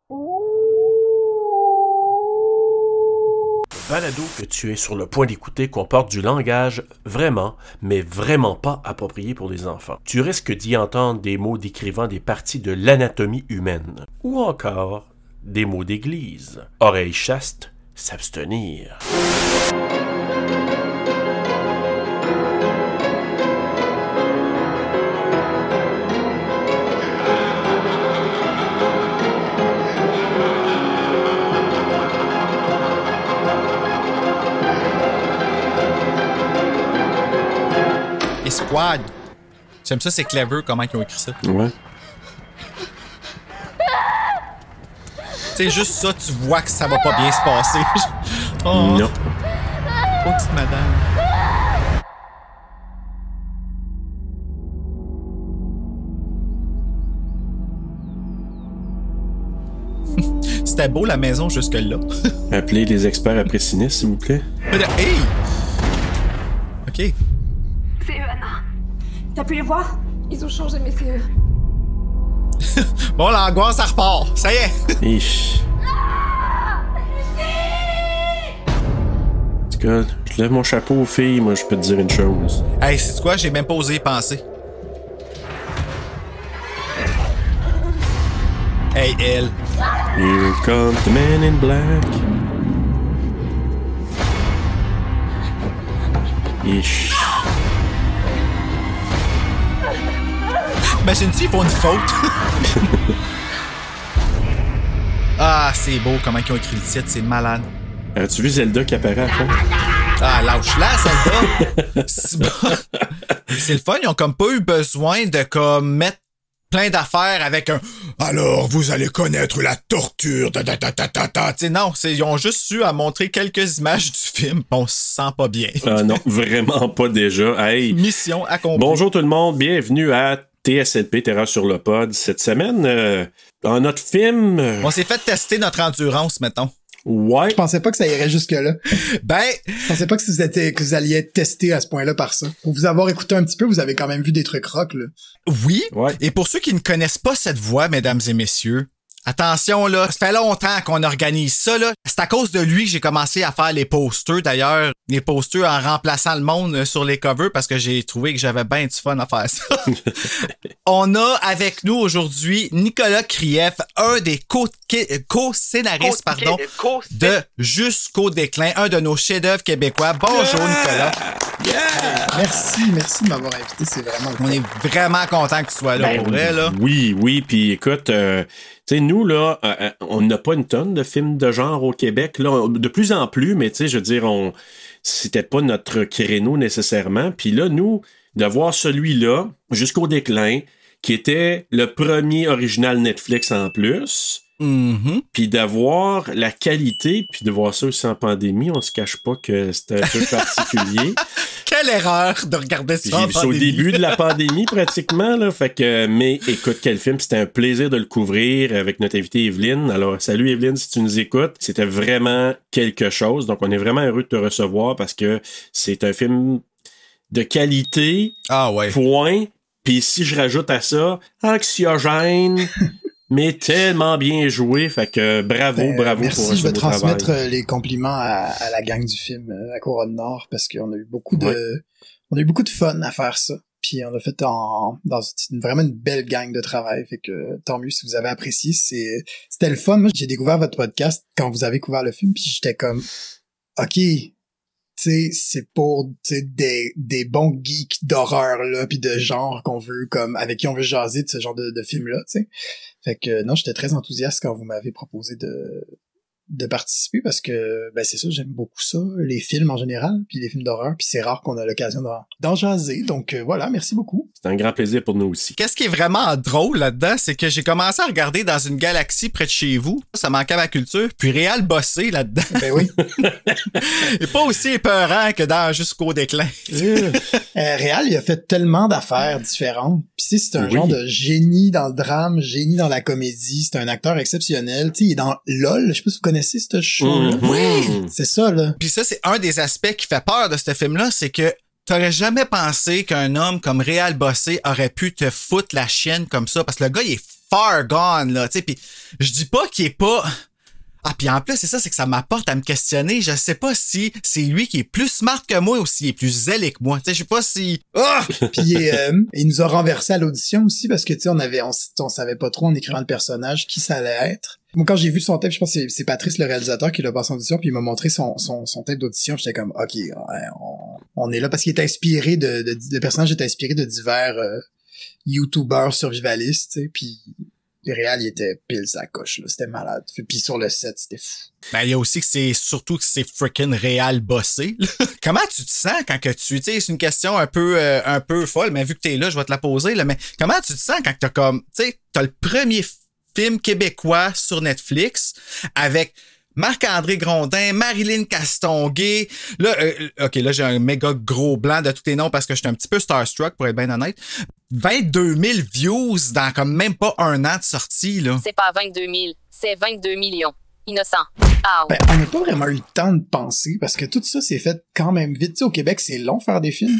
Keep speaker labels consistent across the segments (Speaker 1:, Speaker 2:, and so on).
Speaker 1: Balado que tu es sur le point d'écouter comporte du langage vraiment, mais vraiment pas approprié pour les enfants. Tu risques d'y entendre des mots décrivant des parties de l'anatomie humaine, ou encore des mots d'église. Oreilles chastes, s'abstenir.
Speaker 2: Squad. J'aime ça, c'est clever comment ils ont écrit ça.
Speaker 1: Ouais.
Speaker 2: C'est juste ça, tu vois que ça va pas bien se passer. Oh.
Speaker 1: Non.
Speaker 2: Oh, petite madame. C'était beau la maison jusque-là.
Speaker 1: Appelez les experts après sinistre, s'il vous plaît.
Speaker 2: Hey! OK.
Speaker 3: C'est eux, Anna. T'as pu les voir? Ils ont changé, mais c'est eux.
Speaker 2: Bon, l'angoisse, ça repart. Ça y est.
Speaker 1: Ich. En tout cas, je lève mon chapeau aux filles, moi, je peux te dire une chose.
Speaker 2: Hey, c'est quoi? J'ai même pas osé y penser. Hey, elle.
Speaker 1: Here comes the man in black. Ich.
Speaker 2: Imagine-tu, ils font une faute. Ah, c'est beau comment ils ont écrit le titre, c'est malade.
Speaker 1: As-tu vu Zelda qui apparaît à fond?
Speaker 2: Ah, lâche-la, Zelda! C'est bon. C'est le fun, ils ont comme pas eu besoin de comme mettre plein d'affaires avec un « Alors, vous allez connaître la torture, ta-ta-ta-ta-ta-ta ». Tu sais, non, ils ont juste eu à montrer quelques images du film, on se sent pas bien.
Speaker 1: Ah non, vraiment pas déjà. Hey.
Speaker 2: Mission accomplie.
Speaker 1: Bonjour tout le monde, bienvenue à TSLP, Terreur sur le pod. Cette semaine, dans notre film...
Speaker 2: On s'est fait tester notre endurance, mettons.
Speaker 1: Ouais.
Speaker 4: Je pensais pas que ça irait jusque-là.
Speaker 2: Ben...
Speaker 4: Je pensais pas que vous alliez être testé à ce point-là par ça. Pour vous avoir écouté un petit peu, vous avez quand même vu des trucs rock, là.
Speaker 2: Oui.
Speaker 1: Ouais.
Speaker 2: Et pour ceux qui ne connaissent pas cette voix, mesdames et messieurs, attention, là, ça fait longtemps qu'on organise ça, là. C'est à cause de lui que j'ai commencé à faire les posters, d'ailleurs. Les posters en remplaçant le monde sur les covers parce que j'ai trouvé que j'avais bien du fun à faire ça. On a avec nous aujourd'hui Nicolas Krief, un des co-scénaristes, de Jusqu'au déclin, un de nos chefs-d'œuvre québécois. Bonjour, Nicolas.
Speaker 4: Merci de m'avoir invité, c'est vraiment
Speaker 2: On est vraiment content que tu sois là, pour vrai, là.
Speaker 1: Oui, puis écoute... tu sais, nous, là, on n'a pas une tonne de films de genre au Québec, là, de plus en plus, mais tu sais, je veux dire, c'était pas notre créneau nécessairement. Puis là, nous, de voir celui-là, Jusqu'au déclin, qui était le premier original Netflix en plus, puis d'avoir la qualité, puis de voir ça aussi en pandémie, on se cache pas que c'était un peu particulier.
Speaker 2: Quelle erreur de regarder ça en pandémie.
Speaker 1: C'est au début de la pandémie, pratiquement, là. Fait que, mais écoute, quel film. C'était un plaisir de le couvrir avec notre invitée Evelyne. Alors, salut Evelyne, si tu nous écoutes. C'était vraiment quelque chose. Donc, on est vraiment heureux de te recevoir parce que c'est un film de qualité.
Speaker 2: Ah ouais.
Speaker 1: Point. Puis si je rajoute à ça, anxiogène, mais tellement bien joué. Fait que bravo
Speaker 4: merci,
Speaker 1: pour
Speaker 4: je vais
Speaker 1: travail.
Speaker 4: transmettre les compliments à la gang du film à Couronne Nord parce qu'on a eu beaucoup de fun à faire ça. Puis on l'a fait dans vraiment une belle gang de travail. Fait que tant mieux si vous avez apprécié. C'était le fun. Moi, j'ai découvert votre podcast quand vous avez couvert le film, puis j'étais comme OK, tu sais, c'est pour des bons geeks d'horreur là, puis de genre qu'on veut comme avec qui on veut jaser de ce genre de film là, tu sais. Fait que non, j'étais très enthousiaste quand vous m'avez proposé de participer parce que ben c'est ça, j'aime beaucoup ça, les films en général, puis les films d'horreur, puis c'est rare qu'on a l'occasion d'en jaser. Donc voilà, merci beaucoup.
Speaker 1: C'est un grand plaisir pour nous aussi.
Speaker 2: Qu'est-ce qui est vraiment drôle là-dedans, c'est que j'ai commencé à regarder dans une galaxie près de chez vous, ça manquait à ma culture, puis Réal bossé là-dedans.
Speaker 4: Ben oui.
Speaker 2: Et pas aussi épeurant que dans Jusqu'au déclin.
Speaker 4: Réal, il a fait tellement d'affaires différentes. Puis c'est un genre de génie dans le drame, génie dans la comédie, c'est un acteur exceptionnel. Tu sais, il est dans LOL, je sais pas si vous connaissez ce show-là.
Speaker 2: Oui!
Speaker 4: C'est ça, là.
Speaker 2: Puis ça, c'est un des aspects qui fait peur de ce film-là, c'est que t'aurais jamais pensé qu'un homme comme Réal Bossé aurait pu te foutre la chienne comme ça, parce que le gars, il est far gone, là, tu sais, pis je dis pas qu'il est pas... Ah, puis en plus, c'est ça, c'est que ça m'apporte à me questionner. Je sais pas si c'est lui qui est plus smart que moi ou s'il est plus zélé que moi. Tu sais, je sais pas si... Ah!
Speaker 4: Puis il nous a renversé à l'audition aussi parce que, tu sais, on savait pas trop en écrivant le personnage qui ça allait être. Moi, quand j'ai vu son tape, je pense que c'est Patrice, le réalisateur, qui l'a passé en audition, puis il m'a montré son tape d'audition. J'étais comme, OK, ouais, on est là parce qu'il est inspiré le personnage est inspiré de divers YouTubers survivalistes, tu sais, puis... Le réel, il était pile sa coche, là. C'était malade. Puis sur le set, c'était fou.
Speaker 2: Ben, il y a aussi que c'est freaking réel bossé. Comment tu te sens quand que tu sais, c'est une question un peu folle, mais vu que t'es là, je vais te la poser, là. Mais comment tu te sens quand t'as comme, tu sais, t'as le premier film québécois sur Netflix avec Marc-André Grondin, Marilyn Castonguay. Là, OK, là, j'ai un méga gros blanc de tous tes noms parce que j'étais un petit peu starstruck, pour être bien honnête. 22 000 views dans comme même pas un an de sortie, là.
Speaker 5: C'est pas 22 000, c'est 22 millions. Innocent.
Speaker 4: Ben, on n'a pas vraiment eu le temps de penser parce que tout ça s'est fait quand même vite. Tu sais, au Québec, c'est long faire des films.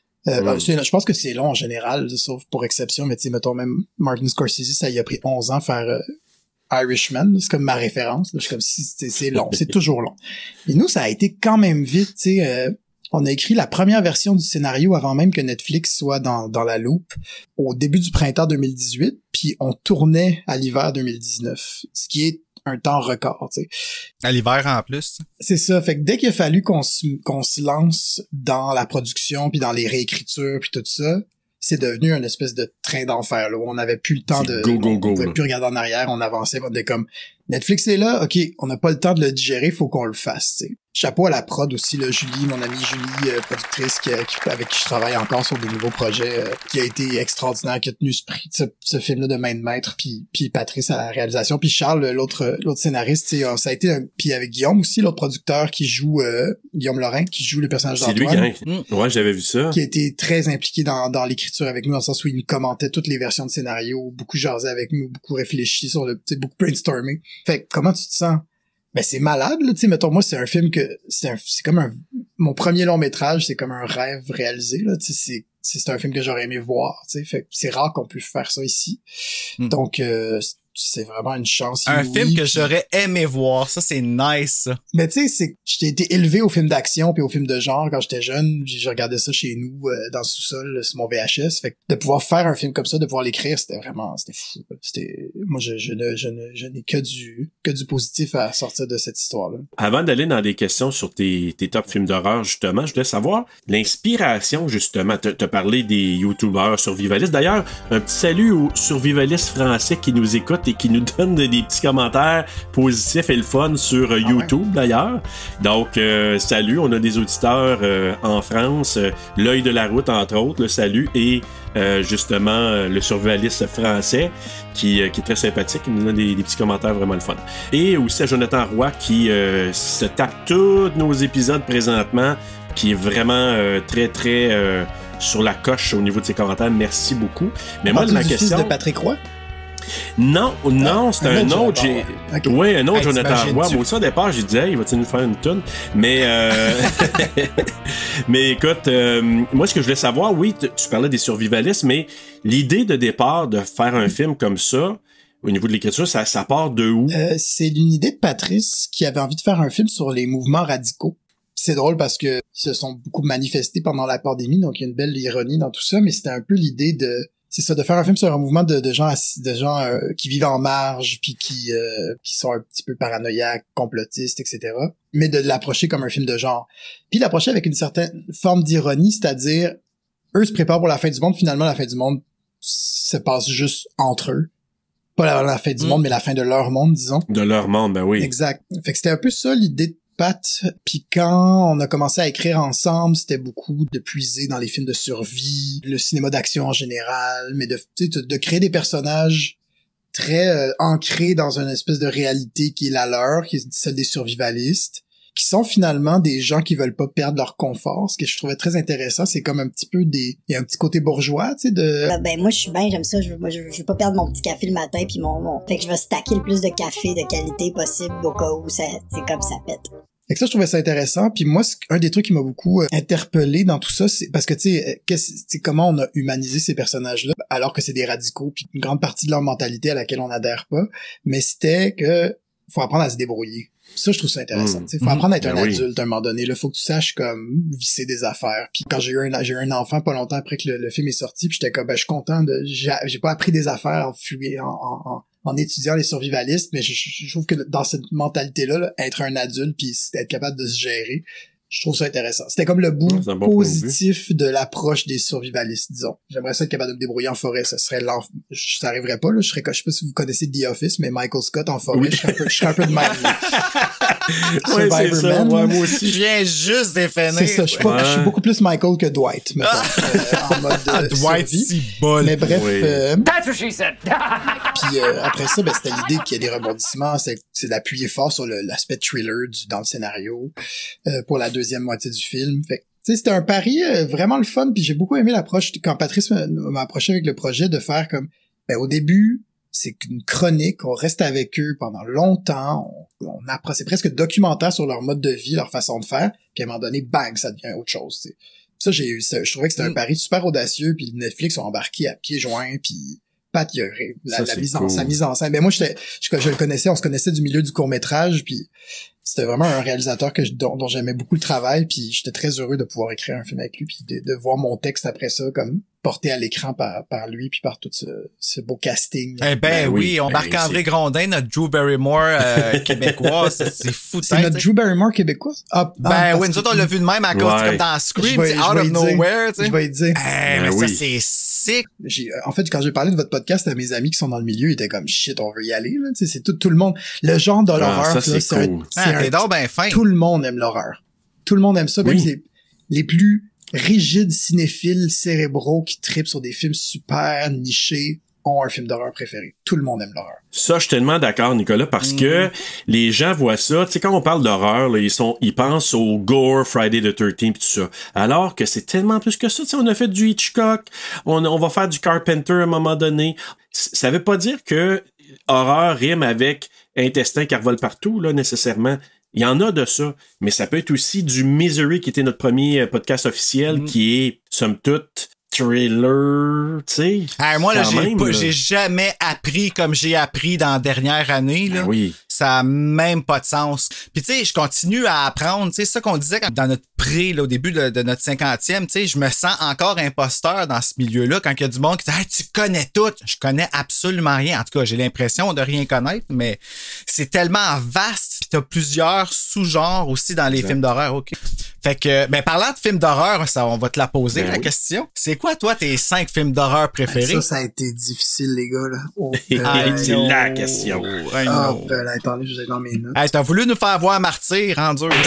Speaker 4: Je pense que c'est long en général, sauf pour exception, mais tu sais, mettons même Martin Scorsese, ça y a pris 11 ans faire Irishman, c'est comme ma référence. Là. Je suis comme si c'est long, c'est toujours long. Et nous, ça a été quand même vite, tu sais. On a écrit la première version du scénario avant même que Netflix soit dans la loupe au début du printemps 2018, puis on tournait à l'hiver 2019, ce qui est un temps record, tu sais.
Speaker 2: À l'hiver en plus.
Speaker 4: C'est ça, fait que dès qu'il a fallu qu'on se lance dans la production puis dans les réécritures puis tout ça, c'est devenu une espèce de train d'enfer là où on n'avait plus le temps on pouvait plus regarder en arrière, on avançait, on était comme Netflix est là, OK, on n'a pas le temps de le digérer, faut qu'on le fasse, tu sais. Chapeau à la prod aussi, là, Julie, mon amie Julie, productrice avec qui je travaille encore sur des nouveaux projets, qui a été extraordinaire, qui a tenu ce film-là de main de maître, puis Patrice à la réalisation, puis Charles, l'autre scénariste, ça a été puis avec Guillaume aussi, l'autre producteur qui joue Guillaume Lorrain, qui joue le personnage d'Antoine.
Speaker 1: C'est lui ouais, j'avais vu ça.
Speaker 4: Qui a été très impliqué dans l'écriture avec nous, dans le sens où il nous commentait toutes les versions de scénario, beaucoup jasé avec nous, beaucoup réfléchi sur beaucoup brainstorming. Fait que, comment tu te sens? Ben, c'est malade, là, tu sais, mettons, moi, c'est un film que, c'est comme mon premier long métrage, c'est comme un rêve réalisé, là, tu sais, c'est un film que j'aurais aimé voir, tu sais, fait que c'est rare qu'on puisse faire ça ici. Donc, c'est vraiment une chance.
Speaker 2: Un film que j'aurais aimé voir, ça c'est nice, ça.
Speaker 4: Mais tu sais, j'ai été élevé aux films d'action puis aux films de genre quand j'étais jeune. Je regardais ça chez nous dans le sous-sol sur mon VHS. Fait que de pouvoir faire un film comme ça, de pouvoir l'écrire, c'était fou. Moi je n'ai que du positif à sortir de cette histoire-là.
Speaker 1: Avant d'aller dans des questions sur tes top films d'horreur, justement, je voulais savoir l'inspiration, justement. T'as parlé des YouTubers survivalistes. D'ailleurs, un petit salut aux survivalistes français qui nous écoutent et qui nous donne des petits commentaires positifs et le fun sur YouTube, d'ailleurs. Donc, salut, on a des auditeurs en France, L'Œil de la Route, entre autres, le salut, et justement, le survivaliste français, qui est très sympathique, il nous donne des petits commentaires vraiment le fun. Et aussi à Jonathan Roy, qui se tape tous nos épisodes présentement, qui est vraiment très, très sur la coche au niveau de ses commentaires. Merci beaucoup. Mais moi, ma question...
Speaker 4: Fils de Patrick Roy?
Speaker 1: Non, c'est un autre.
Speaker 4: Okay.
Speaker 1: Oui, un autre Jonathan Roy. Moi aussi, au départ, j'ai dit, hey, il va-t-il nous faire une toune? Mais, mais écoute, moi, ce que je voulais savoir, oui, tu parlais des survivalistes, mais l'idée de départ de faire un film comme ça, au niveau de l'écriture, ça part de où?
Speaker 4: C'est une idée de Patrice qui avait envie de faire un film sur les mouvements radicaux. C'est drôle parce que ils se sont beaucoup manifestés pendant la pandémie, donc il y a une belle ironie dans tout ça, mais c'était un peu l'idée de faire un film sur un mouvement de gens qui vivent en marge puis qui sont un petit peu paranoïaques, complotistes, etc. Mais de l'approcher comme un film de genre. Puis l'approcher avec une certaine forme d'ironie, c'est-à-dire eux se préparent pour la fin du monde, finalement la fin du monde se passe juste entre eux. Pas la fin du monde, mais la fin de leur monde, disons.
Speaker 1: De leur monde, ben oui.
Speaker 4: Exact. Fait que c'était un peu ça l'idée de Pat, puis quand on a commencé à écrire ensemble, c'était beaucoup de puiser dans les films de survie, le cinéma d'action en général, mais de créer des personnages très ancrés dans une espèce de réalité qui est la leur, qui est celle des survivalistes, qui sont finalement des gens qui veulent pas perdre leur confort. Ce que je trouvais très intéressant, c'est comme un petit peu il y a un petit côté bourgeois, tu sais, de...
Speaker 6: Ben, moi, je suis bien, j'aime ça. Je veux pas perdre mon petit café le matin puis mon... Fait que je vais stacker le plus de café de qualité possible au cas où c'est comme ça pète.
Speaker 4: Fait que ça, je trouvais ça intéressant. Puis moi, un des trucs qui m'a beaucoup interpellé dans tout ça, c'est parce que, tu sais, comment on a humanisé ces personnages-là, alors que c'est des radicaux, puis une grande partie de leur mentalité à laquelle on n'adhère pas, mais c'était que faut apprendre à se débrouiller. Ça, je trouve ça intéressant. Il faut apprendre à être un adulte à un moment donné. Il faut que tu saches comme visser des affaires. Puis quand j'ai eu un enfant pas longtemps après que le film est sorti, puis j'étais comme, je suis content j'ai pas appris des affaires en étudiant les survivalistes, mais je trouve que dans cette mentalité-là, là, être un adulte puis être capable de se gérer, je trouve ça intéressant. C'était comme le bout positif de l'approche des survivalistes, disons. J'aimerais ça être capable de me débrouiller en forêt. Ça arriverait pas, là. Je sais pas si vous connaissez The Office, mais Michael Scott en forêt, je serais un peu de même.
Speaker 1: Ouais, c'est ça. Ouais, moi aussi.
Speaker 2: Je viens juste définir.
Speaker 4: C'est ça. Je suis beaucoup plus Michael que Dwight, mettons, en mode
Speaker 2: Dwight, si bol.
Speaker 4: Mais bref.
Speaker 7: That's what she said.
Speaker 4: Puis après ça, c'était l'idée qu'il y ait des rebondissements. C'est d'appuyer fort sur l'aspect thriller dans le scénario pour la deuxième moitié du film. Fait tu sais, c'était un pari vraiment le fun. Puis j'ai beaucoup aimé l'approche quand Patrice m'a approché avec le projet de faire comme, au début, c'est une chronique, on reste avec eux pendant longtemps, on apprend, c'est presque documentaire sur leur mode de vie, leur façon de faire, puis à un moment donné, bang, ça devient autre chose, tu sais. Ça, je trouvais que c'était un pari super audacieux, puis Netflix ont embarqué à pieds joints, puis Pat, sa mise en scène. Mais moi, je le connaissais, on se connaissait du milieu du court-métrage, puis c'était vraiment un réalisateur dont j'aimais beaucoup le travail, puis j'étais très heureux de pouvoir écrire un film avec lui, puis de voir mon texte après ça comme porté à l'écran par lui, puis par tout ce beau casting.
Speaker 2: Eh ben oui, on Marc-André Grondin, notre Drew Barrymore québécois, c'est fou.
Speaker 4: C'est notre Drew Barrymore québécois?
Speaker 2: Oui, nous autres, on l'a vu de même à cause, comme dans Scream, out of nowhere, tu sais.
Speaker 4: Je vais te dire.
Speaker 2: Mais ça, c'est sick.
Speaker 4: En fait, quand j'ai parlé de votre podcast à mes amis qui sont dans le milieu, ils étaient comme, shit, on veut y aller, là. Tu sais, c'est tout le monde. Le genre de l'horreur, là, c'est
Speaker 2: cool. T'es donc ben fin.
Speaker 4: Tout le monde aime l'horreur. Tout le monde aime ça, même les plus rigides cinéphiles cérébraux qui trippent sur des films super nichés ont un film d'horreur préféré. Tout le monde aime l'horreur.
Speaker 1: Ça, je suis tellement d'accord, Nicolas, parce que les gens voient ça. Tu sais, quand on parle d'horreur, là, ils pensent au gore, Friday the 13th, pis tout ça. Alors que c'est tellement plus que ça. Tu sais, on a fait du Hitchcock, on va faire du Carpenter à un moment donné. Ça veut pas dire que horreur rime avec intestin qui revole partout, là, nécessairement. Il y en a de ça, mais ça peut être aussi du Misery, qui était notre premier podcast officiel, qui est, somme toute, thriller, tu sais.
Speaker 2: Moi, là, j'ai jamais appris comme j'ai appris dans la dernière année, là.
Speaker 1: Oui.
Speaker 2: Ça a même pas de sens. Puis tu sais, je continue à apprendre, tu sais, ça qu'on disait dans notre là, au début de notre 50e, tu sais, je me sens encore imposteur dans ce milieu-là quand il y a du monde qui dit « tu connais tout ». Je connais absolument rien. En tout cas, j'ai l'impression de rien connaître, mais c'est tellement vaste. Puis t'as plusieurs sous-genres aussi dans les films d'horreur, OK? Fait que, parlant de films d'horreur, ça, on va te la poser, la question. C'est quoi, toi, tes 5 films d'horreur préférés?
Speaker 4: Ça a été difficile, les gars,
Speaker 1: là. C'est la question.
Speaker 4: Attendez, je vais dans mes notes.
Speaker 2: Hey, t'as voulu nous faire voir Martyr, en dur.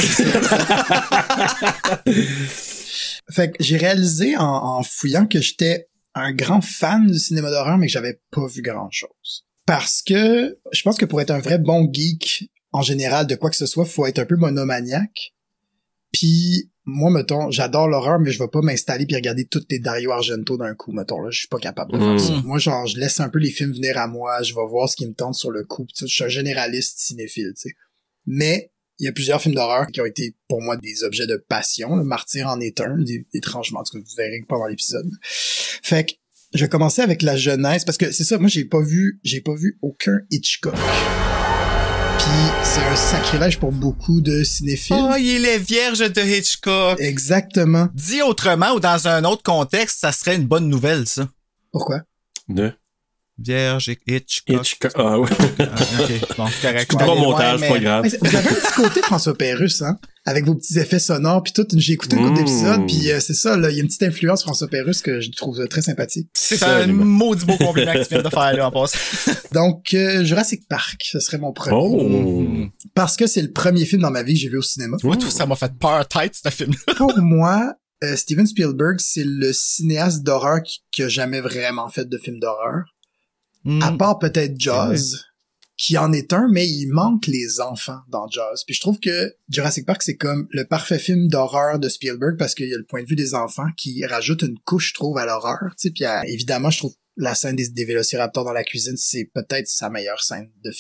Speaker 4: Fait que j'ai réalisé en fouillant que j'étais un grand fan du cinéma d'horreur, mais que j'avais pas vu grand-chose. Parce que je pense que pour être un vrai bon geek, en général, de quoi que ce soit, faut être un peu monomaniaque. Puis moi, mettons, j'adore l'horreur, mais je vais pas m'installer puis regarder toutes les Dario Argento d'un coup, mettons, là. Je suis pas capable de faire ça. Moi, genre, je laisse un peu les films venir à moi, je vais voir ce qui me tente sur le coup. Je suis un généraliste cinéphile, tu sais. Mais il y a plusieurs films d'horreur qui ont été, pour moi, des objets de passion. Le Martyr en est un, étrangement, en tout cas, vous verrez pendant l'épisode. Fait que, je vais commencer avec la jeunesse, parce que c'est ça, moi, j'ai pas vu aucun Hitchcock. Puis c'est un sacrilège pour beaucoup de cinéphiles.
Speaker 2: Oh, il est vierge de Hitchcock.
Speaker 4: Exactement.
Speaker 2: Dit autrement ou dans un autre contexte, ça serait une bonne nouvelle, ça.
Speaker 4: Pourquoi?
Speaker 2: Vierge et Hitchcock.
Speaker 1: Ah ouais.
Speaker 2: OK, bon, c'est correct.
Speaker 1: Pas montage, pas grave.
Speaker 4: Vous avez un petit côté François Pérusse, hein? Avec vos petits effets sonores puis tout. J'ai écouté un couple d'épisodes puis c'est ça, là, il y a une petite influence François Pérusse que je trouve très sympathique.
Speaker 2: C'est un maudit beau compliment que tu viens de faire là en passant.
Speaker 4: Donc Jurassic Park, ce serait mon premier. Parce que c'est le premier film dans ma vie que j'ai vu au cinéma.
Speaker 2: Tout ça m'a fait peur tête, ce film-là.
Speaker 4: Pour moi, Steven Spielberg, c'est le cinéaste d'horreur qui a jamais vraiment fait de film d'horreur. À part peut-être Jaws, qui en est un, mais il manque les enfants dans Jaws. Puis je trouve que Jurassic Park, c'est comme le parfait film d'horreur de Spielberg parce qu'il y a le point de vue des enfants qui rajoute une couche, je trouve, à l'horreur. Tu sais, puis évidemment, je trouve la scène des vélociraptors dans la cuisine, c'est peut-être sa meilleure scène de film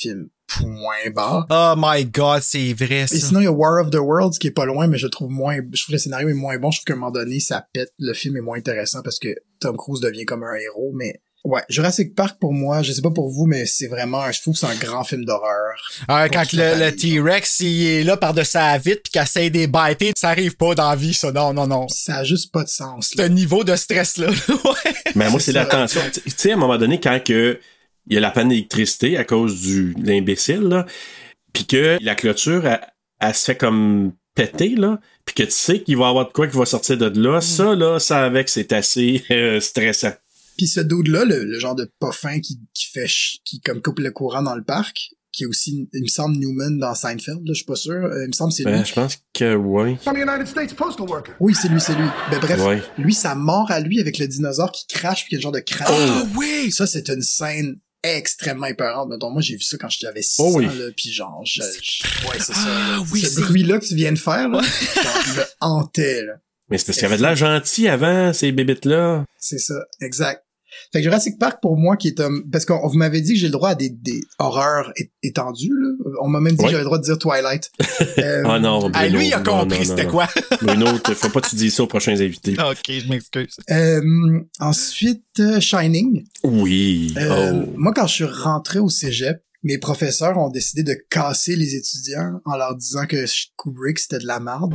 Speaker 4: point barre.
Speaker 2: Oh my god, c'est vrai, ça.
Speaker 4: Et sinon, il y a War of the Worlds qui est pas loin, mais je trouve que le scénario est moins bon. Je trouve qu'à un moment donné, ça pète. Le film est moins intéressant parce que Tom Cruise devient comme un héros, mais ouais, Jurassic Park pour moi, je sais pas pour vous, mais c'est vraiment, je trouve que c'est un grand film d'horreur.
Speaker 2: Quand le T-Rex, il est là par-dessus la vitre pis qu'il essaie de biter, ça arrive pas dans la vie, ça. Non.
Speaker 4: Ça a juste pas de sens.
Speaker 2: C'est un niveau de stress, là. Ouais.
Speaker 1: Mais moi, c'est l'attention. Tu sais, à un moment donné, quand il y a la panne d'électricité à cause de l'imbécile, là, pis que la clôture, elle se fait comme péter, là, pis que tu sais qu'il va y avoir de quoi qui va sortir de là, ça, là, ça avec, c'est assez stressant.
Speaker 4: Puis ce dude-là, le genre de pas fin qui comme coupe le courant dans le parc, qui est aussi, il me semble, Newman dans Seinfeld, là, je suis pas sûr. Il me semble que c'est lui.
Speaker 1: Je pense que oui.
Speaker 4: Oui, c'est lui. Ben bref,
Speaker 1: ouais.
Speaker 4: Lui, sa mort à lui avec le dinosaure qui crache puis qu'il y a un genre de crash.
Speaker 2: Oh oui!
Speaker 4: Ça, c'est une scène extrêmement épeurante. Mettons, moi, j'ai vu ça quand j'avais 6
Speaker 1: oui.
Speaker 4: ans, là, pis genre, ouais, c'est ça.
Speaker 2: Ah oui,
Speaker 4: ce bruit-là que tu viens de faire, là, genre, il me hantait, là.
Speaker 1: Mais c'est parce qu'il y avait de l'air gentil avant, ces bébites-là.
Speaker 4: C'est ça, exact. Fait que Jurassic Park, pour moi, qui est parce qu'on vous m'avez dit que j'ai le droit à des horreurs étendues, là. On m'a même dit que j'avais le droit de dire Twilight.
Speaker 1: Ah non, Bruno,
Speaker 2: lui, il a compris c'était quoi.
Speaker 1: Bruno, faut pas que tu dises ça aux prochains invités.
Speaker 2: Ok, je m'excuse.
Speaker 4: Ensuite, Shining.
Speaker 1: Oui.
Speaker 4: Moi, quand je suis rentré au cégep, mes professeurs ont décidé de casser les étudiants en leur disant que Kubrick, c'était de la merde.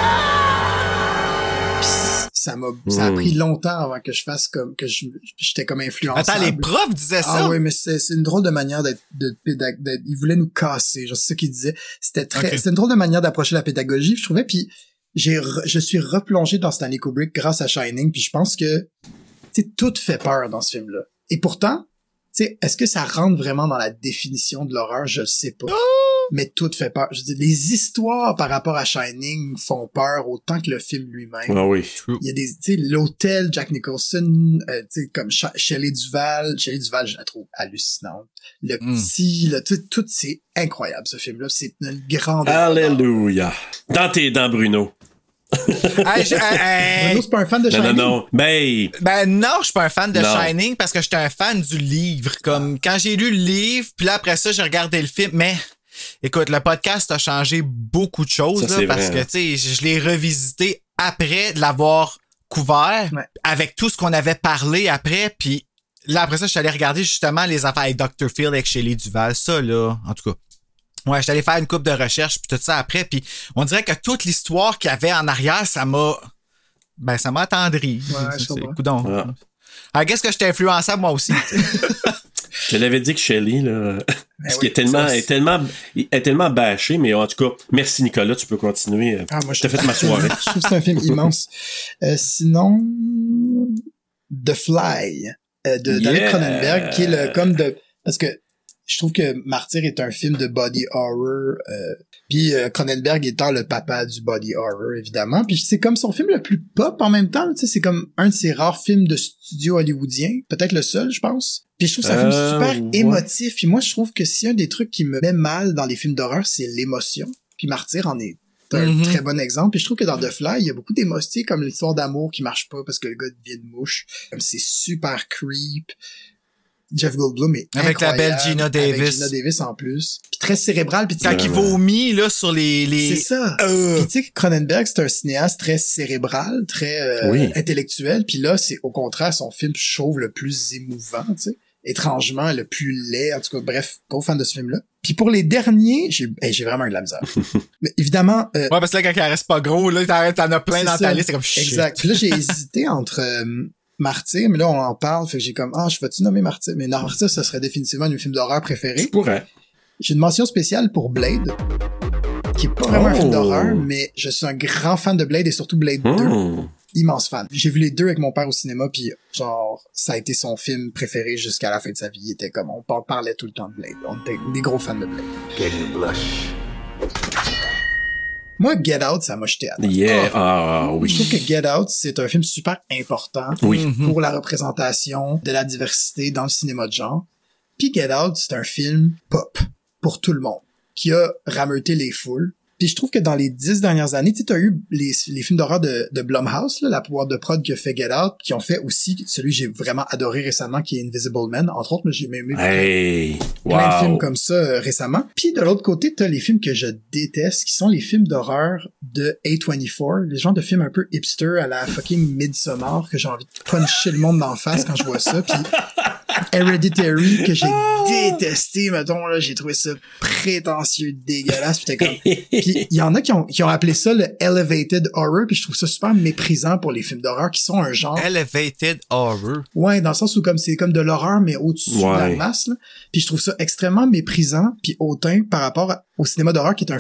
Speaker 4: Ça a pris longtemps avant que je fasse comme, que j'étais comme influençable.
Speaker 2: Attends, les profs disaient ça?
Speaker 4: Ah oui, mais c'est une drôle de manière ils voulaient nous casser, genre, c'est ça qu'ils disaient. C'était une drôle de manière d'approcher la pédagogie, je trouvais, puis je suis replongé dans Stanley Kubrick grâce à Shining, puis je pense que, tu sais, tout fait peur dans ce film-là. Et pourtant, tu sais, est-ce que ça rentre vraiment dans la définition de l'horreur? Je le sais pas. Mais tout fait peur. Je veux dire, les histoires par rapport à Shining font peur autant que le film lui-même.
Speaker 1: Ah oui.
Speaker 4: Il y a des, tu sais, l'hôtel, Jack Nicholson, tu sais, comme Shelley Duvall, je la trouve hallucinante. Le petit, là, tout, c'est incroyable, ce film-là. C'est une grande...
Speaker 1: Alléluia. Dans tes dents, Bruno.
Speaker 4: Bruno, c'est pas un fan de Shining?
Speaker 1: Non. Ben
Speaker 2: non, je suis pas un fan de Shining parce que j'étais un fan du livre. Comme, quand j'ai lu le livre, puis là, après ça, j'ai regardé le film, mais... Écoute, le podcast a changé beaucoup de choses
Speaker 1: ça,
Speaker 2: là, parce que tu sais, je l'ai revisité après de l'avoir couvert avec tout ce qu'on avait parlé après, puis là après ça, je suis allé regarder justement les affaires avec Dr. Phil avec Shelley Duvall, ça là, en tout cas. Ouais, je suis allé faire une couple de recherches puis tout ça après, puis on dirait que toute l'histoire qu'il y avait en arrière, ça m'a attendri.
Speaker 4: Ouais, je comprends.
Speaker 2: Alors, qu'est-ce que j'étais influençable moi aussi?
Speaker 1: Je l'avais dit que Shelley, là, parce qu'il est tellement bâché, mais en tout cas, merci Nicolas, tu peux continuer.
Speaker 4: Moi,
Speaker 1: je t'ai fait ma soirée.
Speaker 4: Je trouve que c'est un film immense. Sinon, The Fly, de David Cronenberg, qui est parce que je trouve que Martyr est un film de body horror, puis Cronenberg étant le papa du body horror, évidemment. Puis c'est comme son film le plus pop en même temps, tu sais, c'est comme un de ses rares films de studio hollywoodien, peut-être le seul, je pense. Puis je trouve ça un film super émotif. Puis moi, je trouve que si un des trucs qui me met mal dans les films d'horreur, c'est l'émotion. Puis Martyr en est un très bon exemple. Puis je trouve que dans The Fly, il y a beaucoup d'émotions, comme l'histoire d'amour qui marche pas parce que le gars devient une mouche. Comme c'est super creep. Jeff Goldblum est
Speaker 2: avec la belle Gina Davis.
Speaker 4: Avec Gina Davis en plus. Puis très cérébral. Puis
Speaker 2: quand il vomit là sur les...
Speaker 4: C'est ça. Puis tu sais, Cronenberg, c'est un cinéaste très cérébral, très intellectuel. Puis là, c'est au contraire son film, je trouve, le plus émouvant, tu sais. Étrangement, le plus laid. En tout cas, bref, gros fan de ce film-là. Puis pour les derniers, j'ai vraiment eu de la misère. Mais évidemment...
Speaker 2: ouais, parce que là, quand il reste pas gros, là, t'en as plein dans ta liste, c'est comme shit.
Speaker 4: Exact. Puis là, j'ai hésité entre... Martyr, mais là, on en parle, fait que j'ai comme, je vais-tu nommer Martyr? Mais non, Martyr, ça serait définitivement un de mes films d'horreur préférés.
Speaker 1: Je pourrais.
Speaker 4: J'ai une mention spéciale pour Blade, qui est pas vraiment un film d'horreur, mais je suis un grand fan de Blade et surtout Blade 2. Immense fan. J'ai vu les deux avec mon père au cinéma, puis genre, ça a été son film préféré jusqu'à la fin de sa vie. Il était comme, on parlait tout le temps de Blade. On était des gros fans de Blade.
Speaker 7: Getting blush.
Speaker 4: Moi, Get Out, ça m'a jeté à terre.
Speaker 1: Oui.
Speaker 4: Je trouve que Get Out, c'est un film super important pour la représentation de la diversité dans le cinéma de genre. Puis Get Out, c'est un film pop pour tout le monde, qui a rameuté les foules. Puis Puis je trouve que dans les 10 dernières années, tu sais, t'as eu les films d'horreur de Blumhouse, là, la pouvoir de prod qui a fait Get Out, qui ont fait aussi celui que j'ai vraiment adoré récemment, qui est Invisible Man, entre autres, mais j'ai aimé plein de films comme ça récemment. Puis de l'autre côté, t'as les films que je déteste, qui sont les films d'horreur de A24, les genres de films un peu hipster à la fucking Midsommar, que j'ai envie de puncher le monde d'en face quand je vois ça. Puis Hereditary, que j'ai détesté, mettons, là, j'ai trouvé ça prétentieux, dégueulasse, puis puis il y en a qui ont appelé ça le Elevated Horror, puis je trouve ça super méprisant pour les films d'horreur qui sont un genre...
Speaker 2: Elevated Horror?
Speaker 4: Ouais, dans le sens où c'est comme de l'horreur, mais au-dessus de la masse, là. Puis je trouve ça extrêmement méprisant, puis hautain par rapport au cinéma d'horreur, qui est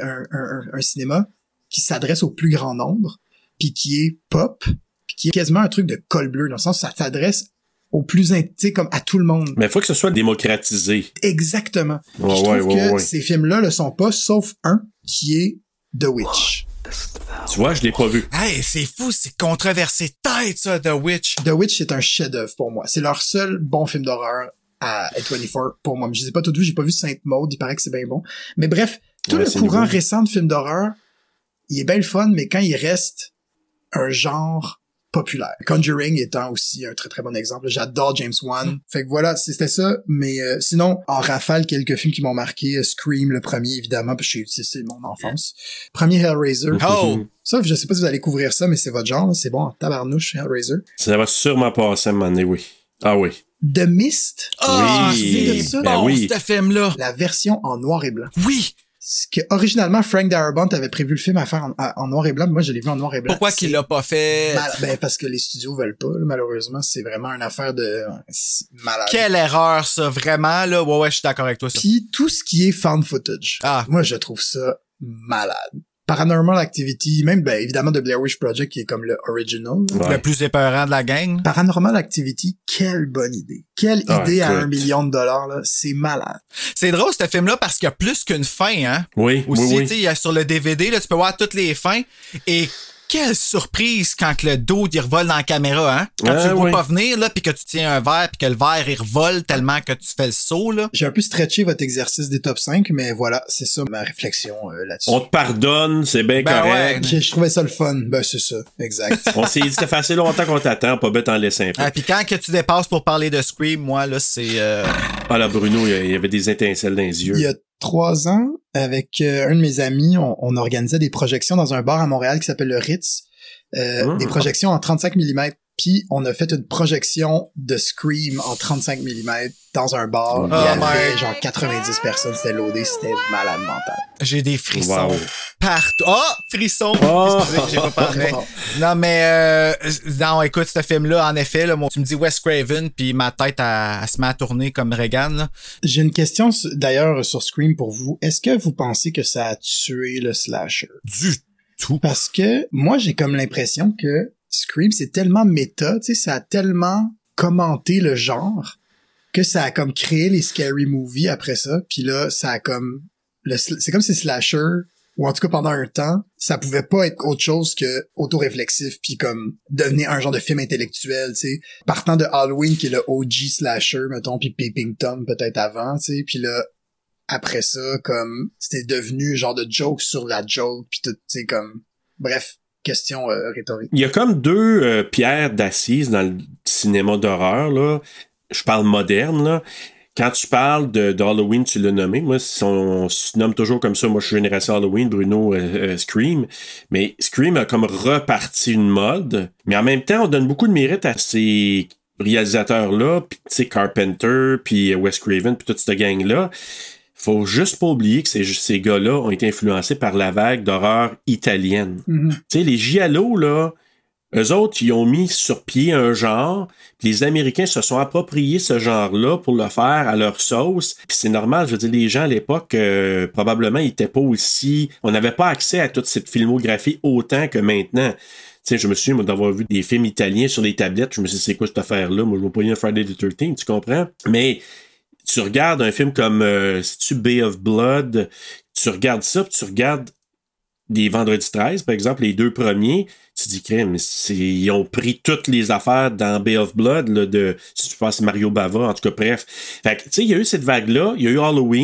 Speaker 4: un cinéma qui s'adresse au plus grand nombre, puis qui est pop, puis qui est quasiment un truc de col bleu, dans le sens où ça s'adresse au plus intime, comme à tout le monde.
Speaker 1: Mais il faut que ce soit démocratisé.
Speaker 4: Exactement. Je trouve que ces films-là le sont pas, sauf un qui est The Witch.
Speaker 1: Tu vois, je l'ai pas vu.
Speaker 2: Hey, c'est fou, c'est controversé tête, ça, The Witch.
Speaker 4: The Witch, c'est un chef-d'œuvre pour moi. C'est leur seul bon film d'horreur à A24 pour moi. Mais je les ai pas tous vus, j'ai pas vu Sainte Maud, il paraît que c'est bien bon. Mais bref, tout le courant récent de films d'horreur, il est bien le fun, mais quand il reste un genre populaire. Conjuring étant aussi un très très bon exemple. J'adore James Wan. Fait que voilà, c'était ça. Mais sinon, en rafale, quelques films qui m'ont marqué. Scream, le premier, évidemment, parce que c'est mon enfance. Premier Hellraiser.
Speaker 2: Oh!
Speaker 4: Ça, je sais pas si vous allez couvrir ça, mais c'est votre genre. Là. C'est bon, en tabarnouche, Hellraiser.
Speaker 1: Ça va sûrement passer à un moment donné, oui. Ah oui.
Speaker 4: The Mist.
Speaker 2: Oui,
Speaker 4: c'est
Speaker 2: bon,
Speaker 1: oui.
Speaker 2: ce film-là.
Speaker 4: La version en noir et blanc.
Speaker 2: Oui!
Speaker 4: Ce que, originalement, Frank Darabont avait prévu le film à faire en noir et blanc, mais moi, je l'ai vu en noir et blanc.
Speaker 2: Pourquoi qu'il l'a pas fait?
Speaker 4: Parce que les studios veulent pas, là, malheureusement. C'est vraiment une affaire de malade.
Speaker 2: Quelle erreur, ça, vraiment, là. Ouais, je suis d'accord avec toi, ça.
Speaker 4: Puis, tout ce qui est found footage.
Speaker 2: Ah.
Speaker 4: Moi, je trouve ça malade. Paranormal Activity, même, évidemment, The Blair Witch Project, qui est comme le original.
Speaker 2: Le plus épeurant de la gang.
Speaker 4: Paranormal Activity, quelle bonne idée. Quelle idée à $1 million, là. C'est malade.
Speaker 2: C'est drôle, ce film-là, parce qu'il y a plus qu'une fin, hein.
Speaker 1: Oui,
Speaker 2: aussi,
Speaker 1: oui.
Speaker 2: Tu sais, il y a sur le DVD, là, tu peux voir toutes les fins. Et quelle surprise quand le dos, il revole dans la caméra, hein. Quand tu le vois pas venir, là, puis que tu tiens un verre, puis que le verre, il revole tellement que tu fais le saut, là.
Speaker 4: J'ai un peu stretché votre exercice des top 5, mais voilà, c'est ça ma réflexion là-dessus.
Speaker 1: On te pardonne, c'est bien correct.
Speaker 4: Ouais, je trouvais ça le fun. C'est ça, exact.
Speaker 1: On s'est dit, ça fait assez longtemps qu'on t'attend, pas bête en laisser un peu.
Speaker 2: Ah, puis quand que tu dépasses pour parler de Scream, moi, là, c'est...
Speaker 1: Ah là, Bruno, il y avait des étincelles dans les yeux.
Speaker 4: Il y a 3 ans, avec un de mes amis, on organisait des projections dans un bar à Montréal qui s'appelle le Ritz. Des projections en 35 mm. Puis on a fait une projection de Scream en 35 mm dans un bar. Il y avait genre 90 personnes, c'était loadé, c'était malade mental.
Speaker 2: J'ai des frissons partout. Frissons! Excusez, j'ai pas parlé. Non, mais non, écoute, ce film-là, en effet, là, tu me dis Wes Craven, puis ma tête, elle se met à tourner comme Reagan. Là.
Speaker 4: J'ai une question d'ailleurs sur Scream pour vous. Est-ce que vous pensez que ça a tué le slasher?
Speaker 2: Du tout.
Speaker 4: Parce que moi, j'ai comme l'impression que Scream, c'est tellement méta, tu sais, ça a tellement commenté le genre que ça a comme créé les scary movies après ça. Puis là, ça a comme... c'est comme si slasher, ou en tout cas pendant un temps, ça pouvait pas être autre chose que autoréflexif, puis comme devenir un genre de film intellectuel, tu sais. Partant de Halloween, qui est le OG slasher, mettons, puis Peeping Tom peut-être avant, tu sais. Puis là, après ça, comme c'était devenu genre de joke sur la joke, puis tout, tu sais, comme... Bref. Question rhétorique.
Speaker 1: Il y a comme 2 pierres d'assises dans le cinéma d'horreur, là. Je parle moderne, là. Quand tu parles d'Halloween, tu l'as nommé. Moi, on se nomme toujours comme ça. Moi, je suis génération Halloween, Bruno, Scream. Mais Scream a comme reparti une mode. Mais en même temps, on donne beaucoup de mérite à ces réalisateurs-là, puis tu sais, Carpenter, puis Wes Craven, puis toute cette gang-là. Faut juste pas oublier que ces gars-là ont été influencés par la vague d'horreur italienne.
Speaker 4: Mm-hmm.
Speaker 1: Tu sais, les giallo, là, eux autres, ils ont mis sur pied un genre, puis les Américains se sont appropriés ce genre-là pour le faire à leur sauce. Puis c'est normal, je veux dire, les gens à l'époque, probablement, ils étaient pas aussi... On n'avait pas accès à toute cette filmographie autant que maintenant. Tu sais, je me souviens, moi, d'avoir vu des films italiens sur les tablettes. Je me suis dit, c'est quoi cette affaire-là? Moi, je vois pas rien Friday the 13th, tu comprends? Mais... Tu regardes un film comme si-tu Bay of Blood, tu regardes ça, puis tu regardes des Vendredi 13, par exemple, les 2 premiers, tu te dis, crème, ils ont pris toutes les affaires dans Bay of Blood, là, si tu penses Mario Bava, en tout cas, bref. Fait que, tu sais, il y a eu cette vague-là, il y a eu Halloween,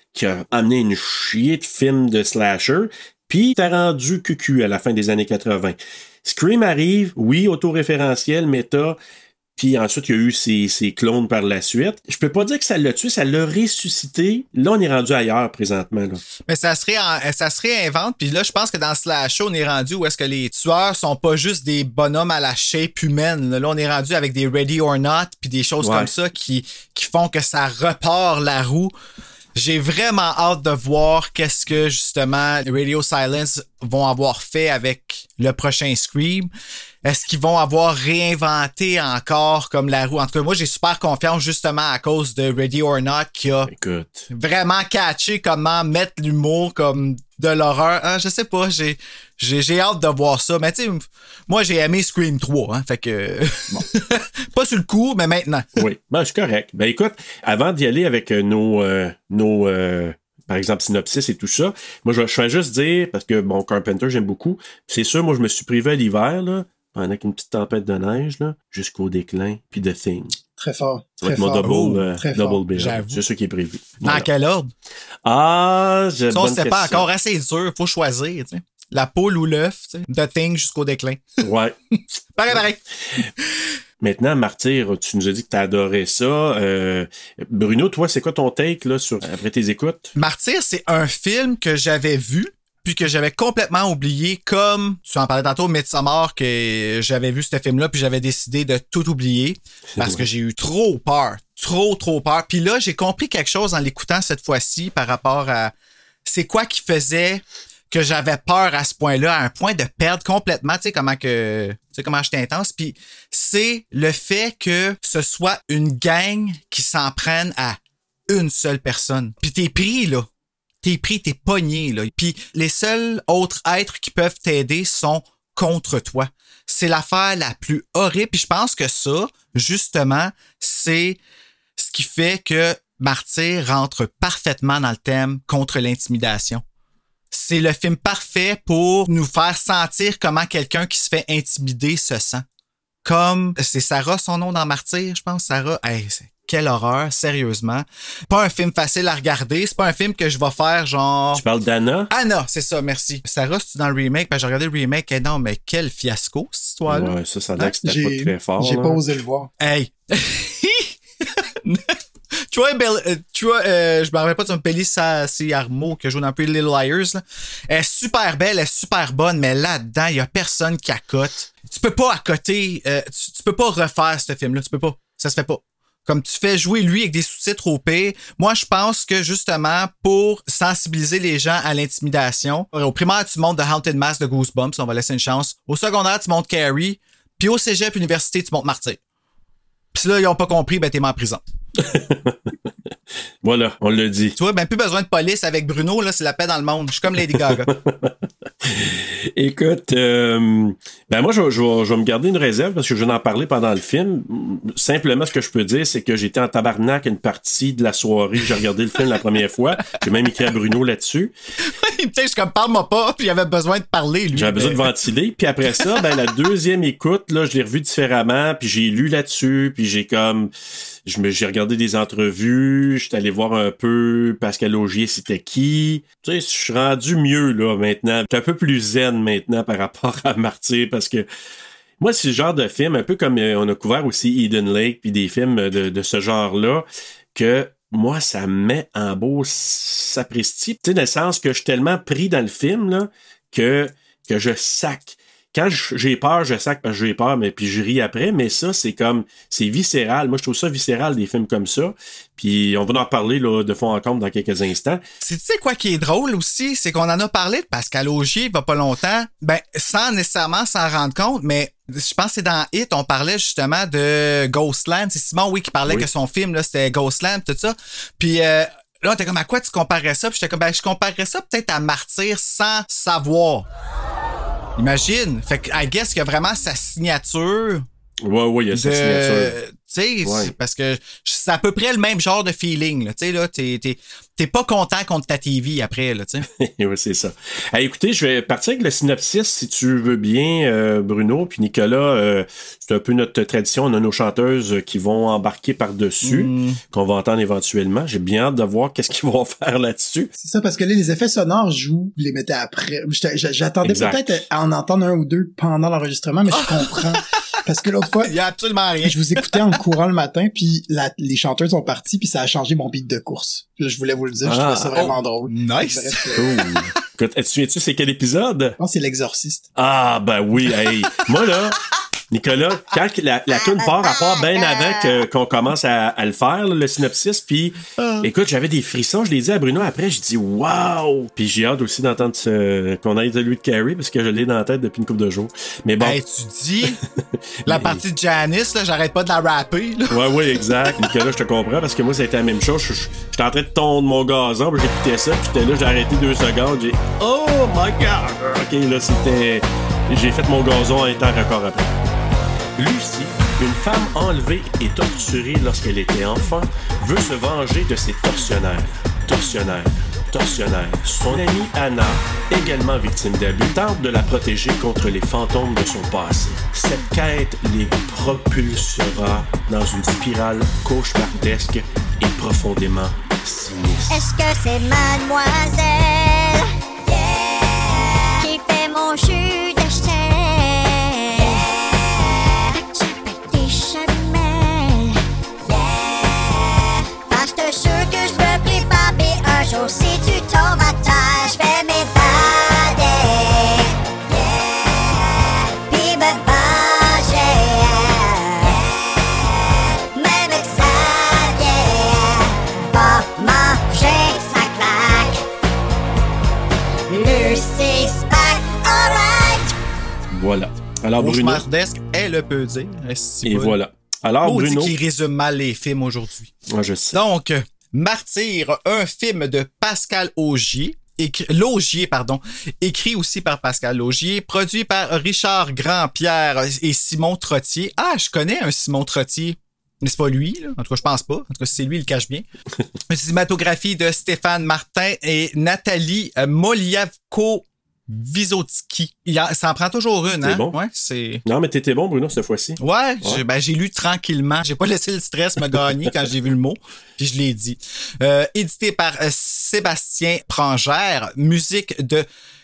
Speaker 1: qui a amené une chier de films de slasher, puis t'as rendu cucu à la fin des années 80. Scream arrive, oui, autoréférentiel, méta, puis ensuite, il y a eu ses clones par la suite. Je peux pas dire que ça l'a tué, ça l'a ressuscité. Là, on est rendu ailleurs présentement. Là.
Speaker 2: Mais ça se réinvente. Puis là, je pense que dans Slasher, on est rendu où est-ce que les tueurs sont pas juste des bonhommes à la shape humaine. Là, on est rendu avec des Ready or Not puis des choses comme ça qui font que ça repart la roue. J'ai vraiment hâte de voir qu'est-ce que, justement, Radio Silence vont avoir fait avec le prochain Scream. Est-ce qu'ils vont avoir réinventé encore comme la roue? En tout cas, moi, j'ai super confiance justement à cause de Ready or Not qui a vraiment catché comment mettre l'humour comme de l'horreur. Je sais pas, j'ai hâte de voir ça. Mais tu sais, moi, j'ai aimé Scream 3. Fait que... Bon. Pas sur le coup, mais maintenant.
Speaker 1: Oui, ben, c'est correct. Ben écoute, avant d'y aller avec nos par exemple, synopsis et tout ça, moi, je vais juste dire, parce que, bon, Carpenter, j'aime beaucoup. C'est sûr, moi, je me suis privé à l'hiver, là, pendant qu'une petite tempête de neige, là, jusqu'au déclin, puis The Thing.
Speaker 4: Très fort.
Speaker 1: Ça va être mon double bill. C'est ça qui est prévu.
Speaker 2: Voilà. Dans quel ordre?
Speaker 1: J'ai
Speaker 2: ça, c'est pas encore assez dur. Faut choisir, tu sais. La poule ou l'œuf, tu sais. The Thing jusqu'au déclin.
Speaker 1: Ouais.
Speaker 2: pareil.
Speaker 1: Maintenant, Martyr, tu nous as dit que t'as adoré ça. Bruno, toi, c'est quoi ton take là, après tes écoutes?
Speaker 2: Martyr, c'est un film que j'avais vu puis que j'avais complètement oublié, comme tu en parlais tantôt, Midsommar, que j'avais vu ce film-là puis j'avais décidé de tout oublier parce que j'ai eu trop peur. Trop peur. Puis là, j'ai compris quelque chose en l'écoutant cette fois-ci par rapport à c'est quoi qui faisait que j'avais peur à ce point-là, à un point de perdre complètement, tu sais comment j'étais intense. Puis c'est le fait que ce soit une gang qui s'en prenne à une seule personne. Puis t'es pris, là. T'es pogné, là. Puis les seuls autres êtres qui peuvent t'aider sont contre toi. C'est l'affaire la plus horrible. Puis je pense que ça, justement, c'est ce qui fait que Martyr rentre parfaitement dans le thème contre l'intimidation. C'est le film parfait pour nous faire sentir comment quelqu'un qui se fait intimider se sent. Comme, c'est Sarah son nom dans Martyr, je pense, Sarah. Hey, quelle horreur, sérieusement. Pas un film facile à regarder, c'est pas un film que je vais faire genre...
Speaker 1: Tu parles d'Anna?
Speaker 2: Anna, c'est ça, merci. Sarah, c'est dans le remake, j'ai regardé le remake, et non, mais quel fiasco, cette histoire-là.
Speaker 1: Ouais, ça a l'air que c'était pas très fort.
Speaker 4: J'ai pas osé le voir.
Speaker 2: Hey! Tu vois, je me rappelle pas de son Pélissa Armo que joue dans Pretty Little Liars. Là. Elle est super belle, elle est super bonne, mais là-dedans, il y a personne qui accote. Tu peux pas accoter, tu peux pas refaire ce film-là, tu peux pas. Ça se fait pas. Comme tu fais jouer lui avec des sous-titres OP. Moi, je pense que justement, pour sensibiliser les gens à l'intimidation, au primaire, tu montes The Haunted Mask de Goosebumps, on va laisser une chance. Au secondaire, tu montes Carrie. Puis au cégep université, tu montes Martyr. Puis là, ils ont pas compris, ben t'es mis en prison.
Speaker 1: Voilà, on l'a dit.
Speaker 2: Tu vois, ben plus besoin de police avec Bruno, là, c'est la paix dans le monde. Je suis comme Lady Gaga.
Speaker 1: Écoute, ben moi, je vais me garder une réserve parce que je vais en parler pendant le film. Simplement, ce que je peux dire, c'est que j'étais en tabarnak une partie de la soirée. J'ai regardé le film la première fois. J'ai même écrit à Bruno là-dessus.
Speaker 2: Putain, je suis comme, parle-moi pas, puis il avait besoin de parler, lui.
Speaker 1: J'avais besoin de ventiler. Puis après ça, ben la deuxième écoute, là, je l'ai revu différemment, puis j'ai lu là-dessus, puis j'ai regardé des entrevues, j'étais allé voir un peu Pascal Augier, c'était qui. Tu sais, je suis rendu mieux, là, maintenant. Je suis un peu plus zen, maintenant, par rapport à Martyr, parce que moi, c'est le genre de film, un peu comme on a couvert aussi Eden Lake, puis des films de ce genre-là, que moi, ça me met en beau sapristi. Tu sais, dans le sens que je suis tellement pris dans le film, là, que je sac. Quand j'ai peur, je sac parce que j'ai peur, mais puis je ris après, mais ça, c'est viscéral. Moi, je trouve ça viscéral, des films comme ça. Puis on va en reparler là, de fond en comble dans quelques instants.
Speaker 2: Tu sais quoi qui est drôle aussi, c'est qu'on en a parlé de Pascal Augier il y a pas longtemps, sans nécessairement s'en rendre compte, mais je pense que c'est dans Hit, on parlait justement de Ghostland. C'est Simon, qui parlait que son film, là, c'était Ghostland, tout ça. Puis là, on était comme, à quoi tu comparais ça? Puis j'étais comme, je comparais ça peut-être à Martyr sans savoir. Imagine. Fait que, I guess qu'il y a vraiment sa signature.
Speaker 1: Ouais, il y a sa signature.
Speaker 2: sais,
Speaker 1: Ouais.
Speaker 2: parce que c'est à peu près le même genre de feeling, là. Tu sais, là, t'es pas content contre ta TV après, là, tu sais.
Speaker 1: Oui, c'est ça. Hey, écoutez, je vais partir avec le synopsis, si tu veux bien, Bruno. Puis Nicolas, c'est un peu notre tradition. On a nos chanteuses qui vont embarquer par-dessus, qu'on va entendre éventuellement. J'ai bien hâte de voir qu'est-ce qu'ils vont faire là-dessus.
Speaker 4: C'est ça, parce que là, les effets sonores jouent, vous les mettez après. J'attendais
Speaker 1: Exact.
Speaker 4: peut-être à en entendre un ou deux pendant l'enregistrement, mais je comprends. Parce que l'autre fois,
Speaker 2: Il y a absolument rien.
Speaker 4: je vous écoutais en courant le matin, puis les chanteuses sont parties, puis ça a changé mon beat de course. Puis là, je voulais vous le dire, je trouvais ça vraiment drôle.
Speaker 2: Nice.
Speaker 4: Bref,
Speaker 1: Cool. Écoute, tu souviens-tu c'est quel épisode?
Speaker 4: je pense que c'est l'exorciste.
Speaker 1: Ah, ben oui, hey. Moi, là, Nicolas, quand la toune part, à part bien avant qu'on commence à le faire, là, le synopsis, puis écoute, j'avais des frissons, je l'ai dit à Bruno après, je dis wow! Puis j'ai hâte aussi d'entendre qu'on aille celui de Carrie, parce que je l'ai dans la tête depuis une couple de jours. Mais bon.
Speaker 2: Hey, tu dis, la partie de Janice, là, j'arrête pas de la rapper, là.
Speaker 1: Ouais, exact. Nicolas, je te comprends, parce que moi, ça a été la même chose. J'étais en train de tondre mon gazon, puis j'écoutais ça, puis j'étais là, j'ai arrêté 2 secondes, j'ai oh my god! Ok, là, c'était. J'ai fait mon gazon en étant record après. Lucie, une femme enlevée et torturée lorsqu'elle était enfant, veut se venger de ses tortionnaires. Son amie Anna, également victime d'abus, tente de la protéger contre les fantômes de son passé. Cette quête les propulsera dans une spirale cauchemardesque et profondément sinistre.
Speaker 7: Est-ce que c'est mademoiselle qui fait mon jus de chair? J'appelle tes chemins. Parce que je suis sûr que je veux préparer un jour si tu tombes à terre, je vais m'évader. Puis me venger. Même que ça vient pas manger que ça claque. Lucy's back, alright.
Speaker 1: Voilà. Alors, Bruno.
Speaker 2: Cauchemardesque, elle le peut dire.
Speaker 1: Et voilà. Alors,
Speaker 2: Maudit
Speaker 1: Bruno.
Speaker 2: qui résume mal les films aujourd'hui.
Speaker 1: Ah, je sais.
Speaker 2: Donc, Martyr, un film de Pascal Laugier, écrit aussi par Pascal Laugier, produit par Richard Grandpierre et Simon Trottier. Ah, je connais un Simon Trottier. Mais c'est pas lui, là. En tout cas, je pense pas. En tout cas, si c'est lui, il le cache bien. Une cinématographie de Stéphane Martin et Nathalie Moliavko Vizotski. Ça en prend toujours une, hein?
Speaker 1: C'est bon.
Speaker 2: Ouais, c'est...
Speaker 1: Non, mais t'étais bon, Bruno, cette fois-ci.
Speaker 2: Ouais, j'ai lu tranquillement. J'ai pas laissé le stress me gagner quand j'ai vu le mot, puis je l'ai dit. Édité par Sébastien Prangère, musique de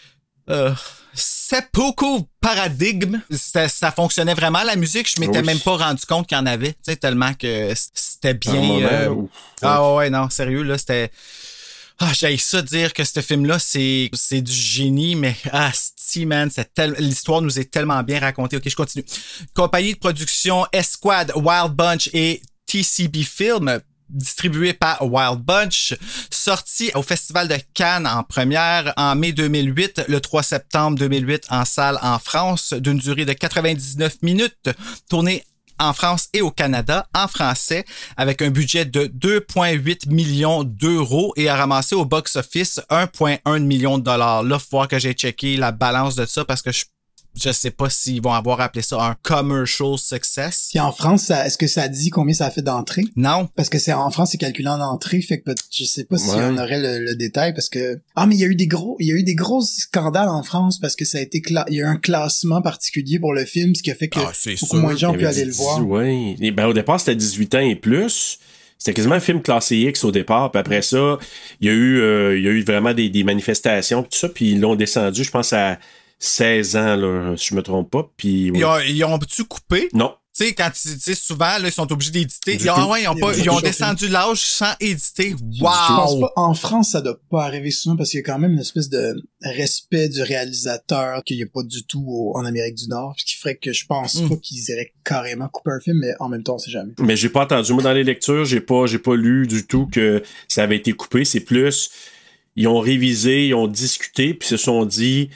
Speaker 2: Seppuku Paradigme. Ça fonctionnait vraiment, la musique. Je m'étais même pas rendu compte qu'il y en avait, tu sais, tellement que c'était bien... Ah ouais, non, sérieux, là, c'était... Ah, j'ai ça dire que ce film-là, c'est du génie, mais man, l'histoire nous est tellement bien racontée. Ok, je continue. Compagnie de production Esquad, Wild Bunch et TCB Film, distribué par Wild Bunch, sorti au Festival de Cannes en première en mai 2008, le 3 septembre 2008 en salle en France, d'une durée de 99 minutes, tourné en France et au Canada, en français, avec un budget de 2,8 millions d'euros et a ramassé au box-office 1,1 million de dollars. Là, faut voir que j'ai checké la balance de ça parce que je sais pas s'ils vont avoir appelé ça un commercial success.
Speaker 4: Puis en France, est-ce que ça dit combien ça a fait d'entrée?
Speaker 2: Non.
Speaker 4: Parce que en France, c'est calculé en entrée, fait que je sais pas si on aurait le détail parce que mais il y a eu des gros scandales en France parce que ça a été il y a eu un classement particulier pour le film, ce qui a fait que beaucoup moins de gens ont pu aller le voir.
Speaker 1: Oui. Et ben au départ, c'était 18 ans et plus. C'était quasiment un film classé X au départ, puis après ça, il y a eu vraiment des manifestations tout ça, puis ils l'ont descendu, je pense à 16 ans, là, si je me trompe pas. Puis, oui.
Speaker 2: Ils ont-tu coupé?
Speaker 1: Non.
Speaker 2: Tu sais, quand souvent, là, ils sont obligés d'éditer. Ils ont descendu l'âge sans éditer. Wow!
Speaker 4: Je pense pas. En France, ça doit pas arriver souvent parce qu'il y a quand même une espèce de respect du réalisateur qu'il y a pas du tout en Amérique du Nord, ce qui ferait que je pense pas qu'ils iraient carrément couper un film, mais en même temps, on sait jamais.
Speaker 1: Mais j'ai pas entendu. Moi, dans les lectures, j'ai pas lu du tout que ça avait été coupé. C'est plus, ils ont révisé, ils ont discuté, puis se sont dit,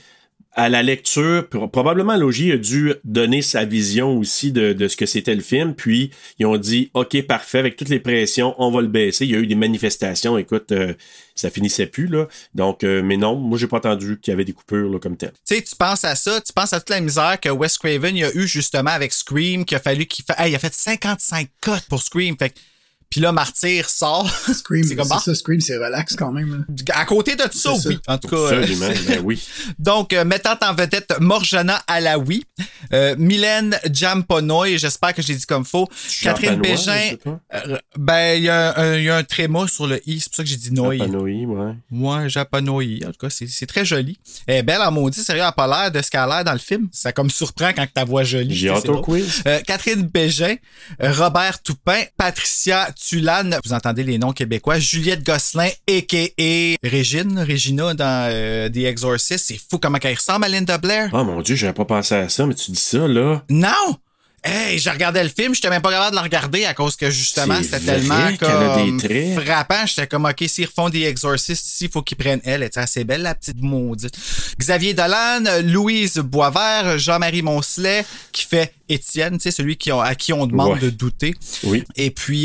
Speaker 1: à la lecture, probablement Logie a dû donner sa vision aussi de ce que c'était le film, puis ils ont dit, OK, parfait, avec toutes les pressions, on va le baisser. Il y a eu des manifestations, écoute, ça finissait plus, là. Donc, mais non, moi, j'ai pas entendu qu'il y avait des coupures, là, comme tel.
Speaker 2: Tu sais, tu penses à ça, tu penses à toute la misère que Wes Craven il a eu justement avec Scream, qu'il a fallu il a fait 55 cuts pour Scream, fait que puis là, Martyr sort.
Speaker 4: Scream,
Speaker 2: c'est comment?
Speaker 4: C'est ça, Scream, c'est relax quand même. Là.
Speaker 2: À côté de ça, oui. En tout cas.
Speaker 1: Absolument, ben oui.
Speaker 2: Donc, mettant en vedette Morjana Alaoui, Mylène Jamponoy, j'espère que j'ai dit comme faux. Catherine Bégin. Il y a un tréma sur le i, c'est pour ça que j'ai dit Noy.
Speaker 1: Japanoï, ouais.
Speaker 2: Ouais, Japanoï. En tout cas, c'est très joli. Elle est belle en maudit, sérieux, elle a pas l'air de ce qu'elle a l'air dans le film. Ça comme surprend quand ta voix jolie.
Speaker 1: J'ai hâte au quiz.
Speaker 2: Catherine Bégin, Robert Toupin, Patricia Tulane, vous entendez les noms québécois, Juliette Gosselin, a.k.a. Regina dans The Exorcist. C'est fou comment elle ressemble à Linda Blair.
Speaker 1: Oh mon Dieu, j'avais pas pensé à ça, mais tu dis ça, là.
Speaker 2: Non! Hey, je regardais le film, j'étais même pas capable de le regarder à cause que justement, c'était tellement comme frappant. J'étais comme, OK, s'ils refont des Exorcistes ici, il faut qu'ils prennent elle. Elle était assez belle, la petite maudite. Xavier Dolan, Louise Boisvert, Jean-Marie Moncelet, qui fait Étienne, tu sais, celui à qui on demande de douter.
Speaker 1: Oui.
Speaker 2: Et puis,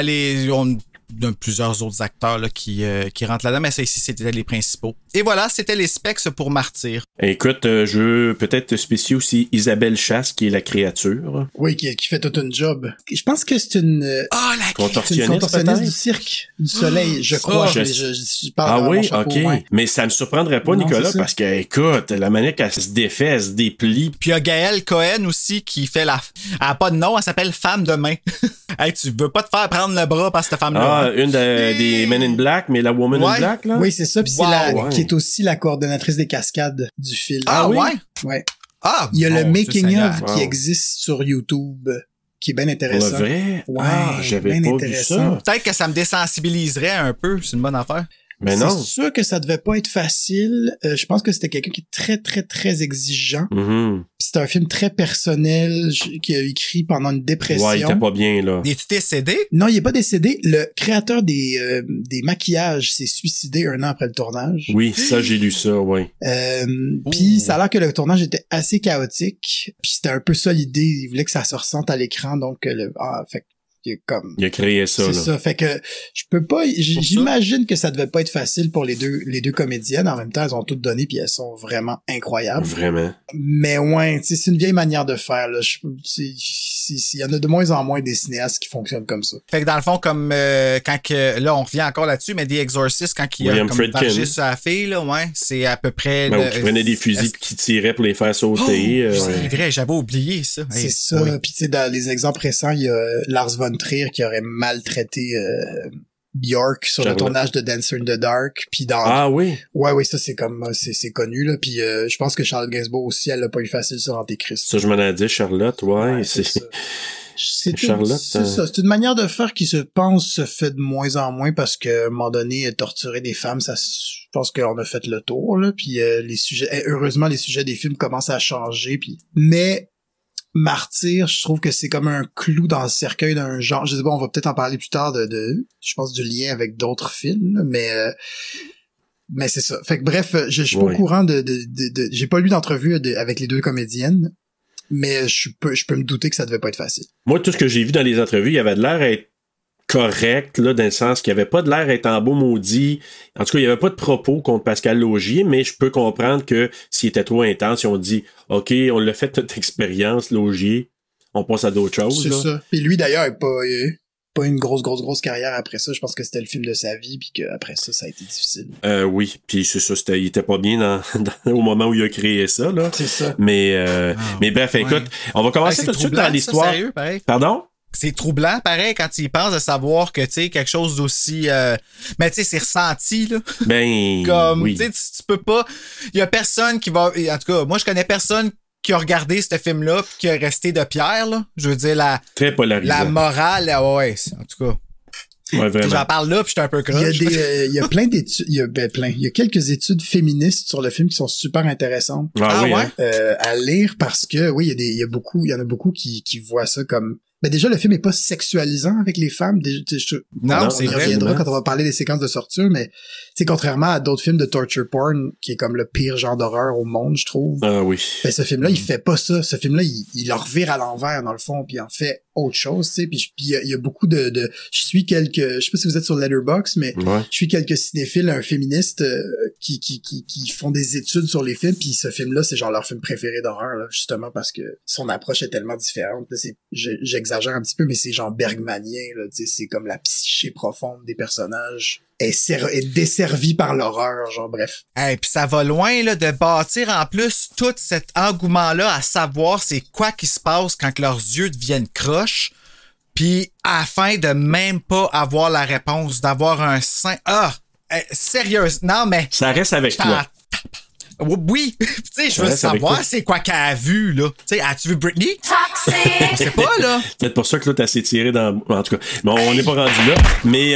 Speaker 2: plusieurs autres acteurs là, qui rentrent là-dedans, mais ça ici, c'était les principaux. Et voilà, c'était les specs pour Martyr.
Speaker 1: Écoute, je veux peut-être te spécifier aussi Isabelle Chasse, qui est la créature.
Speaker 4: Oui, qui fait tout un job. Je pense que c'est une...
Speaker 2: la
Speaker 4: contorsionniste du cirque du soleil, je crois. Je parle
Speaker 1: oui,
Speaker 4: chapeau,
Speaker 1: OK.
Speaker 4: ouais.
Speaker 1: Mais ça me surprendrait pas,
Speaker 4: Non,
Speaker 1: Nicolas, parce que, écoute, la manière qu'elle se défait, elle se déplie.
Speaker 2: Puis il y a Gaëlle Cohen aussi qui fait elle a pas de nom, elle s'appelle Femme de main. Hey, tu veux pas te faire prendre le bras par cette femme-là.
Speaker 1: Ah, une des Men in Black, mais la Woman in Black, là?
Speaker 4: Oui, c'est ça. Puis qui est aussi la coordonnatrice des cascades du film.
Speaker 2: Ah oui?
Speaker 4: Ouais.
Speaker 2: Ah,
Speaker 4: il y a le making of
Speaker 1: wow.
Speaker 4: qui existe sur YouTube, qui est bien intéressant.
Speaker 1: Pour le vrai?
Speaker 4: Ouais,
Speaker 1: j'avais
Speaker 4: bien
Speaker 1: pas
Speaker 4: intéressant.
Speaker 1: vu ça.
Speaker 2: Peut-être que ça me désensibiliserait un peu, c'est une bonne affaire.
Speaker 1: Mais non.
Speaker 4: C'est sûr que ça devait pas être facile. Je pense que c'était quelqu'un qui est très, très, très exigeant.
Speaker 1: Mm-hmm.
Speaker 4: C'est un film très personnel qui a écrit pendant une dépression.
Speaker 1: Ouais, il était pas bien, là.
Speaker 2: Es-tu décédé?
Speaker 4: Non, il est pas décédé. Le créateur des maquillages s'est suicidé 1 an après le tournage.
Speaker 1: Oui, ça, j'ai lu ça, oui.
Speaker 4: Puis ça a l'air que le tournage était assez chaotique. Puis c'était un peu ça l'idée. Il voulait que ça se ressente à l'écran. Donc, fait il
Speaker 1: a créé ça,
Speaker 4: c'est
Speaker 1: là.
Speaker 4: ça. Fait que je peux pas, j'imagine que ça devait pas être facile pour les deux comédiennes. En même temps, elles ont toutes donné puis elles sont vraiment incroyables.
Speaker 1: Vraiment.
Speaker 4: Mais ouais, tu sais, c'est une vieille manière de faire, là. Il y en a de moins en moins des cinéastes qui fonctionnent comme ça.
Speaker 2: Fait que dans le fond, comme là, on revient encore là-dessus, mais The Exorcist, quand il
Speaker 1: William
Speaker 2: a comme
Speaker 1: Friedkin.
Speaker 2: vargé sur la fille, là, ouais, c'est à peu près...
Speaker 1: Ben, qui prenait des fusils pis qui tiraient pour les faire sauter.
Speaker 2: C'est vrai, j'avais oublié ça.
Speaker 4: C'est ça.
Speaker 2: Oui.
Speaker 4: Puis tu sais, dans les exemples récents, il y a Lars von Trier qui aurait maltraité Björk sur le tournage de Dancer in the Dark. Puis dans...
Speaker 1: Ah oui?
Speaker 4: Ouais, ça c'est comme c'est connu là. Puis je pense que Charlotte Gainsbourg aussi, elle l'a pas eu facile sur Antéchrist.
Speaker 1: Ça, je m'en ai dit, Charlotte, ouais c'est ça. Charlotte.
Speaker 4: C'est ça. C'est une manière de faire qui se fait de moins en moins parce que à un moment donné, torturer des femmes, je pense qu'on a fait le tour là. Puis les sujets, heureusement, les sujets des films commencent à changer. Mais Martyr, je trouve que c'est comme un clou dans le cercueil d'un genre. Je sais pas, on va peut-être en parler plus tard je pense du lien avec d'autres films, mais c'est ça. Fait que bref, je suis pas au courant j'ai pas lu d'entrevue avec les deux comédiennes, mais je peux me douter que ça devait pas être facile.
Speaker 1: Moi, tout ce que j'ai vu dans les entrevues, il y avait de l'air à être correct, là, dans le sens qu'il n'y avait pas de l'air d'être en beau maudit. En tout cas, il n'y avait pas de propos contre Pascal Laugier, mais je peux comprendre que s'il était trop intense, ils ont dit « OK, on l'a fait toute expérience, Laugier, on passe à d'autres choses. »
Speaker 4: C'est ça. Puis lui, d'ailleurs, il n'a pas une grosse carrière après ça. Je pense que c'était le film de sa vie, puis qu'après ça, ça a été difficile.
Speaker 1: Oui, puis c'est ça, il était pas bien au moment où il a créé ça, là.
Speaker 4: C'est ça.
Speaker 1: Mais bref, écoute, on va commencer tout de suite dans l'histoire.
Speaker 2: Sérieux, pareil.
Speaker 1: Pardon?
Speaker 2: C'est troublant, pareil, quand tu y penses de savoir que, tu sais, quelque chose d'aussi... mais tu sais, c'est ressenti, là.
Speaker 1: Ben,
Speaker 2: comme,
Speaker 1: oui.
Speaker 2: Tu sais, tu peux pas... Il y a personne qui va... En tout cas, moi, je connais personne qui a regardé ce film-là pis qui a resté de pierre, là. Je veux dire,
Speaker 1: très polarisant.
Speaker 2: La morale, ouais, en tout cas...
Speaker 1: Ouais, vraiment.
Speaker 2: J'en parle là, puis j'étais un peu croche.
Speaker 4: Il y a plein d'études, il y a quelques études féministes sur le film qui sont super intéressantes
Speaker 1: oui,
Speaker 2: ouais?
Speaker 1: hein?
Speaker 4: À lire parce que oui, il y en a beaucoup qui voient ça comme Ben déjà, le film est pas sexualisant avec les femmes.
Speaker 2: Non,
Speaker 4: on
Speaker 2: c'est
Speaker 4: y
Speaker 2: vrai.
Speaker 4: reviendra quand on va parler des séquences de torture, mais tu sais, contrairement à d'autres films de torture porn, qui est comme le pire genre d'horreur au monde, je trouve.
Speaker 1: Ah oui.
Speaker 4: Ben ce film-là, il fait pas ça. Ce film-là, il le revire à l'envers dans le fond, puis il en fait autre chose, tu sais. Puis il y a beaucoup de je sais pas si vous êtes sur Letterboxd, mais
Speaker 1: Ouais.
Speaker 4: je suis quelques cinéphiles, un féministe qui font des études sur les films, puis ce film-là, c'est genre leur film préféré d'horreur, là, justement parce que son approche est tellement différente. Là, j'exagère un petit peu, mais c'est genre bergmanien, là, tu sais, c'est comme la psyché profonde des personnages est desservie par l'horreur, genre bref.
Speaker 2: Hey, puis ça va loin là de bâtir en plus tout cet engouement-là à savoir c'est quoi qui se passe quand que leurs yeux deviennent croches, puis afin de même pas avoir la réponse, d'avoir un sein. Sérieuse, non mais.
Speaker 1: Ça reste avec toi.
Speaker 2: Oui, tu sais, je veux
Speaker 1: Ouais,
Speaker 2: savoir c'est quoi qu'elle a vu, là. Tu sais, as-tu vu Britney? Je sais pas, là.
Speaker 1: Peut-être pour ça que l'autre a s'est tiré dans... En tout cas, bon, on n'est pas rendu là, mais...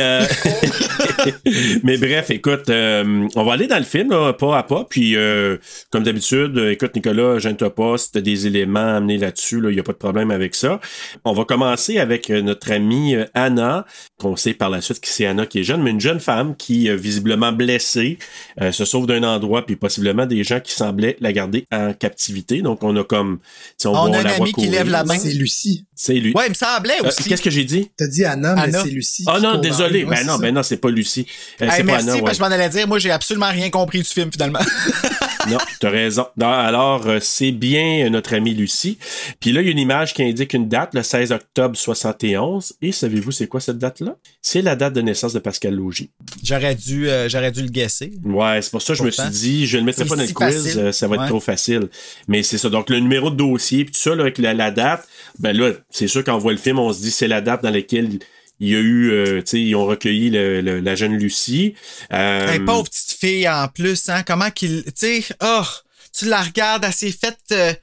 Speaker 1: mais bref, écoute, on va aller dans le film, là, pas à pas, puis comme d'habitude, écoute, Nicolas, gêne-toi pas, si t'as des éléments amenés là-dessus, là, il n'y a pas de problème avec ça. On va commencer avec notre amie Anna, qu'on sait par la suite que c'est Anna qui est jeune, mais une jeune femme qui, visiblement blessée, se sauve d'un endroit, puis possiblement des gens qui semblaient la garder en captivité. Donc, on a comme...
Speaker 2: On a un ami qui lève la main.
Speaker 4: C'est Lucie.
Speaker 1: C'est lui.
Speaker 2: Ouais, il me semblait aussi.
Speaker 1: Qu'est-ce que j'ai dit?
Speaker 4: T'as dit Anna, mais
Speaker 2: Anna.
Speaker 4: c'est Lucie.
Speaker 1: Ah non, désolé.
Speaker 4: Ouais,
Speaker 1: Ben non, c'est pas Lucie.
Speaker 2: Hey,
Speaker 1: c'est
Speaker 2: merci,
Speaker 1: pas Anna, ouais.
Speaker 2: parce que je m'en allais dire, moi, j'ai absolument rien compris du film, finalement.
Speaker 1: Non, t'as raison. Non, alors, c'est bien notre amie Lucie. Puis là, il y a une image qui indique une date, le 16 octobre 71. Et savez-vous c'est quoi cette date-là? C'est la date de naissance de Pascal Laugier.
Speaker 2: J'aurais dû le guesser.
Speaker 1: Ouais, c'est pour ça que je me suis dit, je ne le mettrai
Speaker 2: C'est
Speaker 1: pas dans le
Speaker 2: si
Speaker 1: quiz,
Speaker 2: facile.
Speaker 1: ça va être
Speaker 2: Ouais.
Speaker 1: trop facile. Mais c'est ça. Donc, le numéro de dossier, puis tout ça, là, avec la date, ben là, c'est sûr quand on voit le film, on se dit c'est la date dans laquelle il y a eu, tu sais, ils ont recueilli la jeune Lucie.
Speaker 2: Hey, pauvre petite fille en plus, hein, comment qu'il, tu sais, tu la regardes, elle s'est faite,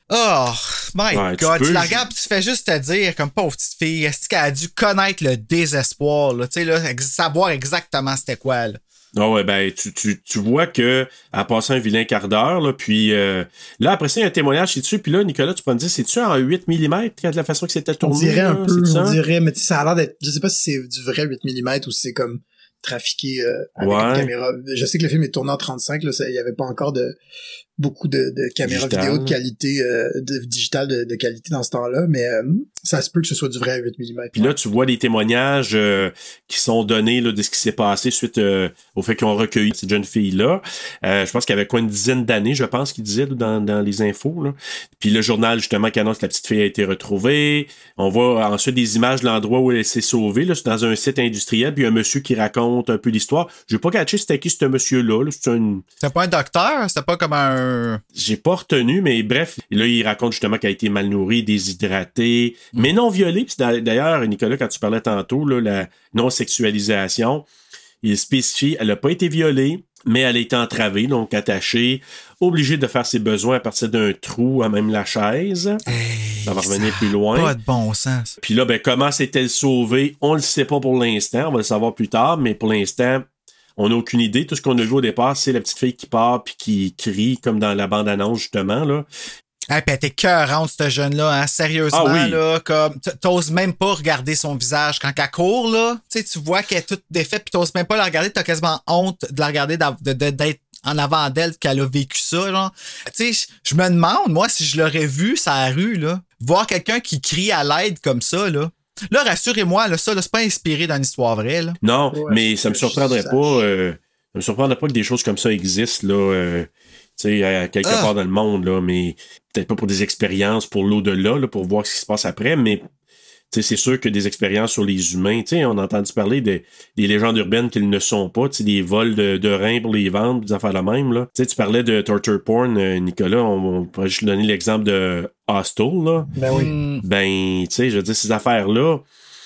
Speaker 2: my
Speaker 1: Ouais,
Speaker 2: God,
Speaker 1: tu peux,
Speaker 2: tu la regardes pis tu fais juste te dire, comme pauvre petite fille, est-ce qu'elle a dû connaître le désespoir, là, tu sais, là, savoir exactement c'était quoi, là.
Speaker 1: Ah ouais, ben tu vois que a passé un vilain quart d'heure, là, puis là, après ça, il y a un témoignage, c'est dessus, puis là, Nicolas, tu peux me dire, c'est-tu en 8 mm, de la façon que c'était
Speaker 4: On
Speaker 1: tourné?
Speaker 4: dirait un
Speaker 1: là,
Speaker 4: peu,
Speaker 1: c'est ça?
Speaker 4: on dirait, mais tu sais, ça a l'air d'être, je sais pas si c'est du vrai 8 mm ou si c'est comme trafiqué avec
Speaker 1: Ouais.
Speaker 4: une caméra. Je sais que le film est tourné en 35, là, il y avait pas encore beaucoup de caméras
Speaker 1: Digital.
Speaker 4: vidéo de qualité, digitale de qualité dans ce temps-là, mais ça se peut que ce soit du vrai 8 mm.
Speaker 1: Puis là, tu vois les témoignages qui sont donnés là, de ce qui s'est passé suite au fait qu'ils ont recueilli cette jeune fille-là. Je pense qu'il y avait quoi, une dizaine d'années, je pense qu'il disait là, dans les infos. Là. Puis le journal, justement, qui annonce que la petite fille a été retrouvée. On voit ensuite des images de l'endroit où elle s'est sauvée. Là, c'est dans un site industriel. Puis il y a un monsieur qui raconte un peu l'histoire. Je n'ai pas catché c'était qui ce monsieur-là. Là.
Speaker 2: C'était pas un docteur? C'était pas comme un...
Speaker 1: J'ai pas retenu, mais bref. Là, il raconte justement qu'elle a été mal nourrie, déshydratée, mais non violée. Puis d'ailleurs, Nicolas, quand tu parlais tantôt, là, la non-sexualisation, il spécifie, elle a pas été violée, mais elle a été entravée, donc attachée, obligée de faire ses besoins à partir d'un trou à même la chaise. Ça va revenir plus loin.
Speaker 2: Pas de bon sens.
Speaker 1: Puis là, ben, comment s'est-elle sauvée? On le sait pas pour l'instant. On va le savoir plus tard, mais pour l'instant, on n'a aucune idée. Tout ce qu'on a vu au départ, c'est la petite fille qui part puis qui crie, comme dans la bande-annonce, justement, là.
Speaker 2: Hey, pis elle était cœurante, cette jeune-là, hein, sérieusement,
Speaker 1: Ah oui.
Speaker 2: là, comme, t'oses même pas regarder son visage quand elle court, là. Tu sais, tu vois qu'elle est toute défaite pis t'oses même pas la regarder, t'as quasiment honte de la regarder, d'être en avant d'elle qu'elle a vécu ça, genre. Tu sais, je me demande, moi, si je l'aurais vu, ça la rue, là, voir quelqu'un qui crie à l'aide comme ça, là. Là, rassurez-moi, là, ça, là, c'est pas inspiré d'une histoire vraie, là.
Speaker 1: Non,
Speaker 4: Ouais,
Speaker 1: mais ça me
Speaker 4: que
Speaker 1: surprendrait
Speaker 4: je
Speaker 1: pas. Ça me surprendrait pas que des choses comme ça existent, là. Tu sais, à quelque part dans le monde, là, mais peut-être pas pour des expériences pour l'au-delà, là, pour voir ce qui se passe après, mais tu sais, c'est sûr que des expériences sur les humains, tu sais, on a entendu parler des légendes urbaines qu'ils ne sont pas, tu sais, des vols de reins pour les vendre, des affaires la même, là. Tu sais, tu parlais de torture porn, Nicolas, on pourrait juste donner l'exemple de Hostel, là.
Speaker 4: Ben oui.
Speaker 1: Ben, tu sais, je veux dire, ces affaires-là,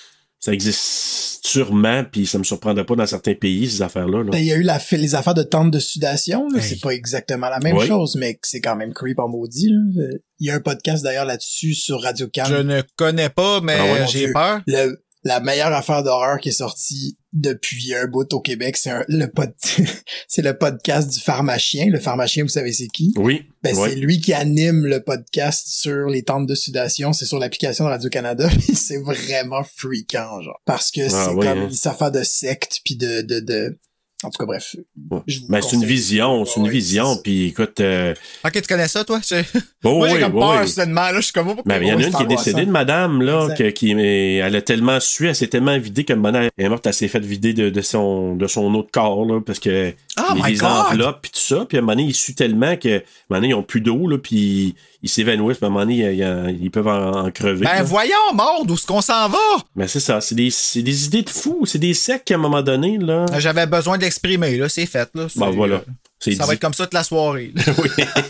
Speaker 1: ça existe sûrement, puis ça me surprendrait pas dans certains pays, ces affaires-là. Là.
Speaker 4: Ben, il y a eu les affaires de tente de sudation, là.
Speaker 2: Hey.
Speaker 4: C'est pas exactement la même
Speaker 1: Oui.
Speaker 4: chose, mais c'est quand même creep en maudit, là. Il y a un podcast d'ailleurs là-dessus sur Radio Can.
Speaker 2: Je ne connais pas, mais
Speaker 1: Ah ouais,
Speaker 2: j'ai
Speaker 4: Dieu.
Speaker 2: peur.
Speaker 4: La meilleure affaire d'horreur qui est sortie depuis un bout au Québec, c'est c'est le podcast du pharmacien. Le pharmacien, vous savez c'est qui?
Speaker 1: Oui.
Speaker 4: Ben,
Speaker 1: ouais.
Speaker 4: c'est lui qui anime le podcast sur les tentes de sudation. C'est sur l'application de Radio-Canada. Puis c'est vraiment freakant, genre. Parce que c'est
Speaker 1: oui,
Speaker 4: comme,
Speaker 1: hein.
Speaker 4: ils savent faire de sectes puis de... En tout cas, bref.
Speaker 1: Ben, c'est une vision, puis écoute...
Speaker 2: Ok, tu connais ça, toi?
Speaker 1: Oh,
Speaker 2: moi, j'ai
Speaker 1: oui,
Speaker 2: comme
Speaker 1: oui,
Speaker 2: peur,
Speaker 1: oui.
Speaker 2: soudainement, là. Je suis comme...
Speaker 1: Ben, il y en a une qui est décédée, de madame, là, elle a tellement sué, elle s'est tellement vidée que maintenant, elle est morte, elle s'est fait vider de son autre corps, là, parce que les enveloppes, puis tout ça, puis à un moment donné, ils suent tellement que, à un moment donné, ils ont plus d'eau, là, puis ils s'évanouissent, puis à un moment donné, ils peuvent en crever.
Speaker 2: Ben,
Speaker 1: là.
Speaker 2: voyons, Maude, où est-ce qu'on s'en va?
Speaker 1: Ben, c'est ça, c'est des idées de fous, c'est des sectes qu'à un moment donné, là...
Speaker 2: J'avais besoin de l'exprimer, là, c'est fait, là.
Speaker 1: Ben, voilà.
Speaker 2: Ça va être comme ça toute la soirée.
Speaker 1: Oui.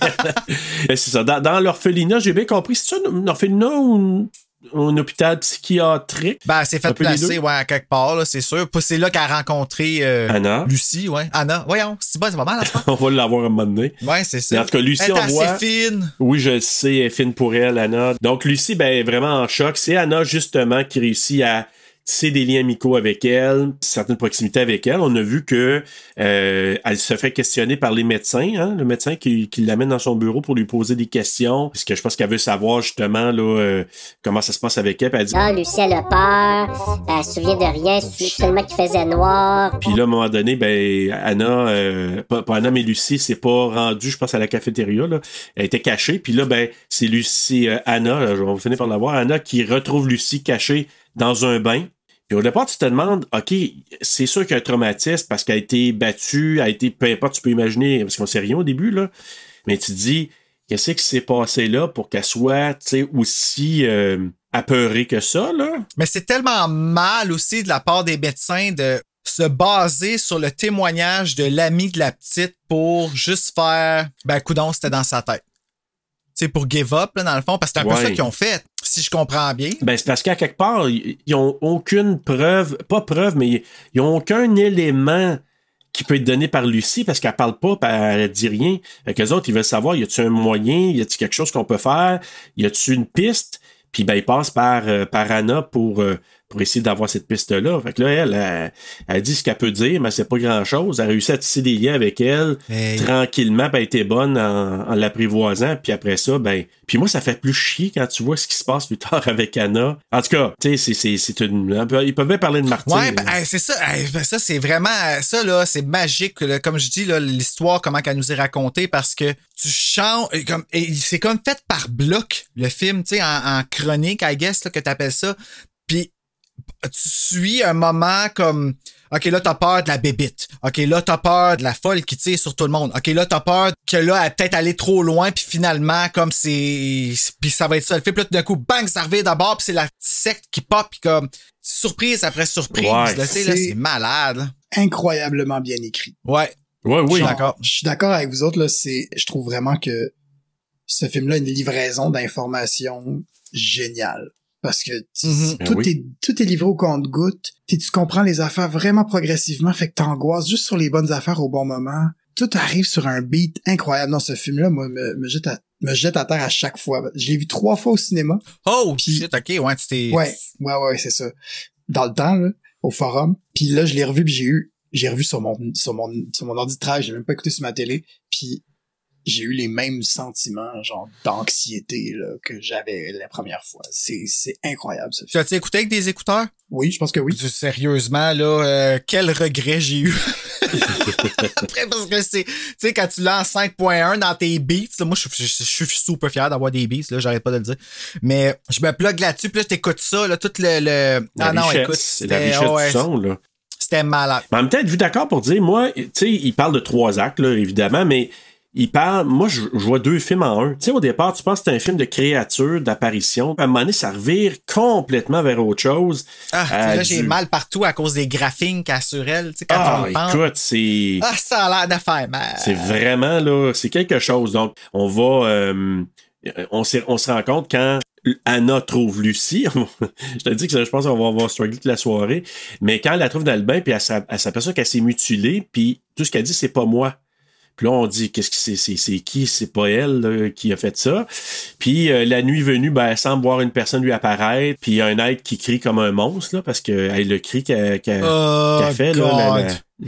Speaker 1: Ben, c'est ça. Dans l'orphelinat, j'ai bien compris. C'est ça un orphelinat ou un hôpital psychiatrique?
Speaker 2: Ben, c'est fait placer, ouais, à quelque part, là, c'est sûr. Puis c'est là qu'elle a rencontré
Speaker 1: Anna.
Speaker 2: Lucie, ouais. Anna, voyons, c'est pas mal, là,
Speaker 1: On va l'avoir un moment donné.
Speaker 2: Ouais, c'est ça.
Speaker 1: Mais en tout cas, Lucie,
Speaker 2: elle est
Speaker 1: on voit...
Speaker 2: assez fine.
Speaker 1: Oui, je le sais, elle est fine pour elle, Anna. Donc, Lucie, ben, vraiment en choc. C'est Anna, justement, qui réussit à tisser des liens amicaux avec elle, certaines proximités avec elle. On a vu que elle se fait questionner par les médecins, hein, le médecin qui l'amène dans son bureau pour lui poser des questions, parce que je pense qu'elle veut savoir justement là comment ça se passe avec elle. Puis elle dit
Speaker 7: Lucie, elle a peur, elle se souvient de rien, seulement qu'il faisait noir.
Speaker 1: Puis là, à un moment donné, ben Anna, pas Anna, mais Lucie s'est pas rendue, je pense, à la cafétéria, là. Elle était cachée. Puis là, ben, c'est Lucie, Anna, là, on va finir par la voir, Anna qui retrouve Lucie cachée dans un bain. Puis au départ, tu te demandes, OK, c'est sûr qu'il y a un traumatisme parce qu'elle a été battue, peu importe, tu peux imaginer, parce qu'on sait rien au début, là. Mais tu te dis, qu'est-ce qui s'est passé là pour qu'elle soit, tu sais, aussi apeurée que ça, là?
Speaker 2: Mais c'est tellement mal aussi de la part des médecins de se baser sur le témoignage de l'ami de la petite pour juste faire, ben, coudonc, c'était dans sa tête. Tu sais, pour give up, là, dans le fond, parce que c'est un peu ça qu'ils ont fait, si je comprends bien.
Speaker 1: Ben, c'est parce qu'à quelque part, ils ont aucune preuve, pas preuve, mais ils ont aucun élément qui peut être donné par Lucie parce qu'elle parle pas, elle dit rien. Fait qu'eux autres, ils veulent savoir, y a-tu un moyen, y a-tu quelque chose qu'on peut faire, y a-tu une piste? Puis ben, ils passent par Anna pour essayer d'avoir cette piste-là. Fait que là, elle dit ce qu'elle peut dire, mais c'est pas grand-chose. Elle a réussi à tisser des liens avec elle, tranquillement, ben, elle était bonne en l'apprivoisant, puis après ça, ben... Puis moi, ça fait plus chier quand tu vois ce qui se passe plus tard avec Anna. En tout cas, tu sais, c'est une... Ils peuvent bien parler de Martine.
Speaker 2: Ouais, ben, c'est ça. Ben, ça, c'est vraiment... Ça, là, c'est magique. Là, comme je dis, là, l'histoire, comment qu'elle nous est racontée, parce que tu changes... Et c'est comme fait par bloc, le film, tu sais, en chronique, I guess, là, que t'appelles ça. Puis tu suis un moment comme... OK, là, t'as peur de la bébite. OK, là, t'as peur de la folle qui tire sur tout le monde. OK, là, t'as peur que là, elle peut-être aller trop loin, puis finalement, comme c'est... Puis ça va être ça le fait. Puis là, tout d'un coup, bang, ça revient d'abord, puis c'est la secte qui pop, puis comme... Surprise après surprise.
Speaker 1: Ouais,
Speaker 2: là, c'est malade. Là.
Speaker 4: Incroyablement bien écrit.
Speaker 2: Ouais.
Speaker 1: Ouais, oui.
Speaker 2: D'accord.
Speaker 4: Je suis d'accord avec vous autres, là, je trouve vraiment que ce film-là a une livraison d'informations géniale. Parce que tout est livré au compte-gouttes. Tu comprends les affaires vraiment progressivement, fait que t'angoisses juste sur les bonnes affaires au bon moment. Tout arrive sur un beat incroyable. Non, ce film-là, moi, me jette à terre à chaque fois. Je l'ai vu 3 fois au cinéma.
Speaker 2: Oh, shit, OK, ouais, tu t'es...
Speaker 4: Ouais, c'est ça. Dans le temps, là, au forum. Puis là, je l'ai revu, puis j'ai revu sur mon ordi de travail. J'ai même pas écouté sur ma télé. Puis j'ai eu les mêmes sentiments, genre d'anxiété là, que j'avais la première fois. C'est incroyable, ça.
Speaker 2: Tu as-tu écouté avec des écouteurs?
Speaker 4: Oui, je pense que oui.
Speaker 2: Sérieusement, là, quel regret j'ai eu. Après, parce que c'est... Tu sais, quand tu l'as en 5.1 dans tes beats, là, moi, je suis super fier d'avoir des beats, là, j'arrête pas de le dire. Mais je me plug là-dessus, puis là, t'écoutes ça, là, tout le...
Speaker 1: Ah non, écoute, c'est la richesse du son, là.
Speaker 2: C'était malade.
Speaker 1: Mais en même temps, êtes-vous d'accord pour dire, moi, tu sais, il parle de 3 actes, là, évidemment, mais... Moi, je vois 2 films en un. Tu sais, au départ, tu penses que c'est un film de créature, d'apparition. À un moment donné, ça revire complètement vers autre chose.
Speaker 2: Là, j'ai mal partout à cause des graphiques sur elle. Tu sais, quand on pense.
Speaker 1: Écoute, c'est...
Speaker 2: ça a l'air de faire mal.
Speaker 1: C'est vraiment, là, c'est quelque chose. Donc, on va... on se rend compte quand Anna trouve Lucie. Je te dis que je pense qu'on va avoir struggle toute la soirée. Mais quand elle la trouve dans le bain, puis elle s'aperçoit qu'elle s'est mutilée, puis tout ce qu'elle dit, c'est pas moi. Puis là, on dit, qu'est-ce que c'est qui? C'est pas elle là, qui a fait ça. Puis la nuit venue, elle semble voir une personne lui apparaître. Puis il y a un être qui crie comme un monstre, là, parce que le cri qu'elle fait, là,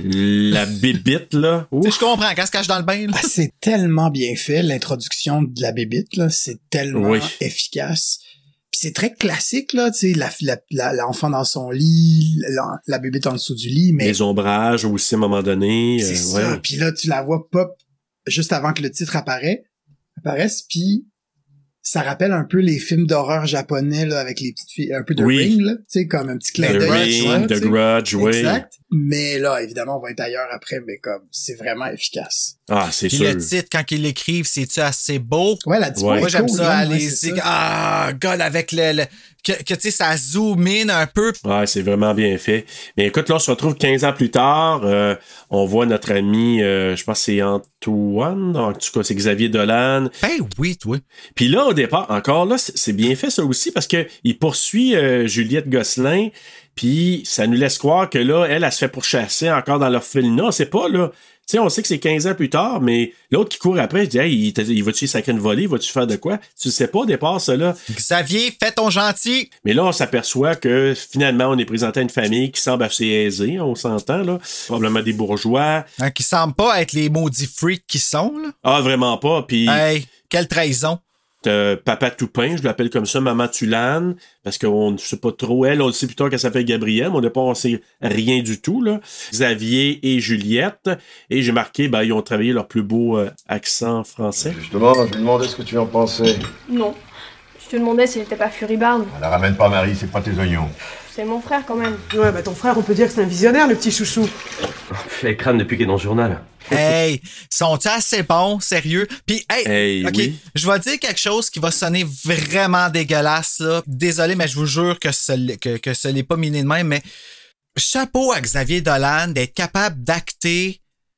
Speaker 1: la bébite, là.
Speaker 2: Je comprends, quand se cache dans le bain, là.
Speaker 4: C'est tellement bien fait, l'introduction de la bébite, là. C'est tellement efficace. Puis c'est très classique, là, tu sais, l'enfant dans son lit, la bébite en dessous du lit, mais...
Speaker 1: Les ombrages aussi, à un moment donné.
Speaker 4: C'est ça, puis là, tu la vois pop juste avant que le titre apparaisse, puis ça rappelle un peu les films d'horreur japonais, là, avec les petites filles, un peu de Ring, là, tu sais, comme un petit clin d'œil.
Speaker 1: The Grudge, oui.
Speaker 4: Exact. Mais là, évidemment, on va être ailleurs après, mais comme, c'est vraiment efficace.
Speaker 1: Ah, c'est sûr.
Speaker 2: Puis le titre, quand ils l'écrivent, c'est-tu assez beau?
Speaker 4: Ouais, la dispo est
Speaker 2: Moi, j'aime
Speaker 4: cool,
Speaker 2: ça,
Speaker 4: hein,
Speaker 2: allez-y. God, avec que tu sais, ça zoom in un peu.
Speaker 1: Ouais, c'est vraiment bien fait. Mais écoute, là, on se retrouve 15 ans plus tard. On voit notre ami, je pense que c'est Antoine. En tout cas, c'est Xavier Dolan.
Speaker 2: Ben oui, toi.
Speaker 1: Puis là, au départ, encore là, c'est bien fait ça aussi parce que il poursuit Juliette Gosselin. Puis ça nous laisse croire que là, elle se fait pourchasser encore dans l'orphelinat. C'est pas, là. Tu sais, on sait que c'est 15 ans plus tard, mais l'autre qui court après, il dit, hey, il va-tu sacrer une volée? Va-tu faire de quoi? Tu sais pas au départ, ça, là.
Speaker 2: Xavier, fais ton gentil!
Speaker 1: Mais là, on s'aperçoit que finalement, on est présenté à une famille qui semble assez aisée, on s'entend, là. Probablement des bourgeois.
Speaker 2: Hein, qui semblent pas être les maudits freaks qui sont, là.
Speaker 1: Ah, vraiment pas. Puis.
Speaker 2: Hey, quelle trahison!
Speaker 1: Papa Toupin, je l'appelle comme ça, Maman Tulane, parce qu'on ne sait pas trop, elle, on le sait plus tard qu'elle s'appelle Gabrielle, mais au départ, on sait rien du tout, là. Xavier et Juliette, et j'ai marqué, ils ont travaillé leur plus beau accent français.
Speaker 8: Justement, je me demandais ce que tu en pensais.
Speaker 3: Non. Je te demandais si elle était pas furibarde.
Speaker 8: La ramène pas, Marie, c'est pas tes oignons.
Speaker 3: C'est mon frère quand même.
Speaker 9: Ouais, ton frère, on peut dire que c'est un visionnaire, le petit chouchou.
Speaker 1: Elle crame depuis qu'il est dans le journal.
Speaker 2: Hey, sont-ils assez bons, sérieux? Puis,
Speaker 1: hey,
Speaker 2: OK,
Speaker 1: oui.
Speaker 2: Je vais dire quelque chose qui va sonner vraiment dégueulasse, là. Désolé, mais je vous jure que ce n'est pas miné de même, mais chapeau à Xavier Dolan d'être capable d'acter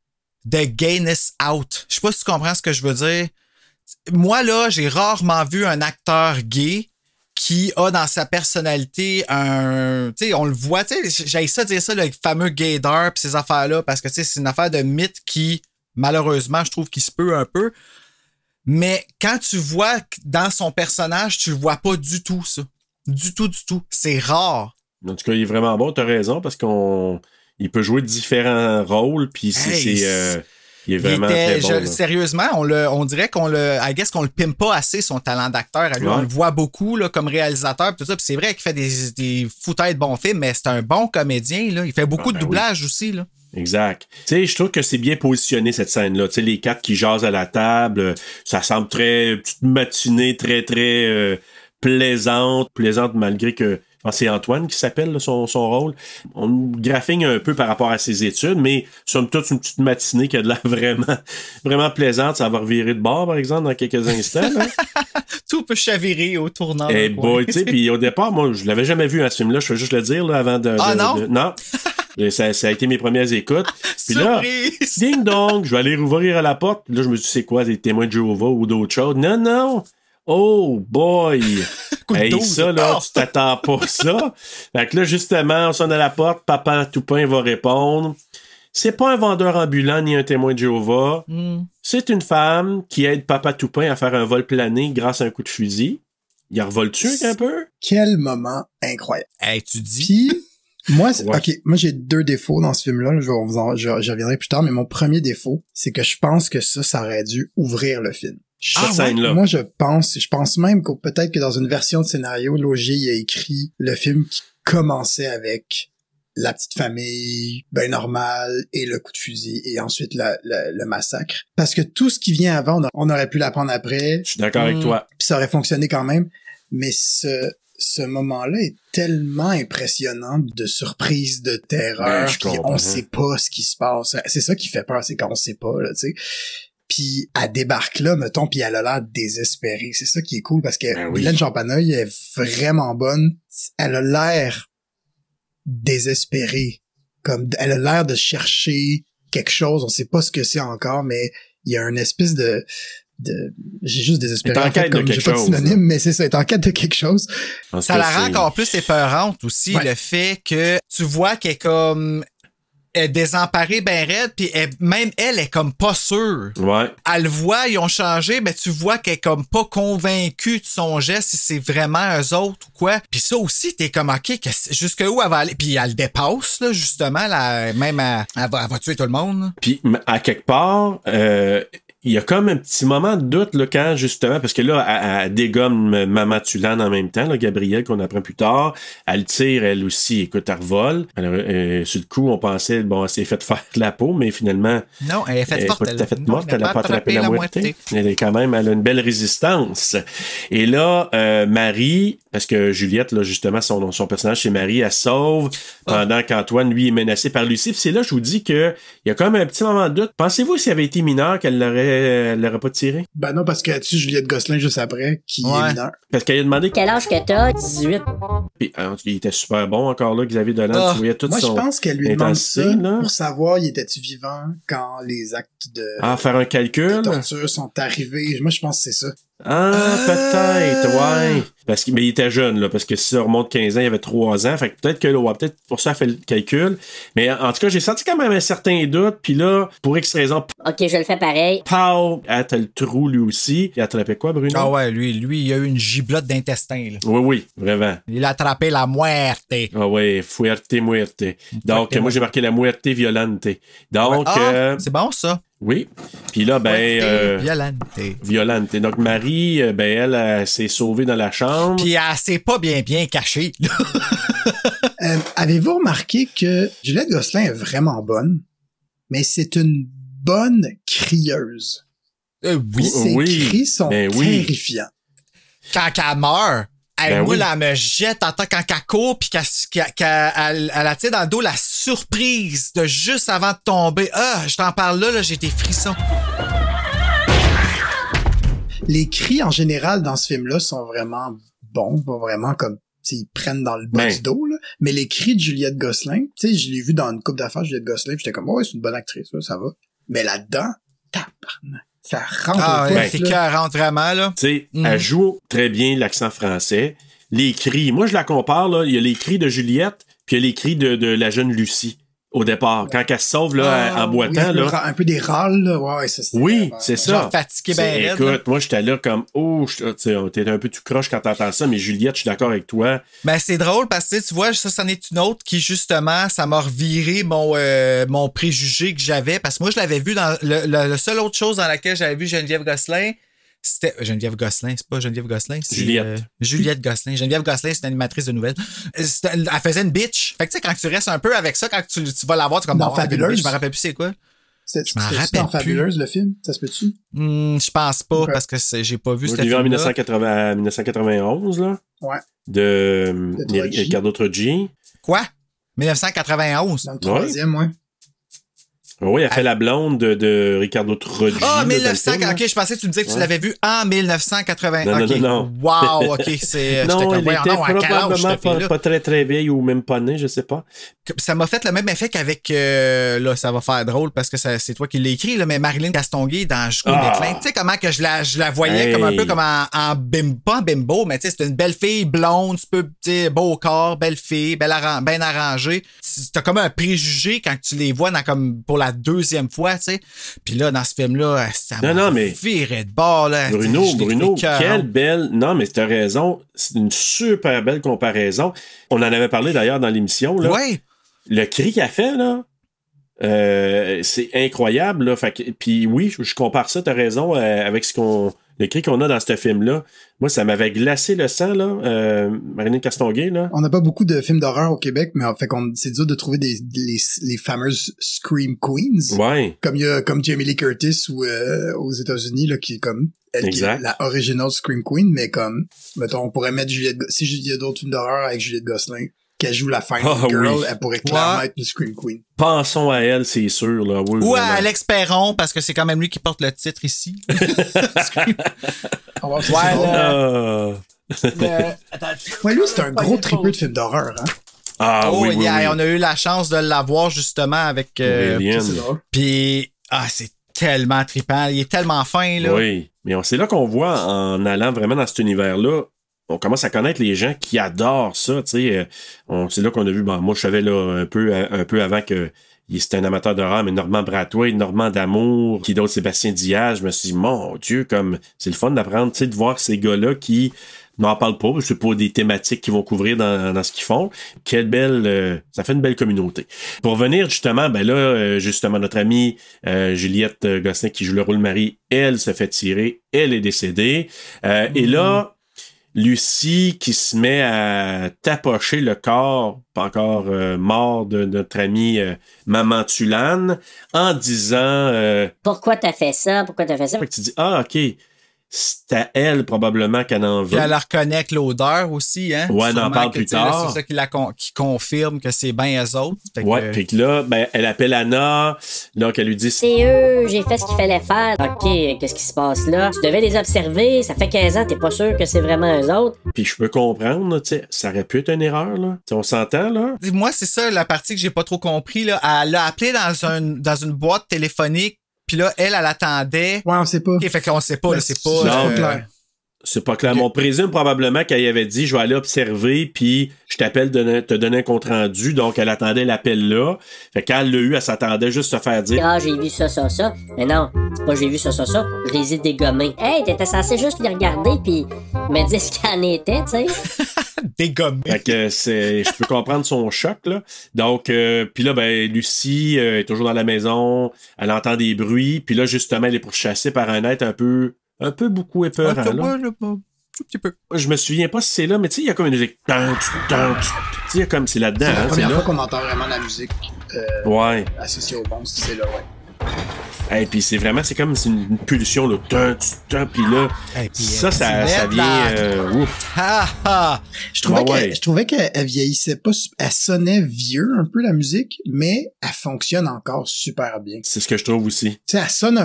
Speaker 2: de gayness out. Je sais pas si tu comprends ce que je veux dire. Moi, là, j'ai rarement vu un acteur gay qui a dans sa personnalité un... Tu sais, on le voit, tu sais, j'aille ça dire ça, le fameux gaydar pis ces affaires-là, parce que, tu sais, c'est une affaire de mythe qui, malheureusement, je trouve qu'il se peut un peu. Mais quand tu vois dans son personnage, tu le vois pas du tout, ça. Du tout. C'est rare.
Speaker 1: En tout cas, il est vraiment bon, t'as raison, parce il peut jouer différents rôles, puis il est vraiment très bon.
Speaker 2: Sérieusement, on dirait I guess qu'on le pimpe pas assez, son talent d'acteur. À lui, on le voit beaucoup là, comme réalisateur, pis tout ça. Puis c'est vrai qu'il fait des foutailles de bons films, mais c'est un bon comédien. Là. Il fait beaucoup de doublage aussi. Là.
Speaker 1: Exact. Tu sais, je trouve que c'est bien positionné, cette scène-là. Tu sais, les quatre qui jasent à la table, ça semble très petite matinée, très, très plaisante malgré que c'est Antoine qui s'appelle là, son rôle. On graphigne un peu par rapport à ses études, mais somme toute une petite matinée qui a de l'air vraiment, vraiment plaisante. Ça va revirer de bord, par exemple, dans quelques instants. Là.
Speaker 2: Tout peut chavirer au tournant.
Speaker 1: Eh boy, tu sais, puis au départ, moi, je l'avais jamais vu à ce film-là. Je vais juste le dire là, avant de...
Speaker 2: non?
Speaker 1: Non. Ça a été mes premières écoutes. Puis là, ding dong, je vais aller rouvrir à la porte. Là, je me suis dit, c'est quoi, des témoins de Jéhovah ou d'autres choses? Non. Oh boy! Hey, ça, là, tu t'attends pas ça. Fait que là, justement, on sonne à la porte, Papa Toupin va répondre. C'est pas un vendeur ambulant ni un témoin de Jéhovah. C'est une femme qui aide Papa Toupin à faire un vol plané grâce à un coup de fusil. Il a revole-tu un peu?
Speaker 4: Quel moment incroyable.
Speaker 2: Hey, tu dis...
Speaker 4: Puis, moi, moi, j'ai 2 défauts dans ce film-là. Je reviendrai plus tard, mais mon premier défaut, c'est que je pense que ça aurait dû ouvrir le film.
Speaker 1: Scène-là.
Speaker 4: Moi, je pense même que peut-être que dans une version de scénario, Laugier a écrit le film qui commençait avec la petite famille, ben normale, et le coup de fusil, et ensuite le massacre. Parce que tout ce qui vient avant, on aurait pu l'apprendre après.
Speaker 1: Je suis d'accord avec toi.
Speaker 4: Puis ça aurait fonctionné quand même. Mais ce moment-là est tellement impressionnant de surprise, de terreur, puis on sait pas ce qui se passe. C'est ça qui fait peur, c'est quand on sait pas, là, tu sais. Puis elle débarque là, mettons, puis elle a l'air désespérée. C'est ça qui est cool, parce que Mylène Champanoy est vraiment bonne. Elle a l'air désespérée. Comme elle a l'air de chercher quelque chose, on sait pas ce que c'est encore, mais il y a une espèce de j'ai juste désespéré en fait, comme j'ai pas de synonyme, mais c'est ça, elle est en quête de quelque chose.
Speaker 2: Ça la rend encore plus épeurante aussi, le fait que tu vois qu'elle est comme est désemparée ben raide, puis même elle est comme pas sûre.
Speaker 1: Ouais.
Speaker 2: Elle le voit, ils ont changé, mais tu vois qu'elle est comme pas convaincue de son geste, si c'est vraiment eux autres ou quoi. Puis ça aussi, t'es comme, OK, jusqu'où elle va aller? Puis elle le dépasse, là, justement, là, même elle va tuer tout le monde. Là.
Speaker 1: Puis à quelque part, il y a comme un petit moment de doute là, quand justement, parce que là, elle dégomme Maman Tulane en même temps, là, Gabrielle, qu'on apprend plus tard. Elle tire, elle aussi. Écoute, elle revole. Alors, sur le coup, on pensait, bon, elle s'est fait faire la peau, mais finalement...
Speaker 2: Non, elle est faite forte.
Speaker 1: Elle est pas tout à fait morte, elle n'a pas attrapé la moitié. Elle est quand même, elle a une belle résistance. Et là, Marie, parce que Juliette, là, justement, son personnage, c'est Marie, elle sauve pendant qu'Antoine, lui, est menacé par Lucie. Puis c'est là, je vous dis que il y a quand même un petit moment de doute. Pensez-vous s'il avait été mineur qu'elle l'aurait pas tiré?
Speaker 4: Ben non, parce qu'elle tue Juliette Gosselin juste après, qui est mineur.
Speaker 1: Parce qu'elle a demandé...
Speaker 6: Quel âge que t'as? 18.
Speaker 1: Puis, il était super bon encore là, Xavier Dolan. Tu voyais tout
Speaker 4: moi,
Speaker 1: son
Speaker 4: je pense qu'elle lui demande ça
Speaker 1: là,
Speaker 4: pour savoir il était-tu vivant quand les actes de...
Speaker 1: faire un calcul?
Speaker 4: De torture sont arrivés. Moi, je pense que c'est ça.
Speaker 1: Peut-être, ouais. Mais il était jeune, là, parce que si ça remonte 15 ans, il avait 3 ans. Fait que peut-être que là, peut-être pour ça, elle fait le calcul. Mais en tout cas, j'ai senti quand même un certain doute. Puis là, pour X raison...
Speaker 6: OK, je le fais pareil.
Speaker 1: Pow! Elle a le trou, lui aussi. Il a attrapé quoi, Bruno?
Speaker 2: Ah ouais, lui, il a eu une giblotte d'intestin, là.
Speaker 1: Oui, vraiment.
Speaker 2: Il a attrapé la muerte.
Speaker 1: Ah ouais, fuerte muerte. Donc, moi, j'ai marqué la muerte violente. Donc...
Speaker 2: c'est bon, ça.
Speaker 1: Oui. Puis là, Violente. Donc, Marie, elle s'est sauvée dans la chambre.
Speaker 2: Puis elle s'est pas bien cachée.
Speaker 4: Avez-vous remarqué que Juliette Gosselin est vraiment bonne, mais c'est une bonne crieuse.
Speaker 2: Oui.
Speaker 4: Ses cris sont terrifiants.
Speaker 2: Quand elle meurt, elle me jette en tant quand elle court puis qu'elle a tiré dans le dos la surprise de juste avant de tomber. Je t'en parle là, j'ai des frissons.
Speaker 4: Les cris en général dans ce film-là sont vraiment bons, vraiment comme ils prennent dans le bas du dos, là. Mais les cris de Juliette Gosselin, tu sais, je l'ai vu dans une couple d'affaires, Juliette Gosselin, puis j'étais comme, ouais, c'est une bonne actrice, ça va. Mais là-dedans, tabarnak. Ça rentre
Speaker 2: c'est qu'elle rentre vraiment, là.
Speaker 1: Tu sais, elle joue très bien l'accent français. Les cris, moi, je la compare, là. Il y a les cris de Juliette, puis il y a les cris de la jeune Lucie, au départ. Quand elle se sauve, là, en boitant, là.
Speaker 4: Un peu des râles, là. Ouais, ça,
Speaker 1: c'est ça.
Speaker 2: Genre fatigué ben raide.
Speaker 1: Écoute, moi, j'étais là comme, t'es un peu tout croche quand t'entends ça, mais Juliette, je suis d'accord avec toi.
Speaker 2: Ben, c'est drôle parce que, tu vois, ça, c'en est une autre qui, justement, ça m'a reviré mon préjugé que j'avais. Parce que moi, je l'avais vu dans la seule autre chose dans laquelle j'avais vu Geneviève Gosselin. C'était Geneviève Gosselin, c'est pas Geneviève Gosselin, c'est Juliette Gosselin. Geneviève Gosselin, c'est une animatrice de nouvelles. Elle faisait une bitch. Fait que tu sais, quand tu restes un peu avec ça, quand tu vas la voir, tu es comme
Speaker 4: dans Fabuleuse.
Speaker 2: Je me rappelle plus c'est quoi.
Speaker 4: Je m'en rappelle dans Fabuleuse, le film? Ça se peut-tu?
Speaker 2: Je pense pas, parce que j'ai pas vu ce film-là.
Speaker 1: En 1991, là.
Speaker 4: Ouais.
Speaker 1: De Ricardo Troggi.
Speaker 2: Quoi? 1991?
Speaker 4: Dans le troisième, ouais.
Speaker 1: Oui, elle fait la blonde de Ricardo Troggi.
Speaker 2: 1900. OK, je pensais que tu me disais que tu l'avais vu en 1980.
Speaker 1: Non.
Speaker 2: Wow, OK, c'est...
Speaker 1: Non, elle était probablement pas très, très vieille ou même pas née, je sais pas.
Speaker 2: Ça m'a fait le même effet qu'avec... là, ça va faire drôle parce que c'est toi qui l'as écrit, là, mais Marilyn Castonguay dans Jusqu'au déclin. Tu sais comment que je la voyais comme un peu comme en bimbo, pas en bimbo, mais tu sais, c'est une belle fille blonde, tu sais, beau corps, belle fille, bien arrangée. T'as comme un préjugé quand tu les vois pour la deuxième fois, tu sais. Puis là, dans ce film-là, ça m'a viré de bord, là.
Speaker 1: Bruno, quelle belle... Non, mais t'as raison. C'est une super belle comparaison. On en avait parlé d'ailleurs dans l'émission, là.
Speaker 2: Ouais.
Speaker 1: Le cri qu'elle fait, là, c'est incroyable, là. Puis oui, je compare ça, t'as raison, avec le cri qu'on a dans ce film-là. Moi, ça m'avait glacé le sang, là. Marilyn Castonguay, là.
Speaker 4: On n'a pas beaucoup de films d'horreur au Québec, mais c'est dur de trouver les fameuses Scream Queens.
Speaker 1: Ouais.
Speaker 4: Comme Jamie Lee Curtis ou aux États-Unis, là, qui est comme elle qui est la original Scream Queen, mais comme, mettons, on pourrait mettre si il y a d'autres films d'horreur avec Juliette Gosselin, qu'elle joue la Final Girl, elle pourrait clairement être une Scream Queen.
Speaker 1: Pensons à elle, c'est sûr, là. Oui,
Speaker 2: ou à Alex Perron, parce que c'est quand même lui qui porte le titre ici.
Speaker 4: Lui, c'est un gros tripeux de films d'horreur, hein.
Speaker 2: Oui. On a eu la chance de l'avoir, justement, avec... Puis, c'est tellement trippant. Il est tellement fin, là.
Speaker 1: Oui, mais c'est là qu'on voit, en allant vraiment dans cet univers-là, on commence à connaître les gens qui adorent ça, tu sais. C'est là qu'on a vu, moi je savais là un peu avant que c'était un amateur d'horreur, mais Normand Brathwaite, Normand D'Amour, qui d'autre, Sébastien Diaz. Je me suis dit, mon Dieu, comme c'est le fun d'apprendre, tu sais, de voir ces gars-là qui n'en parlent pas, c'est pas des thématiques qu'ils vont couvrir dans ce qu'ils font. Quelle belle, ça fait une belle communauté. Pour venir justement, ben là, justement, notre amie Juliette Gosselin qui joue le rôle Marie, elle se fait tirer, elle est décédée. Et là, Lucie qui se met à tapocher le corps, pas encore mort de notre amie Maman Tulane, en disant...
Speaker 6: Pourquoi t'as fait ça? Pourquoi t'as fait ça?
Speaker 1: Fait que tu dis, ah, OK, c'est à elle probablement qu'elle en veut.
Speaker 2: Puis elle reconnaît avec l'odeur aussi, hein?
Speaker 1: Ouais, on en parle
Speaker 2: que,
Speaker 1: plus tard.
Speaker 2: C'est ça qui confirme que c'est bien eux autres.
Speaker 1: Ouais, puis que là, ben, elle appelle Anna, là, qu'elle lui dit...
Speaker 6: C'est eux, j'ai fait ce qu'il fallait faire. OK, qu'est-ce qui se passe là? Tu devais les observer, ça fait 15 ans, t'es pas sûr que c'est vraiment eux autres?
Speaker 1: Puis je peux comprendre, tu sais, ça aurait pu être une erreur, là. T'sais, on s'entend, là?
Speaker 2: Moi, c'est ça, la partie que j'ai pas trop compris, là. Elle l'a appelé dans une boîte téléphonique, puis là, elle attendait.
Speaker 4: Ouais, on sait pas.
Speaker 2: OK, fait qu'on sait pas, là, c'est pas...
Speaker 1: Non,
Speaker 4: clair.
Speaker 1: C'est pas clair. On présume probablement qu'elle y avait dit, je vais aller observer, puis je t'appelle te donner un compte-rendu. Donc, elle attendait l'appel là. Fait que quand elle l'a eu, elle s'attendait juste à se faire dire.
Speaker 6: Ah, j'ai vu ça. Mais non, c'est pas j'ai vu ça. Je les ai dégommés. Hey, t'étais censé juste les regarder, puis me dire ce qu'il en était, tu sais.
Speaker 2: Dégommés.
Speaker 1: Fait que je peux comprendre son choc, là. Donc, puis là, ben, Lucie est toujours dans la maison. Elle entend des bruits. Puis là, justement, elle est pourchassée par un être un peu beaucoup épeurant, là.
Speaker 2: Un petit peu.
Speaker 1: Je me souviens pas si c'est là, mais tu sais, il y a comme une musique. Tu sais, il y a comme, c'est là-dedans,
Speaker 4: C'est la
Speaker 1: hein,
Speaker 4: première
Speaker 1: c'est
Speaker 4: fois
Speaker 1: là.
Speaker 4: qu'on entend vraiment la musique
Speaker 1: Ouais.
Speaker 4: associée au monstre, c'est là, ouais.
Speaker 1: Et puis c'est comme c'est une pulsion, là. Puis là,
Speaker 2: Hey, puis
Speaker 1: ça
Speaker 2: elle
Speaker 1: vient. Ouf.
Speaker 4: Je trouvais
Speaker 1: Ouais.
Speaker 4: je trouvais qu'elle vieillissait pas, elle sonnait vieux un peu la musique, mais elle fonctionne encore super bien.
Speaker 1: C'est ce que je trouve aussi.
Speaker 4: Tu sais, elle sonne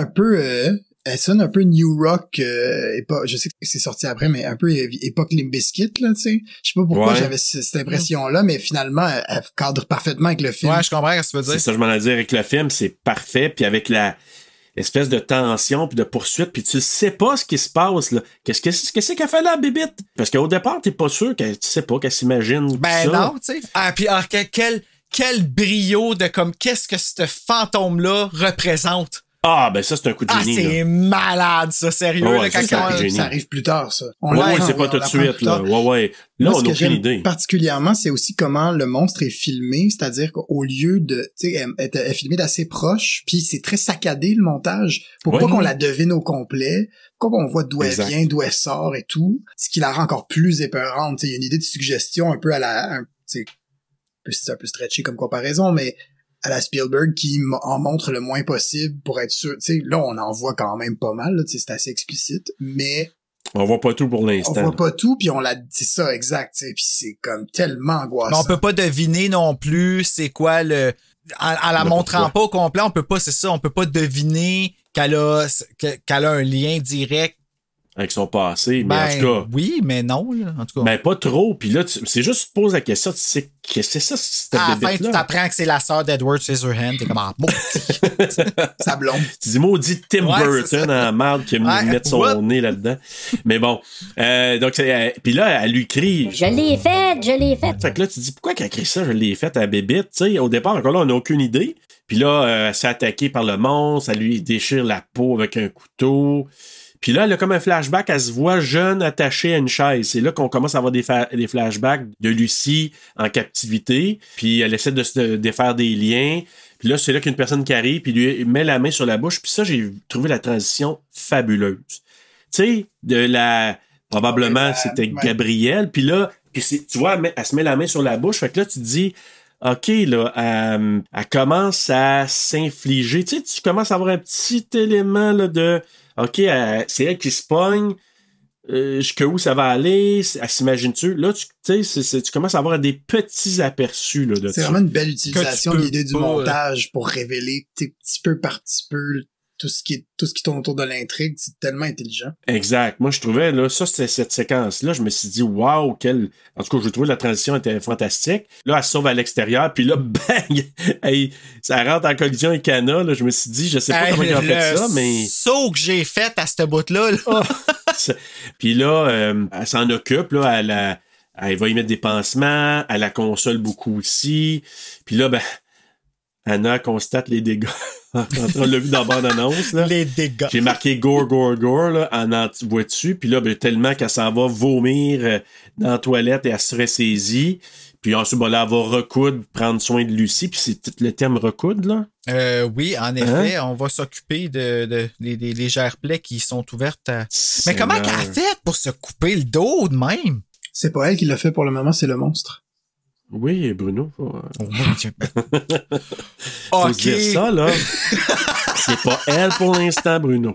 Speaker 4: un peu new rock, je sais que c'est sorti après, mais un peu époque Limp Bizkit, là, tu sais. Je sais pas pourquoi
Speaker 1: Ouais.
Speaker 4: j'avais cette impression-là, mais finalement, elle cadre parfaitement avec le film.
Speaker 2: Ouais, je comprends ce que tu veux
Speaker 1: C'est
Speaker 2: dire.
Speaker 1: ça, je m'en ai dit avec le film, c'est parfait. Puis avec l'espèce de tension puis de poursuite, puis tu sais pas ce qui se passe, là. Qu'est-ce qu'elle fait là, bébite? Parce qu'au départ, t'es pas sûr tu sais pas qu'elle s'imagine.
Speaker 2: Ben
Speaker 1: ça.
Speaker 2: non, tu sais. Ah, puis quel brio de comme qu'est-ce que ce fantôme-là représente.
Speaker 1: Ah, ben ça, c'est un coup de
Speaker 2: Ah,
Speaker 1: génie,
Speaker 2: c'est
Speaker 1: là.
Speaker 2: malade, ça, sérieux.
Speaker 1: Ouais,
Speaker 2: là, quand
Speaker 1: c'est un coup de génie.
Speaker 4: Ça arrive plus tard, ça.
Speaker 1: Ouais, c'est pas tout de suite, là. Ouais. Là,
Speaker 4: Moi,
Speaker 1: on
Speaker 4: ce
Speaker 1: n'a
Speaker 4: que j'aime
Speaker 1: aucune idée.
Speaker 4: particulièrement, c'est aussi comment le monstre est filmé, c'est-à-dire qu'au lieu de, tu sais, elle est filmée d'assez proche, puis c'est très saccadé le montage, pour pas qu'on la devine au complet, pour qu'on voit d'où elle vient, d'où elle sort et tout, ce qui la rend encore plus épeurante. Tu sais, il y a une idée de suggestion un peu c'est un peu stretché comme comparaison, mais à la Spielberg qui en montre le moins possible pour être sûr. Tu sais, là, on en voit quand même pas mal, là, tu sais, c'est assez explicite, mais
Speaker 1: On voit pas tout pour l'instant.
Speaker 4: on voit pas tout, puis c'est ça, exact, tu sais, puis c'est comme tellement angoissant.
Speaker 2: Mais on peut pas deviner non plus c'est quoi en la montrant pas au complet, on peut pas deviner qu'elle a un lien direct.
Speaker 1: Avec son passé, mais en tout cas...
Speaker 2: Oui, mais non, là, en tout cas.
Speaker 1: Ben, pas trop. Puis là, c'est juste, tu te poses la question, tu sais, qu'est-ce que c'est ça, cette
Speaker 2: à la fin,
Speaker 1: bébête-là?
Speaker 2: tu t'apprends que c'est la sœur d'Edward Scissorhands. T'es comme en
Speaker 4: sa blonde.
Speaker 1: Tu dis, maudit Tim Burton en marde qui me mettre son nez là-dedans. Mais bon. Donc, puis là, elle lui crie.
Speaker 6: Je l'ai faite.
Speaker 1: Fait que là, tu dis, pourquoi qu'elle crie ça? Je l'ai faite à la bébite. Tu sais, au départ, encore là, on n'a aucune idée. Puis là, elle s'est attaquée par le monstre. Elle lui déchire la peau avec un couteau. Puis là, elle a comme un flashback, elle se voit jeune attachée à une chaise. C'est là qu'on commence à avoir des flashbacks de Lucie en captivité. Puis elle essaie de se défaire des liens. Puis là, c'est là qu'une personne qui arrive puis lui met la main sur la bouche. Puis ça, j'ai trouvé la transition fabuleuse. Tu sais, probablement, c'était Gabrielle. Puis là, tu vois, elle se met la main sur la bouche. Fait que là, tu te dis... OK, là, elle commence à s'infliger. Tu sais, tu commences à avoir un petit élément là, de... OK, c'est elle qui se pogne. Jusqu'où ça va aller? Elle s'imagine-tu? Là, tu commences à avoir des petits aperçus là, de ça.
Speaker 4: C'est vraiment une belle utilisation de l'idée du montage pour révéler petit peu par petit peu tout ce qui tourne autour de l'intrigue. C'est tellement intelligent.
Speaker 1: Exact. Moi, je trouvais, là, ça, c'était cette séquence-là. Je me suis dit, waouh, en tout cas, je trouvais la transition était fantastique. Là, elle se sauve à l'extérieur, puis là, bang! Hey, ça rentre en collision avec Anna. Là, je me suis dit, je sais pas comment ils ont fait ça, mais...
Speaker 2: Le saut que j'ai fait à ce bout-là. Là.
Speaker 1: Puis là, elle s'en occupe, là, elle va y mettre des pansements, elle la console beaucoup aussi. Puis là, ben, Anna constate les dégâts. On l'a vu dans la bande-annonce, là.
Speaker 2: Les dégâts.
Speaker 1: J'ai marqué gore, là, en anti-voix dessus. Puis là, ben, tellement qu'elle s'en va vomir dans la toilette et elle se ressaisit. Puis ensuite, ben, là, elle va recoudre, prendre soin de Lucie. Puis c'est tout le terme recoudre, là.
Speaker 2: Oui, en effet, on va s'occuper des légères plaies qui sont ouvertes à... Mais comment qu'elle a fait pour se couper le dos de même?
Speaker 4: C'est pas elle qui l'a fait pour le moment, c'est le monstre.
Speaker 1: Oui, Bruno. Faut
Speaker 2: OK.
Speaker 1: dire ça, là. C'est pas elle pour l'instant, Bruno.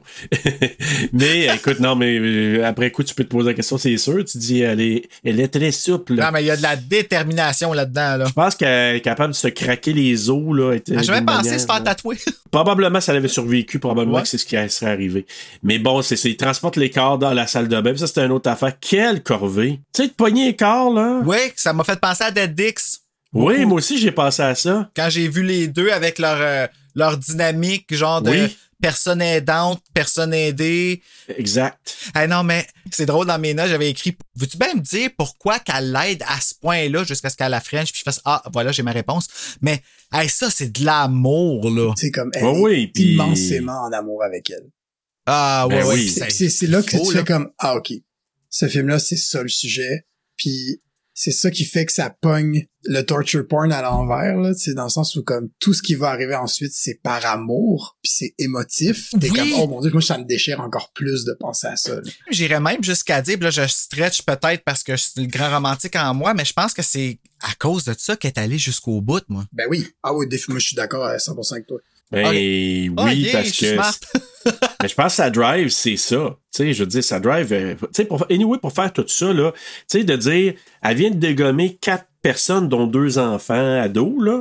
Speaker 1: Mais écoute, non, mais après coup, tu peux te poser la question, c'est sûr. Tu dis, elle est très souple.
Speaker 2: Non, mais il y a de la détermination là-dedans. Là.
Speaker 1: Je pense qu'elle est capable de se craquer les os. Là.
Speaker 2: J'avais pensé se faire tatouer.
Speaker 1: Probablement, si elle avait survécu, probablement que c'est ce qui serait arrivé. Mais bon, il transporte les corps dans la salle de bain. Ça, c'était une autre affaire. Quelle corvée. Tu sais, de pogner les corps, là.
Speaker 2: Oui, ça m'a fait penser à Dead Dix.
Speaker 1: Oui, moi aussi, j'ai pensé à ça.
Speaker 2: Quand j'ai vu les deux avec leur dynamique, genre de personne aidante, personne aidée.
Speaker 1: Exact.
Speaker 2: Hey, non, mais c'est drôle, dans mes notes, j'avais écrit « Veux-tu bien me dire pourquoi qu'elle l'aide à ce point-là jusqu'à ce qu'elle la French? » Puis je fasse « Ah, voilà, j'ai ma réponse. » Mais hey, ça, c'est de l'amour, là.
Speaker 4: C'est comme elle est immensément en amour avec elle.
Speaker 2: Ah, ouais, oui.
Speaker 4: C'est là que tu fais comme « Ah, OK. Ce film-là, c'est ça le sujet. » Puis c'est ça qui fait que ça pogne le torture porn à l'envers, là, tu sais, dans le sens où comme tout ce qui va arriver ensuite, c'est par amour, puis c'est émotif. T'es comme, oh mon Dieu, moi, ça me déchire encore plus de penser à ça. Là.
Speaker 2: J'irais même jusqu'à dire, là, je stretch peut-être parce que c'est le grand romantique en moi, mais je pense que c'est à cause de ça qu'elle est allée jusqu'au bout, moi.
Speaker 4: Ben oui. Ah oui, moi, je suis d'accord à 100% avec toi.
Speaker 1: Ben oui, parce que... Mais je pense que sa drive, c'est ça. Tu sais, je veux dire, sa drive... Tu sais, pour faire tout ça, là, tu sais, de dire, elle vient de dégommer 4 personnes, dont 2 enfants ados, là,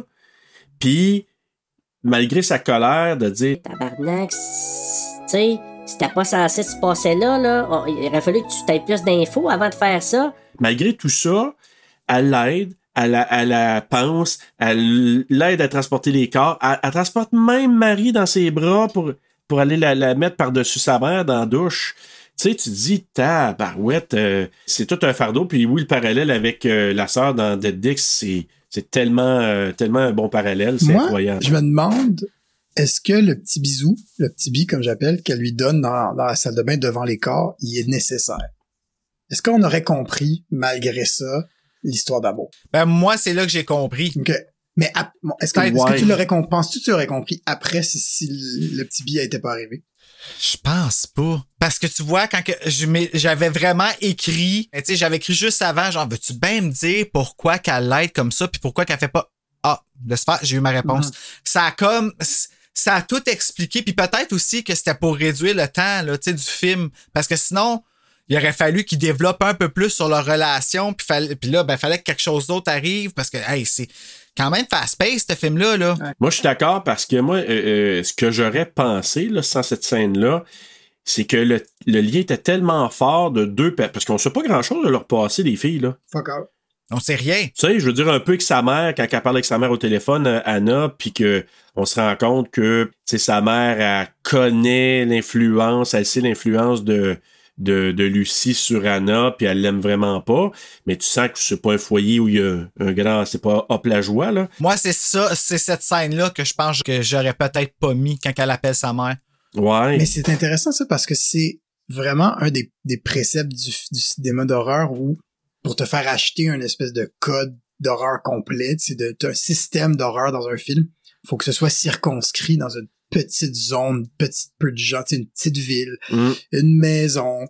Speaker 1: puis, malgré sa colère, de dire...
Speaker 6: Tabarnak, tu sais, c'était pas censé se passer là, il aurait fallu que tu aies plus d'infos avant de faire ça.
Speaker 1: Malgré tout ça, elle l'aide. Elle la pense, elle l'aide à transporter les corps, elle transporte même Marie dans ses bras pour aller la mettre par-dessus sa mère dans la douche. Tu sais, tu te dis, tabarouette, c'est tout un fardeau. Puis oui, le parallèle avec la sœur dans Dead Dix, c'est tellement un bon parallèle, c'est incroyable.
Speaker 4: Je me demande, est-ce que le petit bisou, le petit bi comme j'appelle, qu'elle lui donne dans la salle de bain devant les corps, il est nécessaire? Est-ce qu'on aurait compris, malgré ça, l'histoire d'amour?
Speaker 2: Ben, moi, c'est là que j'ai compris.
Speaker 4: OK. Mais est-ce que tu l'aurais compris? Penses-tu que tu aurais compris après si le petit billet n'était pas arrivé?
Speaker 2: Je pense pas. Parce que tu vois, quand j'avais vraiment écrit, tu sais, j'avais écrit juste avant, genre, veux-tu bien me dire pourquoi qu'elle l'aide comme ça, puis pourquoi qu'elle fait pas laisse faire, j'ai eu ma réponse. Ça a tout expliqué, puis peut-être aussi que c'était pour réduire le temps, là, tu sais, du film. Parce que sinon, il aurait fallu qu'ils développent un peu plus sur leur relation, puis là, ben, fallait que quelque chose d'autre arrive, parce que, hey, c'est quand même fast-paced, ce film-là, là.
Speaker 1: Ouais. Moi, je suis d'accord, parce que moi, ce que j'aurais pensé, là, sans cette scène-là, c'est que le lien était tellement fort de deux... Parce qu'on sait pas grand-chose de leur passé, les filles, là.
Speaker 4: Fuck out.
Speaker 2: On sait rien.
Speaker 1: Tu sais, je veux dire un peu que sa mère, quand elle parle avec sa mère au téléphone, Anna, puis que on se rend compte que, tu sais, sa mère, elle connaît l'influence, elle sait l'influence de Lucie sur Anna, puis elle l'aime vraiment pas, mais tu sens que c'est pas un foyer où il y a un grand... C'est pas hop la joie, là.
Speaker 2: Moi, c'est cette scène-là que je pense que j'aurais peut-être pas mis quand elle appelle sa mère.
Speaker 1: Ouais.
Speaker 4: Mais c'est intéressant, ça, parce que c'est vraiment un des préceptes du cinéma d'horreur où, pour te faire acheter une espèce de code d'horreur complet, c'est un système d'horreur dans un film, faut que ce soit circonscrit dans une petite zone, petite peu de gens, une petite ville, une maison,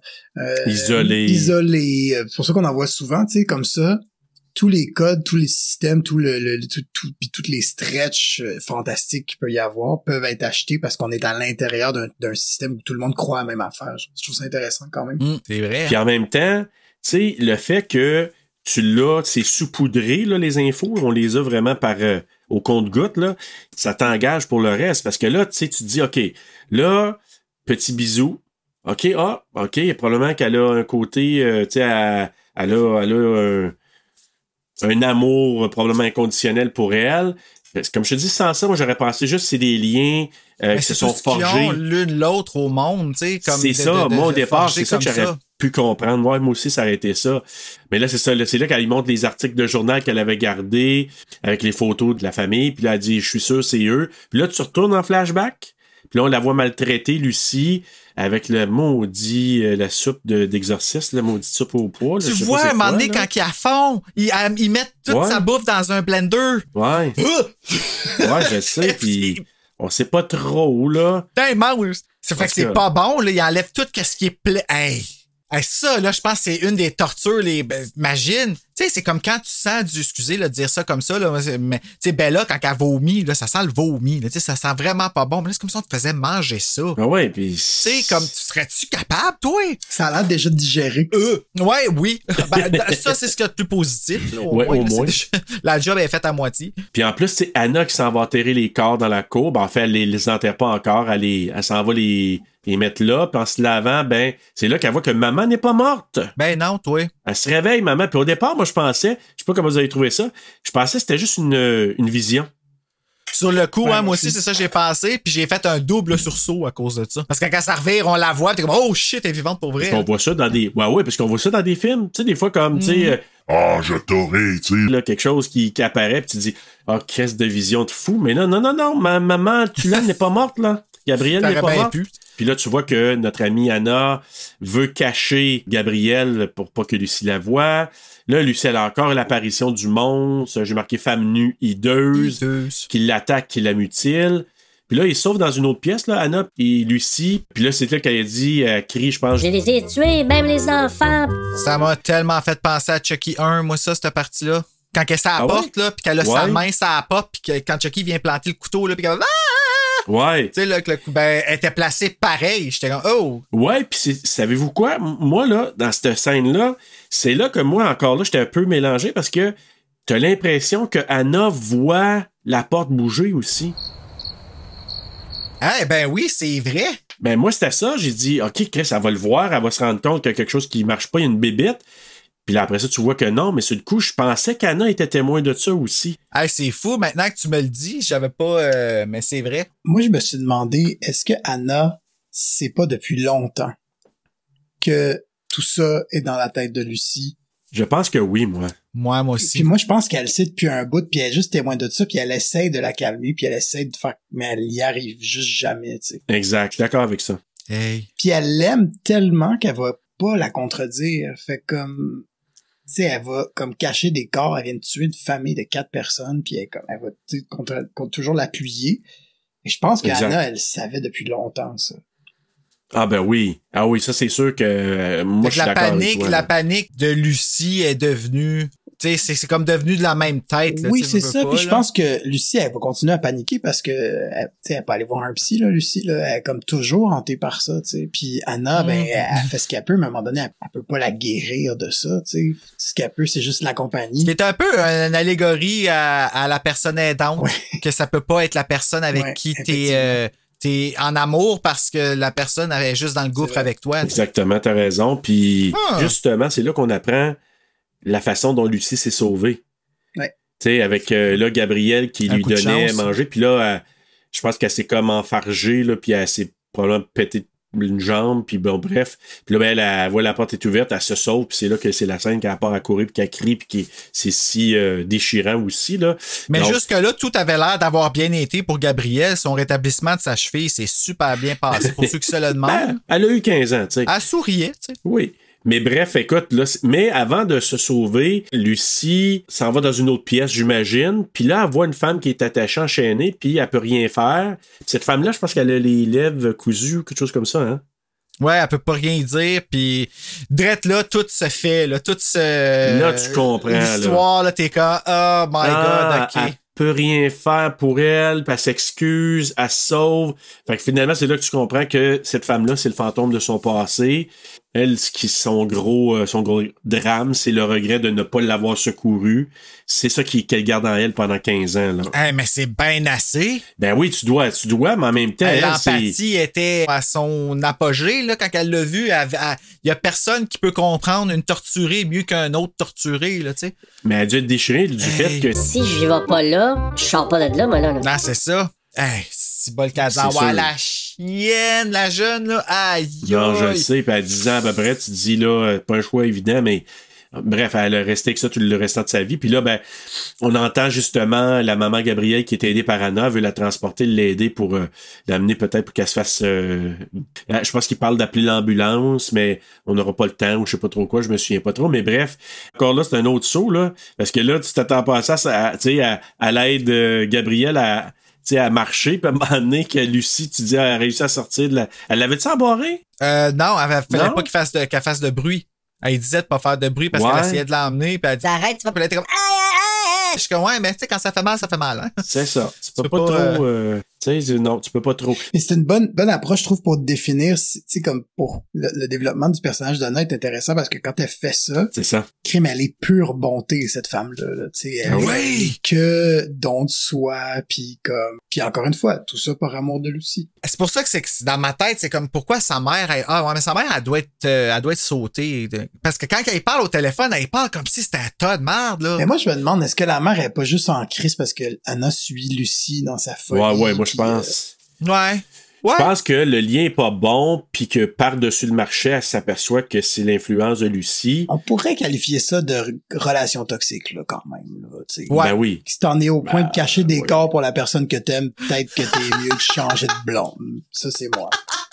Speaker 4: isolée. C'est pour ça qu'on en voit souvent, tu sais, comme ça, tous les codes, tous les systèmes, puis toutes les stretches fantastiques qu'il peut y avoir peuvent être achetés parce qu'on est à l'intérieur d'un système où tout le monde croit à la même affaire. Je trouve ça intéressant quand même.
Speaker 2: C'est vrai.
Speaker 1: Puis en même temps, tu sais, le fait que c'est saupoudré, là, les infos, on les a vraiment par au compte-gouttes, là, ça t'engage pour le reste, parce que là, tu sais, tu te dis, OK, là, petit bisou, OK, probablement qu'elle a un côté, tu sais, elle a un amour probablement inconditionnel pour elle. Comme je te dis, sans ça, moi, j'aurais pensé juste que c'est des liens qui se sont forgés.
Speaker 2: L'une l'autre au monde, tu sais.
Speaker 1: C'est ça, moi, au départ, c'est ça que pu comprendre. Ouais, moi aussi, ça aurait été ça. Mais là, c'est ça. Là, c'est là qu'elle montre les articles de journal qu'elle avait gardés avec les photos de la famille. Puis là, elle dit, je suis sûr, c'est eux. Puis là, tu retournes en flashback. Puis là, on la voit maltraiter, Lucie, avec le maudit, la soupe d'exorcisme, la maudite soupe au pois. Là,
Speaker 2: tu vois, à un moment donné, quand ils à fond, ils mettent toute sa bouffe dans un blender.
Speaker 1: Ouais. Ouais, je sais. Puis on sait pas trop, là.
Speaker 2: Putain, mouse! Ça fait que c'est pas bon, là. Ils enlèvent tout ce qui est Hey, ça, là, je pense que c'est une des tortures, imagine. Tu sais, c'est comme quand tu sens excusez, là, de dire ça comme ça, là, mais, tu sais, Bella, quand elle vomit, là, ça sent le vomi, là, tu sais, ça sent vraiment pas bon. Mais là, c'est comme si on te faisait manger ça.
Speaker 1: Ah ouais, pis.
Speaker 2: Tu sais, comme, serais-tu capable, toi?
Speaker 4: Ça a l'air déjà digéré.
Speaker 2: Ouais, oui. Ça, c'est ce qu'il y a de plus positif, là,
Speaker 1: au moins.
Speaker 2: La job est faite à moitié.
Speaker 1: Puis en plus, c'est Anna qui s'en va enterrer les corps dans la cour. Ben, en fait, elle les enterre pas encore. Elle s'en va les mettre là. Puis en se lavant, ben, c'est là qu'elle voit que maman n'est pas morte.
Speaker 2: Ben non, toi.
Speaker 1: Elle se réveille, maman. Puis au départ, moi, je pensais, je sais pas comment vous avez trouvé ça, je pensais que c'était juste une vision.
Speaker 2: Sur le coup, moi aussi, c'est ça que j'ai pensé, puis j'ai fait un double sursaut à cause de ça. Parce que quand ça revire, on la voit, t'es comme, oh shit, elle est vivante pour vrai.
Speaker 1: Parce qu'on voit ça dans des. Ouais, parce qu'on voit ça dans des films. Tu sais, des fois, comme, tu sais.
Speaker 8: Je t'aurais, tu sais.
Speaker 1: Là, quelque chose qui apparaît, puis tu dis, qu'est-ce de vision de fou. Mais non, ma maman, tu l'as, n'est pas morte, là. Gabrielle n'est pas morte. Puis là, tu vois que notre amie Anna veut cacher Gabrielle pour pas que Lucie la voie. Là, Lucie, elle a encore l'apparition du monstre. J'ai marqué femme nue hideuse. Qui l'attaque, qui la mutile. Puis là, ils sauvent dans une autre pièce, là, Anna et Lucie. Puis là, c'est là qu'elle dit, elle crie, je pense.
Speaker 6: Je les ai tués, même les enfants.
Speaker 2: Ça m'a tellement fait penser à Chucky 1, moi, ça, cette partie-là. Quand elle s'apporte, là, puis qu'elle a sa main, ça apporte, puis que quand Chucky vient planter le couteau, là, puis qu'elle
Speaker 1: ouais.
Speaker 2: Tu sais, là, elle était placée pareil. J'étais comme, oh!
Speaker 1: Ouais, puis savez-vous quoi? Moi, là, dans cette scène-là, c'est là que moi, encore là, j'étais un peu mélangé parce que t'as l'impression que Anna voit la porte bouger aussi.
Speaker 2: Eh ben oui, c'est vrai.
Speaker 1: Ben moi, c'était ça. J'ai dit, OK, Chris, elle va le voir, elle va se rendre compte qu'il y a quelque chose qui marche pas, il y a une bébite. Puis là, après ça, tu vois que non, mais sur le coup, je pensais qu'Anna était témoin de ça aussi.
Speaker 2: Hey, c'est fou, maintenant que tu me le dis, j'avais pas... mais c'est vrai.
Speaker 4: Moi, je me suis demandé, est-ce que Anna, c'est pas depuis longtemps que tout ça est dans la tête de Lucie?
Speaker 1: Je pense que oui, moi.
Speaker 2: Moi aussi.
Speaker 4: Puis moi, je pense qu'elle sait depuis un bout, puis elle est juste témoin de ça, puis elle essaie de la calmer, puis elle essaie de faire... Mais elle y arrive juste jamais, tu sais.
Speaker 1: Exact, je suis d'accord avec ça.
Speaker 2: Hey.
Speaker 4: Puis elle l'aime tellement qu'elle va pas la contredire. Fait comme... Tu sais, elle va comme cacher des corps, elle vient de tuer une famille de 4 personnes, puis elle va contre toujours l'appuyer. Et je pense qu'Anna, elle savait depuis longtemps, ça.
Speaker 1: Ah ben oui. Ah oui, ça c'est sûr que moi je suis d'accord avec toi.
Speaker 2: La panique de Lucie est devenue... Tu sais, c'est comme devenu de la même tête. Là,
Speaker 4: oui, c'est ça. Puis je pense que Lucie, elle va continuer à paniquer parce que elle peut aller voir un psy, là, Lucie. Là, elle est comme toujours hantée par ça. T'sais. Puis Anna, ben, elle fait ce qu'elle peut, mais à un moment donné, elle peut pas la guérir de ça. T'sais. Ce qu'elle peut, c'est juste l'accompagner.
Speaker 2: C'est un peu une allégorie à la personne aidante, que ça peut pas être la personne avec qui t'es en amour parce que la personne est juste dans le gouffre avec toi. T'sais.
Speaker 1: Exactement, t'as raison. Puis justement, c'est là qu'on apprend la façon dont Lucie s'est sauvée.
Speaker 4: Ouais.
Speaker 1: Tu sais, avec là, Gabrielle qui lui donnait à manger, puis là, je pense qu'elle s'est comme enfargée, là, puis elle s'est probablement pété une jambe, puis bon, bref. Puis là, ben, elle voit la porte est ouverte, elle se sauve, puis c'est là que c'est la scène qu'elle part à courir, puis qu'elle crie, puis c'est si déchirant aussi, là.
Speaker 2: Mais jusque-là, tout avait l'air d'avoir bien été pour Gabrielle. Son rétablissement de sa cheville s'est super bien passé, pour ceux qui se le demandent.
Speaker 1: Elle a eu 15 ans, tu sais.
Speaker 2: Elle souriait, tu sais.
Speaker 1: Oui. Mais bref, écoute, là, mais avant de se sauver, Lucie s'en va dans une autre pièce, j'imagine. Puis là, elle voit une femme qui est attachée, enchaînée, puis elle peut rien faire. Puis cette femme-là, je pense qu'elle a les lèvres cousues, quelque chose comme ça, hein?
Speaker 2: Ouais, elle peut pas rien dire, puis drette là, tout se fait, là, tout se...
Speaker 1: Là, tu comprends,
Speaker 2: l'histoire, là, t'es comme, oh my God, OK.
Speaker 1: Elle peut rien faire pour elle, puis elle s'excuse, elle se sauve. Fait que finalement, c'est là que tu comprends que cette femme-là, c'est le fantôme de son passé. Elle, son gros drame, c'est le regret de ne pas l'avoir secouru. C'est ça qu'elle garde en elle pendant 15 ans. Là.
Speaker 2: Hey, mais c'est bien assez.
Speaker 1: Ben oui, tu dois, mais en même temps...
Speaker 2: L'empathie était à son apogée, là, quand elle l'a vu. Il y a personne qui peut comprendre une torturée mieux qu'un autre torturé, là, tu sais.
Speaker 1: Mais elle a dû être déchirée du fait que...
Speaker 6: Si je vais pas là, je sors pas de là, moi, là.
Speaker 2: Non, c'est ça. Hey, si bol Kazan, voilà. chienne, la jeune, là. Aïe,
Speaker 1: Non, je le sais. Puis à 10 ans à peu près, tu te dis, là, pas un choix évident, mais bref, elle a resté avec ça tout le restant de sa vie. Puis là, ben, on entend justement la maman Gabrielle qui est aidée par Anna, veut la transporter, l'aider pour l'amener peut-être pour qu'elle se fasse... je pense qu'il parle d'appeler l'ambulance, mais on n'aura pas le temps ou je sais pas trop quoi, je me souviens pas trop. Mais bref, encore là, c'est un autre saut, là. Parce que là, tu t'attends pas à ça, tu sais, à l'aide Gabrielle à marcher, puis à un moment donné que Lucie, tu dis, elle a réussi à sortir de la... Elle l'avait-tu embarré?
Speaker 2: Non, elle fallait pas qu'elle fasse de bruit. Elle disait de pas faire de bruit parce qu'elle essayait de l'emmener, puis elle dit arrête, tu vas. Puis elle était comme je suis comme ouais, mais tu sais, quand ça fait mal, hein.
Speaker 1: C'est ça. Tu peux pas trop. Tu sais, non, tu peux pas trop.
Speaker 4: Mais c'est une bonne approche, je trouve, pour définir, tu sais, comme pour le développement du personnage d'Anna est intéressant parce que quand elle fait ça,
Speaker 1: c'est ça.
Speaker 4: Crime, elle est pure bonté, cette femme-là. Tu sais, elle est que don de soi, puis encore une fois, tout ça par amour de Lucie.
Speaker 2: C'est pour ça que dans ma tête, c'est comme pourquoi sa mère, mais sa mère, elle doit être sautée. Parce que quand elle parle au téléphone, elle parle comme si c'était un tas de merde, là.
Speaker 4: Mais moi, je me demande, est-ce que la mère est pas juste en crise parce que Anna suit Lucie dans sa folie?
Speaker 1: Ouais, moi, je pense.
Speaker 2: Ouais.
Speaker 1: Je pense que le lien est pas bon, puis que par-dessus le marché, elle s'aperçoit que c'est l'influence de Lucie.
Speaker 4: On pourrait qualifier ça de relation toxique, là, quand même. Là,
Speaker 1: ouais. Ben oui.
Speaker 4: Si t'en es au point de cacher des corps pour la personne que t'aimes, peut-être que t'es mieux de changer de blonde. Ça, c'est moi.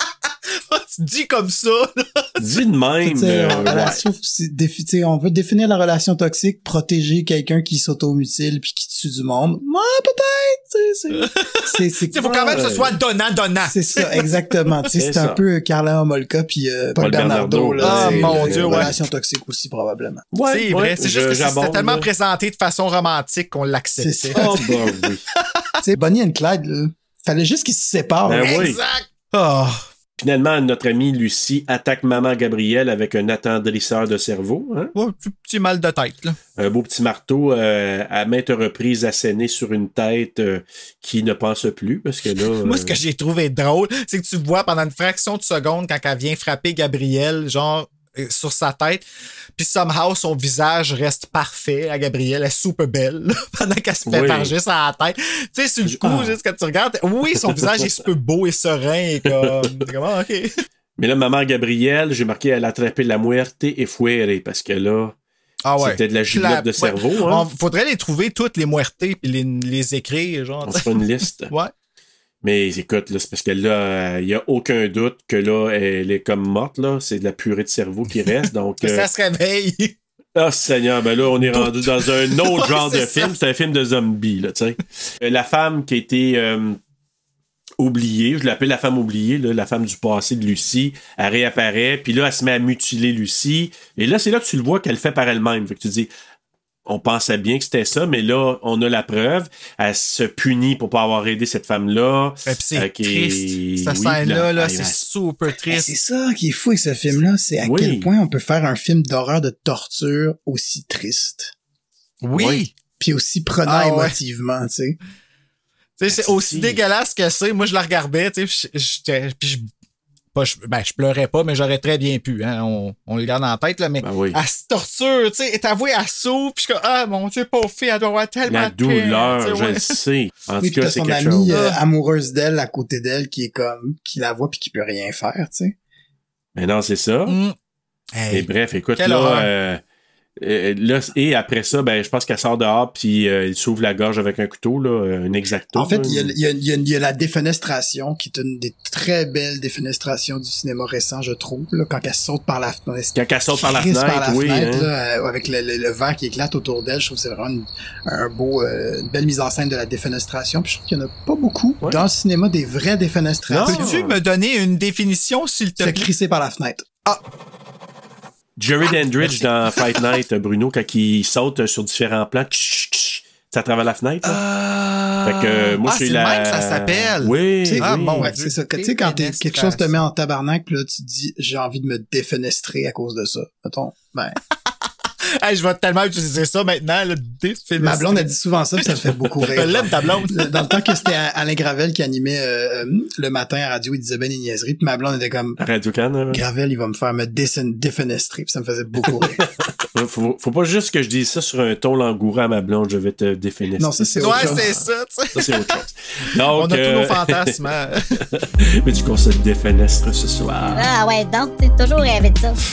Speaker 2: Tu dis comme ça, là.
Speaker 1: Dis de même.
Speaker 4: On veut définir la relation toxique, protéger quelqu'un qui s'automutile puis qui tue du monde. Moi, peut-être.
Speaker 2: Il faut quand même que ce soit donnant.
Speaker 4: C'est ça, exactement. C'est un peu Carla Homolka puis Paul Bernardo.
Speaker 2: Là, mon Dieu,
Speaker 4: relation toxique aussi, probablement.
Speaker 2: Ouais, c'est vrai. C'est juste que c'était tellement présenté de façon romantique qu'on l'acceptait.
Speaker 4: C'est ça.
Speaker 1: Oui.
Speaker 4: Tu sais, Bonnie and Clyde, là, fallait juste qu'ils se séparent.
Speaker 1: Ben
Speaker 2: exact. Oh.
Speaker 1: Finalement, notre amie Lucie attaque maman Gabrielle avec un attendrisseur de cerveau. Hein?
Speaker 2: Ouais, petit mal de tête, là.
Speaker 1: Un beau petit marteau à maintes reprises asséné sur une tête qui ne pense plus, parce que là...
Speaker 2: Moi, ce que j'ai trouvé drôle, c'est que tu vois pendant une fraction de seconde, quand elle vient frapper Gabrielle, genre sur sa tête, puis somehow son visage reste parfait à Gabrielle, elle est super belle là, pendant qu'elle se fait farger sur la tête. Tu sais, sur le coup, juste quand tu regardes, oui, son visage est super beau et serein et comme ok.
Speaker 1: Mais là, maman Gabrielle, j'ai marqué elle a attrapé la muerte et fuere, parce que là, c'était de la gibelotte de cerveau. Hein?
Speaker 2: Faudrait les trouver toutes les muertes puis les écrire, genre.
Speaker 1: On se fait une liste.
Speaker 2: Ouais.
Speaker 1: Mais écoute, là, c'est parce que là, il n'y a aucun doute que là, elle est comme morte, là. C'est de la purée de cerveau qui reste. Donc,
Speaker 2: ça se réveille.
Speaker 1: Ah, Seigneur, ben là, on est rendu dans un autre genre de film. C'est un film de zombies, là, tu sais. La femme qui a été oubliée, je l'appelle la femme oubliée, là, la femme du passé de Lucie, elle réapparaît, puis là, elle se met à mutiler Lucie. Et là, c'est là que tu le vois qu'elle le fait par elle-même. Fait que tu dis... On pensait bien que c'était ça, mais là, on a la preuve. Elle se punit pour pas avoir aidé cette femme-là.
Speaker 2: Et puis c'est triste. Cette scène-là, c'est super triste.
Speaker 4: C'est ça qui est fou avec ce film-là, c'est à quel point on peut faire un film d'horreur de torture aussi triste.
Speaker 2: Oui.
Speaker 4: Puis aussi prenant émotivement, tu sais.
Speaker 2: Tu sais, c'est aussi dégueulasse que c'est. Moi, je la regardais, tu sais, je pleurais pas, mais j'aurais très bien pu, hein. On le garde en tête, là, mais elle se torture, tu sais, est avouée, elle souffre, pis je suis comme, ah, mon Dieu, pauvre fille, elle doit avoir tellement
Speaker 1: la douleur, je le sais. En tout cas, c'est quelque chose.
Speaker 4: Son amie amoureuse d'elle, à côté d'elle, qui est comme, qui la voit pis qui peut rien faire, tu sais.
Speaker 1: Mais non, c'est ça.
Speaker 2: Hey,
Speaker 1: et bref, écoute, là, et après ça, ben, je pense qu'elle sort dehors puis il s'ouvre la gorge avec un couteau, là, un exacto.
Speaker 4: En fait, il y a la défenestration qui est une des très belles défenestrations du cinéma récent, je trouve, là, quand elle saute par la fenêtre.
Speaker 1: Quand elle saute par la fenêtre, oui.
Speaker 4: Là, avec le verre qui éclate autour d'elle, je trouve que c'est vraiment une belle mise en scène de la défenestration. Puis je trouve qu'il y en a pas beaucoup dans le cinéma des vraies défenestrations.
Speaker 2: Peux-tu me donner une définition, s'il te plaît?
Speaker 4: Se crisser par la fenêtre.
Speaker 2: Ah!
Speaker 1: Jerry Dandridge dans Fight Night, Bruno, quand il saute sur différents plans, c'est à travers la fenêtre. Fait que moi,
Speaker 2: c'est le même que ça s'appelle.
Speaker 1: Oui,
Speaker 4: c'est ça. Tu sais, quand quelque chose te met en tabarnak, pis là, tu te dis, j'ai envie de me défenestrer à cause de ça. Mettons,
Speaker 2: Hey, je vais tellement utiliser ça maintenant, là, défenestré.
Speaker 4: Ma blonde a dit souvent ça, puis ça me fait beaucoup rire.
Speaker 2: Je l'aime, ta blonde.
Speaker 4: Dans le temps que c'était Alain Gravel qui animait le matin à radio, il disait ben des niaiseries, puis ma blonde était comme
Speaker 1: Radio-Can.
Speaker 4: Gravel, il va me faire me défenestrer, puis ça me faisait beaucoup rire.
Speaker 1: Faut pas juste que je dise ça sur un ton langoureux à ma blonde, je vais te défenestrer.
Speaker 4: Non, ça, c'est autre chose.
Speaker 2: Ouais, c'est ça, tu sais.
Speaker 1: Ça, c'est autre chose. Donc,
Speaker 2: on a tous nos fantasmes. Hein?
Speaker 1: Mais du coup, on se défenestre ce soir.
Speaker 7: Ah ouais, donc t'es toujours rêvé de ça.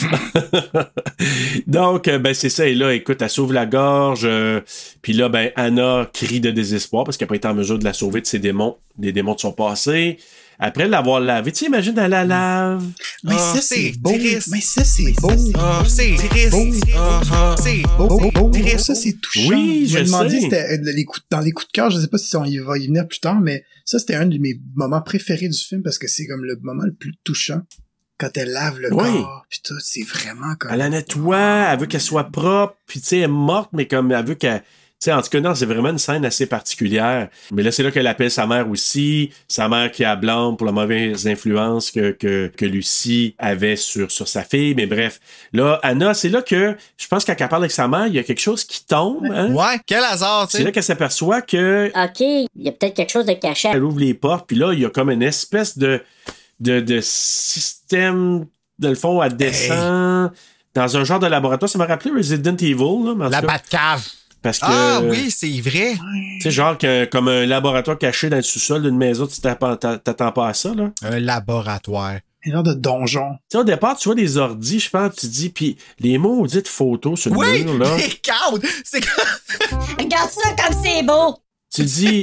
Speaker 1: Donc, ben c'est ça. Et là, écoute, elle sauve la gorge. Puis là, ben Anna crie de désespoir parce qu'elle n'a pas été en mesure de la sauver de ses démons, des démons de son passé. Après l'avoir lavée, tu imagines, elle la lave.
Speaker 4: Mais ça, c'est beau.
Speaker 2: triste.
Speaker 4: Mais ça, c'est beau.
Speaker 2: C'est triste. C'est
Speaker 4: Beau. Ça, c'est touchant.
Speaker 1: Oui,
Speaker 4: je me demandais,
Speaker 1: sais.
Speaker 4: c'était dans les coups de cœur, je sais pas si on y va y venir plus tard, mais ça, c'était un de mes moments préférés du film parce que c'est comme le moment le plus touchant. Quand elle lave le corps, pis tout, c'est vraiment comme...
Speaker 1: Elle la nettoie, elle veut qu'elle soit propre, puis tu sais, elle est morte, mais comme elle veut qu'elle... Tu sais, en tout cas, non, c'est vraiment une scène assez particulière. Mais là, c'est là qu'elle appelle sa mère aussi. Sa mère qui la blâme pour la mauvaise influence que Lucie avait sur sa fille. Mais bref, là, Anna, c'est là que je pense qu'elle parle avec sa mère, il y a quelque chose qui tombe. Hein?
Speaker 2: Ouais, quel hasard, tu sais.
Speaker 1: C'est là qu'elle s'aperçoit que...
Speaker 6: OK, il y a peut-être quelque chose de caché.
Speaker 1: Elle ouvre les portes, puis là, il y a comme une espèce de système, de le fond, elle descend dans un genre de laboratoire. Ça m'a rappelé Resident Evil. Là,
Speaker 2: la Batcave.
Speaker 1: Parce que,
Speaker 2: oui, c'est vrai.
Speaker 1: Tu sais, genre comme un laboratoire caché dans le sous-sol d'une maison, tu t'attends pas à ça, là.
Speaker 2: Un laboratoire.
Speaker 4: Un genre de donjon.
Speaker 1: Tu sais, au départ, tu vois des ordis, je pense, tu dis, puis les maudites photos sur le mur, là.
Speaker 2: Oui, regarde! C'est
Speaker 7: Regarde ça comme c'est beau!
Speaker 1: Tu dis...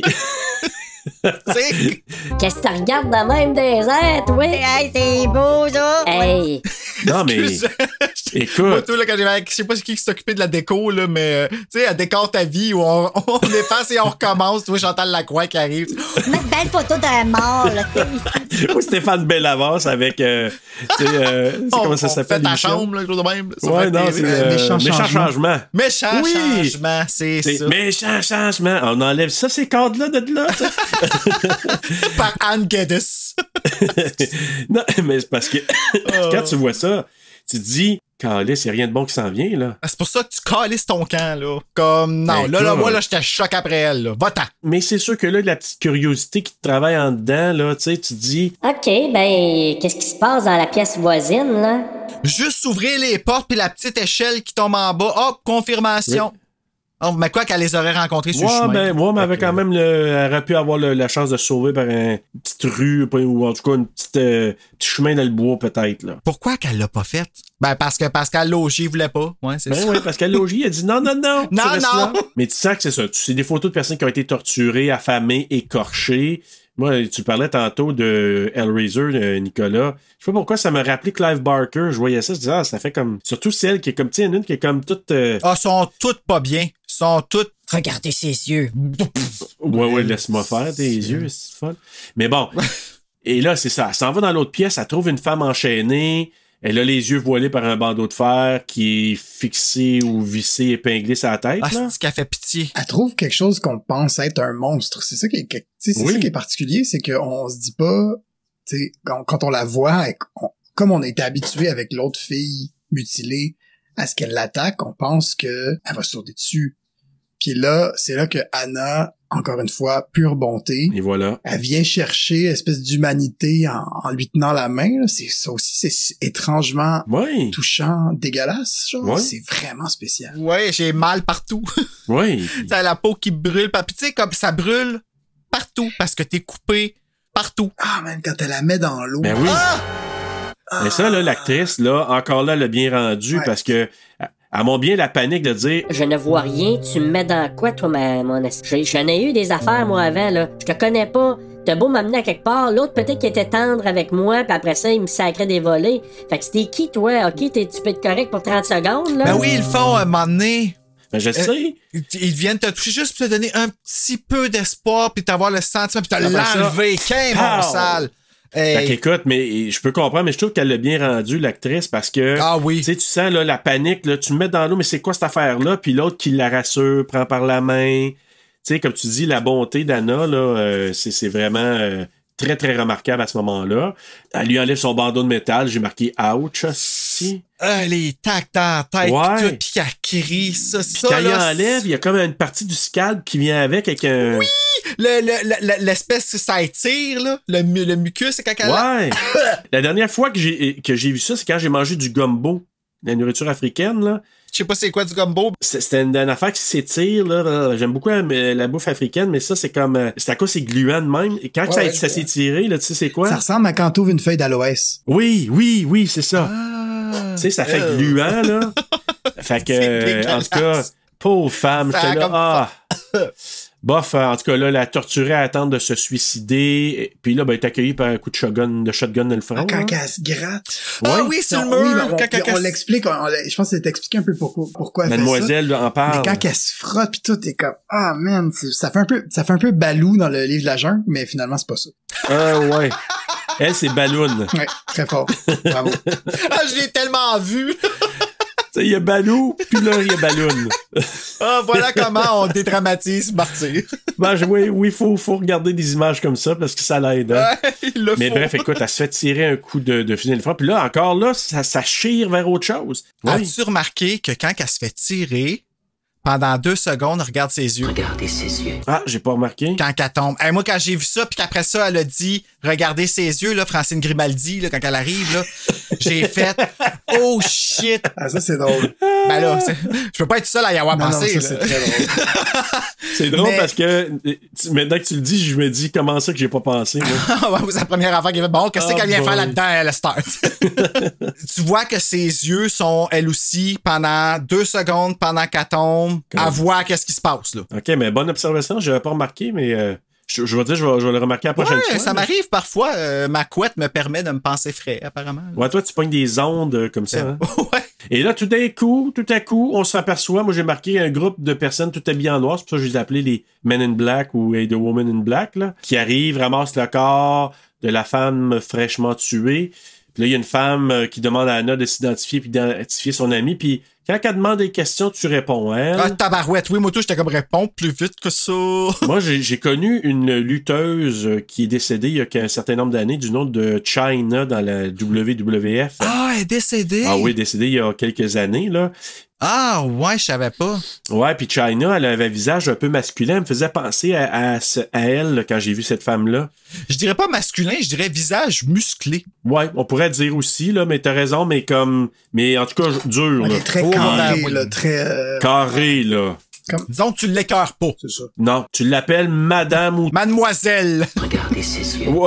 Speaker 6: Qu'est-ce que tu regardes de même des airs, toi?
Speaker 7: Hey, c'est beau, ça!
Speaker 6: Hey!
Speaker 1: Non, mais... Écoute...
Speaker 2: Toi, là, quand je sais pas qui s'est occupé de la déco, là, mais, tu sais, elle décore ta vie où on efface et on recommence. Tu vois Chantal Lacroix qui arrive.
Speaker 7: Mettre une belle photo d'un mort, là.
Speaker 1: Ou Stéphane Bellavance avec... comment ça s'appelle?
Speaker 2: Fait ta chambre, là, quelque chose de même.
Speaker 1: Ouais, non, c'est
Speaker 4: Méchant
Speaker 1: changement.
Speaker 2: Méchant changement, c'est ça.
Speaker 1: Méchant changement. On enlève ça, ces cadres-là, de là.
Speaker 2: Par Anne Geddes.
Speaker 1: Non, mais c'est parce que quand tu vois ça, tu te dis, Calice, il n'y a rien de bon qui s'en vient, là.
Speaker 2: C'est pour ça que tu calisses ton camp, là. Comme, non, là, moi, là, je te choque après elle, là. Va-t'en.
Speaker 1: Mais c'est sûr que là, la petite curiosité qui te travaille en dedans, là, tu sais, tu te dis...
Speaker 6: OK, ben, qu'est-ce qui se passe dans la pièce voisine, là?
Speaker 2: Juste ouvrir les portes puis la petite échelle qui tombe en bas. Hop, confirmation.
Speaker 1: Oui.
Speaker 2: Oh, mais quoi qu'elle les aurait rencontrés sur le chemin.
Speaker 1: Ben, moi, mais avec quand même, elle aurait pu avoir la chance de se sauver par une petite rue, ou en tout cas, un petit chemin dans le bois, peut-être, là.
Speaker 2: Pourquoi qu'elle l'a pas faite? Ben, parce que Pascal Logier voulait pas. Ouais, c'est ça.
Speaker 1: Oui, Pascal Logier a dit non.
Speaker 2: Non.
Speaker 1: Mais tu sens que c'est ça. C'est des photos de personnes qui ont été torturées, affamées, écorchées. Moi, tu parlais tantôt de Hellraiser, Nicolas. Je sais pas pourquoi ça m'a rappelé Clive Barker. Je voyais ça, je disais, ça fait comme... Surtout celle qui est comme, tu sais, une qui est comme toute...
Speaker 2: Sont toutes pas bien. Sont toutes...
Speaker 7: Regardez ses yeux.
Speaker 1: Ouais, laisse-moi faire tes yeux, c'est fun. Mais bon. Et là, c'est ça. Elle s'en va dans l'autre pièce, elle trouve une femme enchaînée. Elle a les yeux voilés par un bandeau de fer qui est fixé ou vissé, épinglé sur la tête.
Speaker 2: Ah, c'est qu'elle fait pitié.
Speaker 4: Elle trouve quelque chose qu'on pense être un monstre. C'est ça qui est, ça qui est particulier, c'est qu'on se dit pas, tu sais, quand on la voit, comme on a été habitué avec l'autre fille mutilée à ce qu'elle l'attaque, on pense que elle va sauter dessus. Puis là, c'est là que Anna, encore une fois, pure bonté.
Speaker 1: Et voilà.
Speaker 4: Elle vient chercher une espèce d'humanité en lui tenant la main. Là. C'est ça aussi, c'est étrangement touchant, dégueulasse. Genre.
Speaker 1: Ouais.
Speaker 4: C'est vraiment spécial.
Speaker 2: Ouais, j'ai mal partout.
Speaker 1: Oui.
Speaker 2: T'as la peau qui brûle. Puis tu sais, comme ça brûle partout parce que t'es coupé partout.
Speaker 4: Ah, man, quand elle la met dans l'eau.
Speaker 1: Ben oui. Mais ça, là, l'actrice, là, encore là, elle l'a bien rendu parce que... Elle m'a bien la panique de dire...
Speaker 6: Je ne vois rien, tu me mets dans quoi, toi, mon esprit? J'en ai eu des affaires, moi, avant, là. Je te connais pas. T'as beau m'amener à quelque part, l'autre, peut-être qu'il était tendre avec moi, puis après ça, il me sacrait des volets. Fait que c'était qui, toi? OK, tu peux être correct pour 30 secondes, là?
Speaker 2: Ben oui, ils le font un moment donné.
Speaker 1: Ben, je sais.
Speaker 2: Ils viennent te toucher juste pour te donner un petit peu d'espoir, puis t'avoir le sentiment, puis te l'enlever. Qu'un mon sale!
Speaker 1: Fait qu'écoute, mais je peux comprendre, mais je trouve qu'elle l'a bien rendu, l'actrice, parce que tu sais, tu sens là, la panique, là, tu me mets dans l'eau, mais c'est quoi cette affaire-là? Puis l'autre qui la rassure, prend par la main. Tu sais, comme tu dis, la bonté d'Anna, là, c'est vraiment très, très remarquable à ce moment-là. Elle lui enlève son bandeau de métal, j'ai marqué « ouch ». aussi.
Speaker 2: Les tacs dans la tête,
Speaker 1: Ouais.
Speaker 2: tout, puis qu'elle crie, ça,
Speaker 1: Puis
Speaker 2: ça,
Speaker 1: quand il
Speaker 2: là,
Speaker 1: enlève, il y a comme une partie du scalp qui vient avec un...
Speaker 2: Oui! L'espèce, ça étire, là. Le mucus, c'est quand elle...
Speaker 1: Ouais! La dernière fois que j'ai vu ça, c'est quand j'ai mangé du gumbo, la nourriture africaine, là.
Speaker 2: Je sais pas c'est quoi du gumbo.
Speaker 1: C'était une affaire qui s'étire, là. J'aime beaucoup la bouffe africaine, mais ça, c'est comme... c'est à cause c'est gluant de même. Et quand ça s'est tiré, là, tu sais, c'est quoi?
Speaker 4: Ça ressemble à quand t'ouvres une feuille d'aloès.
Speaker 1: Oui, c'est ça. Tu sais, ça fait gluant, là. Fait que, en tout cas, pauvre femme, j'étais là, bof, en tout cas, là, la torturée à attendre de se suicider. Puis là, ben, elle est accueillie par un coup de shotgun dans le front.
Speaker 4: Quand elle se gratte.
Speaker 2: Oui, c'est le mur.
Speaker 4: On l'explique. Je pense que c'est expliqué un peu pourquoi elle
Speaker 1: Mademoiselle
Speaker 4: fait ça.
Speaker 1: en parle.
Speaker 4: Mais quand elle se frotte pis tout, t'es comme, man, ça fait un peu Balou dans le livre de la jungle, mais finalement, c'est pas ça.
Speaker 1: Ouais. Elle, c'est Balloon.
Speaker 4: Ouais, très fort. Bravo.
Speaker 2: Je l'ai tellement vu.
Speaker 1: Il y a Balou, puis là, il y a Balloon.
Speaker 2: Voilà comment on dédramatise Martyr.
Speaker 1: Oui, faut regarder des images comme ça parce que ça l'aide. Hein?
Speaker 2: Ouais, mais
Speaker 1: bref, écoute, elle se fait tirer un coup de fusil dans le front. Puis là, encore là, ça chire vers autre chose.
Speaker 2: As-tu remarqué que quand elle se fait tirer, pendant 2 secondes, regarde ses yeux.
Speaker 10: Regardez ses yeux.
Speaker 1: Ah, j'ai pas remarqué.
Speaker 2: Quand elle tombe. Moi, quand j'ai vu ça, puis qu'après ça, elle a dit « Regardez ses yeux, là, Francine Grimaldi, là, quand elle arrive, là, j'ai fait « Oh shit! »
Speaker 4: Ah, ça, c'est drôle.
Speaker 2: Ben là, je peux pas être seul à y avoir pensé.
Speaker 4: Non, ça, c'est très drôle.
Speaker 1: C'est drôle parce que maintenant que tu le dis, je me dis comment ça que j'ai pas pensé.
Speaker 2: C'est la première affaire qui fait bon, qu'est-ce qu'elle vient faire là-dedans, elle start. Tu vois que ses yeux sont, elle aussi, pendant 2 secondes, pendant qu'elle tombe, à voir qu'est-ce qui se passe, là.
Speaker 1: OK, mais bonne observation, je l'avais pas remarqué, mais je vais dire, je vais le remarquer la prochaine fois.
Speaker 2: Ça m'arrive parfois. Ma couette me permet de me penser frais, apparemment.
Speaker 1: Ouais, toi, tu pognes des ondes comme ça. Hein?
Speaker 2: Ouais.
Speaker 1: Et là, tout à coup, on s'aperçoit, moi j'ai marqué un groupe de personnes tout habillées en noir, c'est pour ça que je les appelais les Men in Black ou The Woman in Black, là, qui arrivent, ramassent le corps de la femme fraîchement tuée. Puis là, il y a une femme qui demande à Anna de s'identifier puis d'identifier son ami. Puis quand elle demande des questions, tu réponds. Hein?
Speaker 2: Ah, tabarouette. Oui, moi, tout, j'étais comme réponds plus vite que ça.
Speaker 1: Moi, j'ai connu une lutteuse qui est décédée il y a un certain nombre d'années du nom de Chyna dans la WWF.
Speaker 2: Ah, elle est décédée?
Speaker 1: Ah oui, décédée il y a quelques années, là.
Speaker 2: Ah, ouais, je savais pas.
Speaker 1: Ouais, puis Chyna, elle avait un visage un peu masculin. Elle me faisait penser à elle là, quand j'ai vu cette femme-là.
Speaker 2: Je dirais pas masculin, je dirais visage musclé.
Speaker 1: Ouais, on pourrait dire aussi, là, mais t'as raison, mais en tout cas, dur, là.
Speaker 4: Très carré, là, très...
Speaker 1: Carré, là.
Speaker 2: Disons que tu l'écœures pas.
Speaker 4: C'est ça.
Speaker 1: Non, tu l'appelles madame ou...
Speaker 2: Mademoiselle.
Speaker 10: Regardez ses yeux.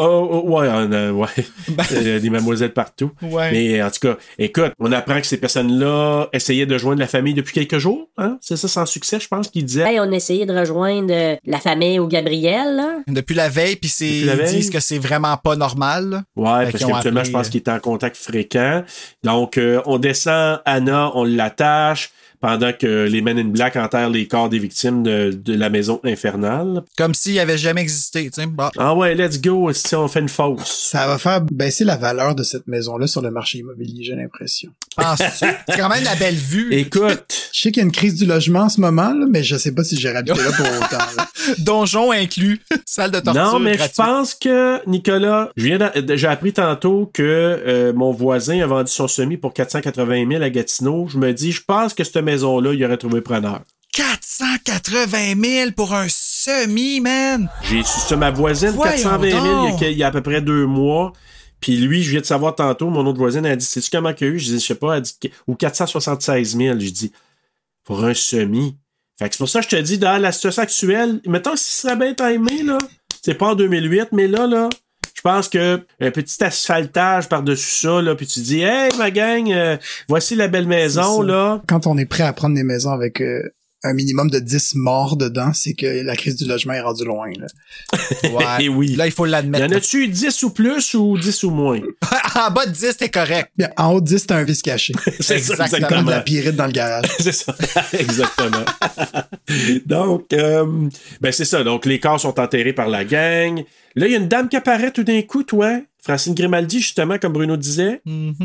Speaker 1: Ouais. Des mademoiselles partout.
Speaker 2: Ouais.
Speaker 1: Mais en tout cas, écoute, on apprend que ces personnes-là essayaient de joindre la famille depuis quelques jours. Hein? C'est ça, sans succès, je pense qu'ils disaient.
Speaker 6: Hey, on a essayé de rejoindre la famille ou Gabriel, là.
Speaker 2: Depuis la veille, puis ils disent que c'est vraiment pas normal. Là.
Speaker 1: Ouais, parce qu'habituellement, je pense qu'il est en contact fréquent. Donc, on descend Anna, on l'attache, pendant que les Men in Black enterrent les corps des victimes de la maison infernale.
Speaker 2: Comme s'il avait jamais existé, tu sais. Bon.
Speaker 1: Ah ouais, let's go, si on fait une fausse.
Speaker 4: Ça va faire baisser la valeur de cette maison-là sur le marché immobilier, j'ai l'impression.
Speaker 2: Penses-tu? C'est quand même la belle vue.
Speaker 1: Écoute.
Speaker 4: Je sais qu'il y a une crise du logement en ce moment, là, mais je sais pas si j'irai habiter là pour autant. Là.
Speaker 2: Donjon inclus. Salle de torture.
Speaker 1: Non, mais
Speaker 2: gratuite.
Speaker 1: je pense que, Nicolas, j'ai appris tantôt que mon voisin a vendu son semi pour 480 000 à Gatineau. Je me dis, je pense que cette maison-là, il aurait trouvé preneur.
Speaker 2: 480 000 pour un semi, man!
Speaker 1: J'ai su ma voisine, 420 000 il y a à peu près 2 mois. Puis lui, je viens de savoir tantôt, mon autre voisine, elle a dit, sais-tu comment qu'il y a eu? Je dis, je sais pas, elle dit, ou 476 000. Je dis, pour un semi. Fait que c'est pour ça que je te dis, dans la situation actuelle, mettons que ce serait bien timé, là. C'est pas en 2008, mais là, je pense que un petit asphaltage par-dessus ça, là, puis tu dis, hey, ma gang, voici la belle maison, là.
Speaker 4: Quand on est prêt à prendre des maisons avec un minimum de 10 morts dedans, c'est que la crise du logement est rendue loin, là.
Speaker 2: Ouais.
Speaker 1: Et oui.
Speaker 2: Là, il faut l'admettre.
Speaker 1: Y en a-tu 10 ou plus ou 10 ou moins?
Speaker 2: En bas de 10, t'es correct.
Speaker 4: Bien, en haut de 10, t'as un vice caché.
Speaker 1: C'est
Speaker 2: exactement.
Speaker 4: Comme de la pyrite dans le garage.
Speaker 1: C'est ça. Exactement. Donc, c'est ça. Donc, les corps sont enterrés par la gang. Là, il y a une dame qui apparaît tout d'un coup, toi. Francine Grimaldi, justement, comme Bruno disait.
Speaker 2: Mm-hmm.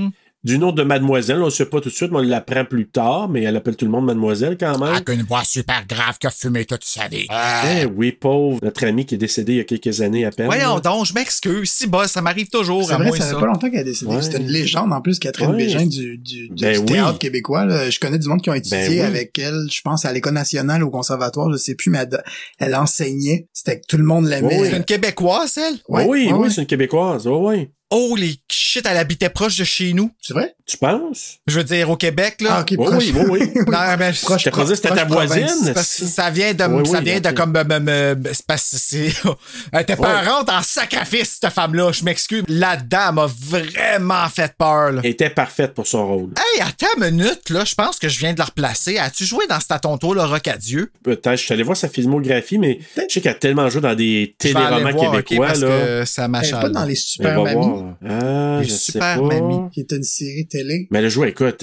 Speaker 1: du nom de Mademoiselle. On ne sait pas tout de suite, mais on l'apprend plus tard, mais elle appelle tout le monde Mademoiselle quand même.
Speaker 2: Avec une voix super grave qui a fumé toute sa vie.
Speaker 1: Eh oui, pauvre. Notre ami qui est décédé il y a quelques années à peine.
Speaker 2: Voyons donc, je m'excuse. Si, ça m'arrive toujours.
Speaker 4: C'est vrai, ça fait pas longtemps qu'elle est décédée. C'était une légende, en plus, Catherine Bégin du théâtre québécois. Là. Je connais du monde qui ont étudié avec elle, je pense, à l'École nationale, au conservatoire, je sais plus, mais elle enseignait. C'était que tout le monde l'aimait.
Speaker 2: C'est une Québécoise, elle?
Speaker 1: Oui, c'est une Québécoise. Oui.
Speaker 2: Holy shit, elle habitait proche de chez nous.
Speaker 4: C'est vrai?
Speaker 1: Tu penses?
Speaker 2: Je veux dire, au Québec, là.
Speaker 4: Ah, ok, proche.
Speaker 1: Oui.
Speaker 2: Non, mais
Speaker 1: je te croisais, c'était ta voisine.
Speaker 2: Parce que ça vient de, comme, c'est parce que c'est, elle était parente en sacrifice, cette femme-là. Je m'excuse. La dame a vraiment fait peur, là.
Speaker 1: Elle était parfaite pour son rôle.
Speaker 2: Hey, attends une minute, là. Je pense que je viens de la replacer. As-tu joué dans C'est à ton tour, le Rocadieu?
Speaker 1: Peut-être. Je suis allé voir sa filmographie, mais je sais qu'elle a tellement joué dans des téléromans québécois,
Speaker 2: parce
Speaker 1: là.
Speaker 2: Que ça
Speaker 4: Elle est pas dans les Super Mamies.
Speaker 1: Les
Speaker 2: Super Mamies.
Speaker 4: Qui était une série télé.
Speaker 1: Mais elle a joué, écoute,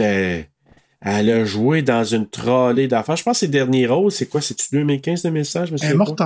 Speaker 1: elle a joué dans une trolley d'affaires. Je pense que ses derniers rôles, c'est quoi? C'est-tu 2015-2016?
Speaker 4: Elle est morte en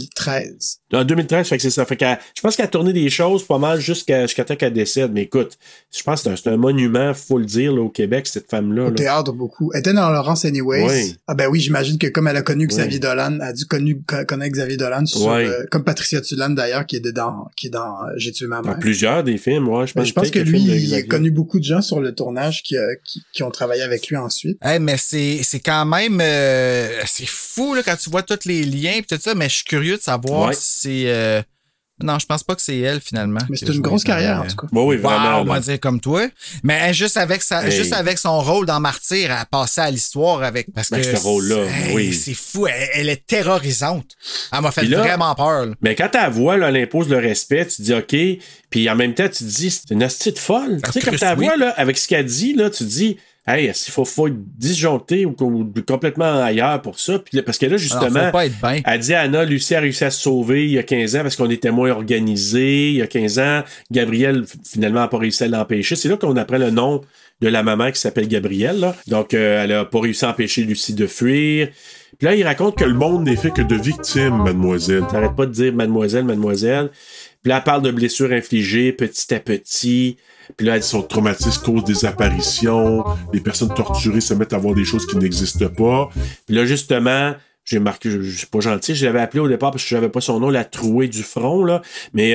Speaker 4: 2013.
Speaker 1: En 2013, fait que c'est ça. Fait que je pense qu'elle a tourné des choses pas mal jusqu'à temps qu'elle décède. Mais écoute, je pense que c'est un monument, faut le dire, là, au Québec, cette femme-là.
Speaker 4: Au théâtre, beaucoup. Elle était dans Laurence Anyways. Oui. Ah ben oui, j'imagine que comme elle a connu Xavier Dolan, elle a dû connaître Xavier Dolan sur, comme Patricia Tulane d'ailleurs, qui est dans J'ai tué ma mère.
Speaker 1: Dans plusieurs des films, je
Speaker 4: pense que lui, il a connu beaucoup de gens sur le tournage qui ont travaillé avec lui ensuite.
Speaker 2: Hey, mais c'est quand même c'est fou là quand tu vois tous les liens et tout ça, mais je suis curieux de savoir si c'est non, je pense pas que c'est elle finalement.
Speaker 4: Mais c'est une grosse carrière en tout cas.
Speaker 1: Oui, vraiment.
Speaker 2: On va dire comme toi. Mais juste avec son rôle dans Martyr, elle a passé à l'histoire avec parce que
Speaker 1: ce rôle-là,
Speaker 2: c'est fou. Elle est terrorisante. Elle m'a fait vraiment peur. Là.
Speaker 1: Mais quand ta voix là, elle impose le respect, tu te dis OK, puis en même temps tu te dis c'est une hostie de folle. Tu sais comme ta voix là, avec ce qu'elle dit là, tu te dis hey, s'il faut être disjoncté ou complètement ailleurs pour ça. Puis là, parce que là, justement,
Speaker 2: faut pas être bien.
Speaker 1: Elle dit Anna, Lucie a réussi à se sauver il y a 15 ans parce qu'on était moins organisés. Il y a 15 ans, Gabrielle, finalement, n'a pas réussi à l'empêcher. C'est là qu'on apprend le nom de la maman qui s'appelle Gabrielle. Là. Donc, elle a pas réussi à empêcher Lucie de fuir. Puis là, il raconte que le monde n'est fait que de victimes, mademoiselle. T'arrêtes pas de dire mademoiselle. Puis là, elle parle de blessures infligées petit à petit. Puis là,
Speaker 8: son traumatisme cause des apparitions, les personnes torturées se mettent à voir des choses qui n'existent pas.
Speaker 1: Puis là, justement, j'ai marqué, je suis pas gentil, je l'avais appelé au départ parce que je savais pas son nom, la trouée du front, là. Mais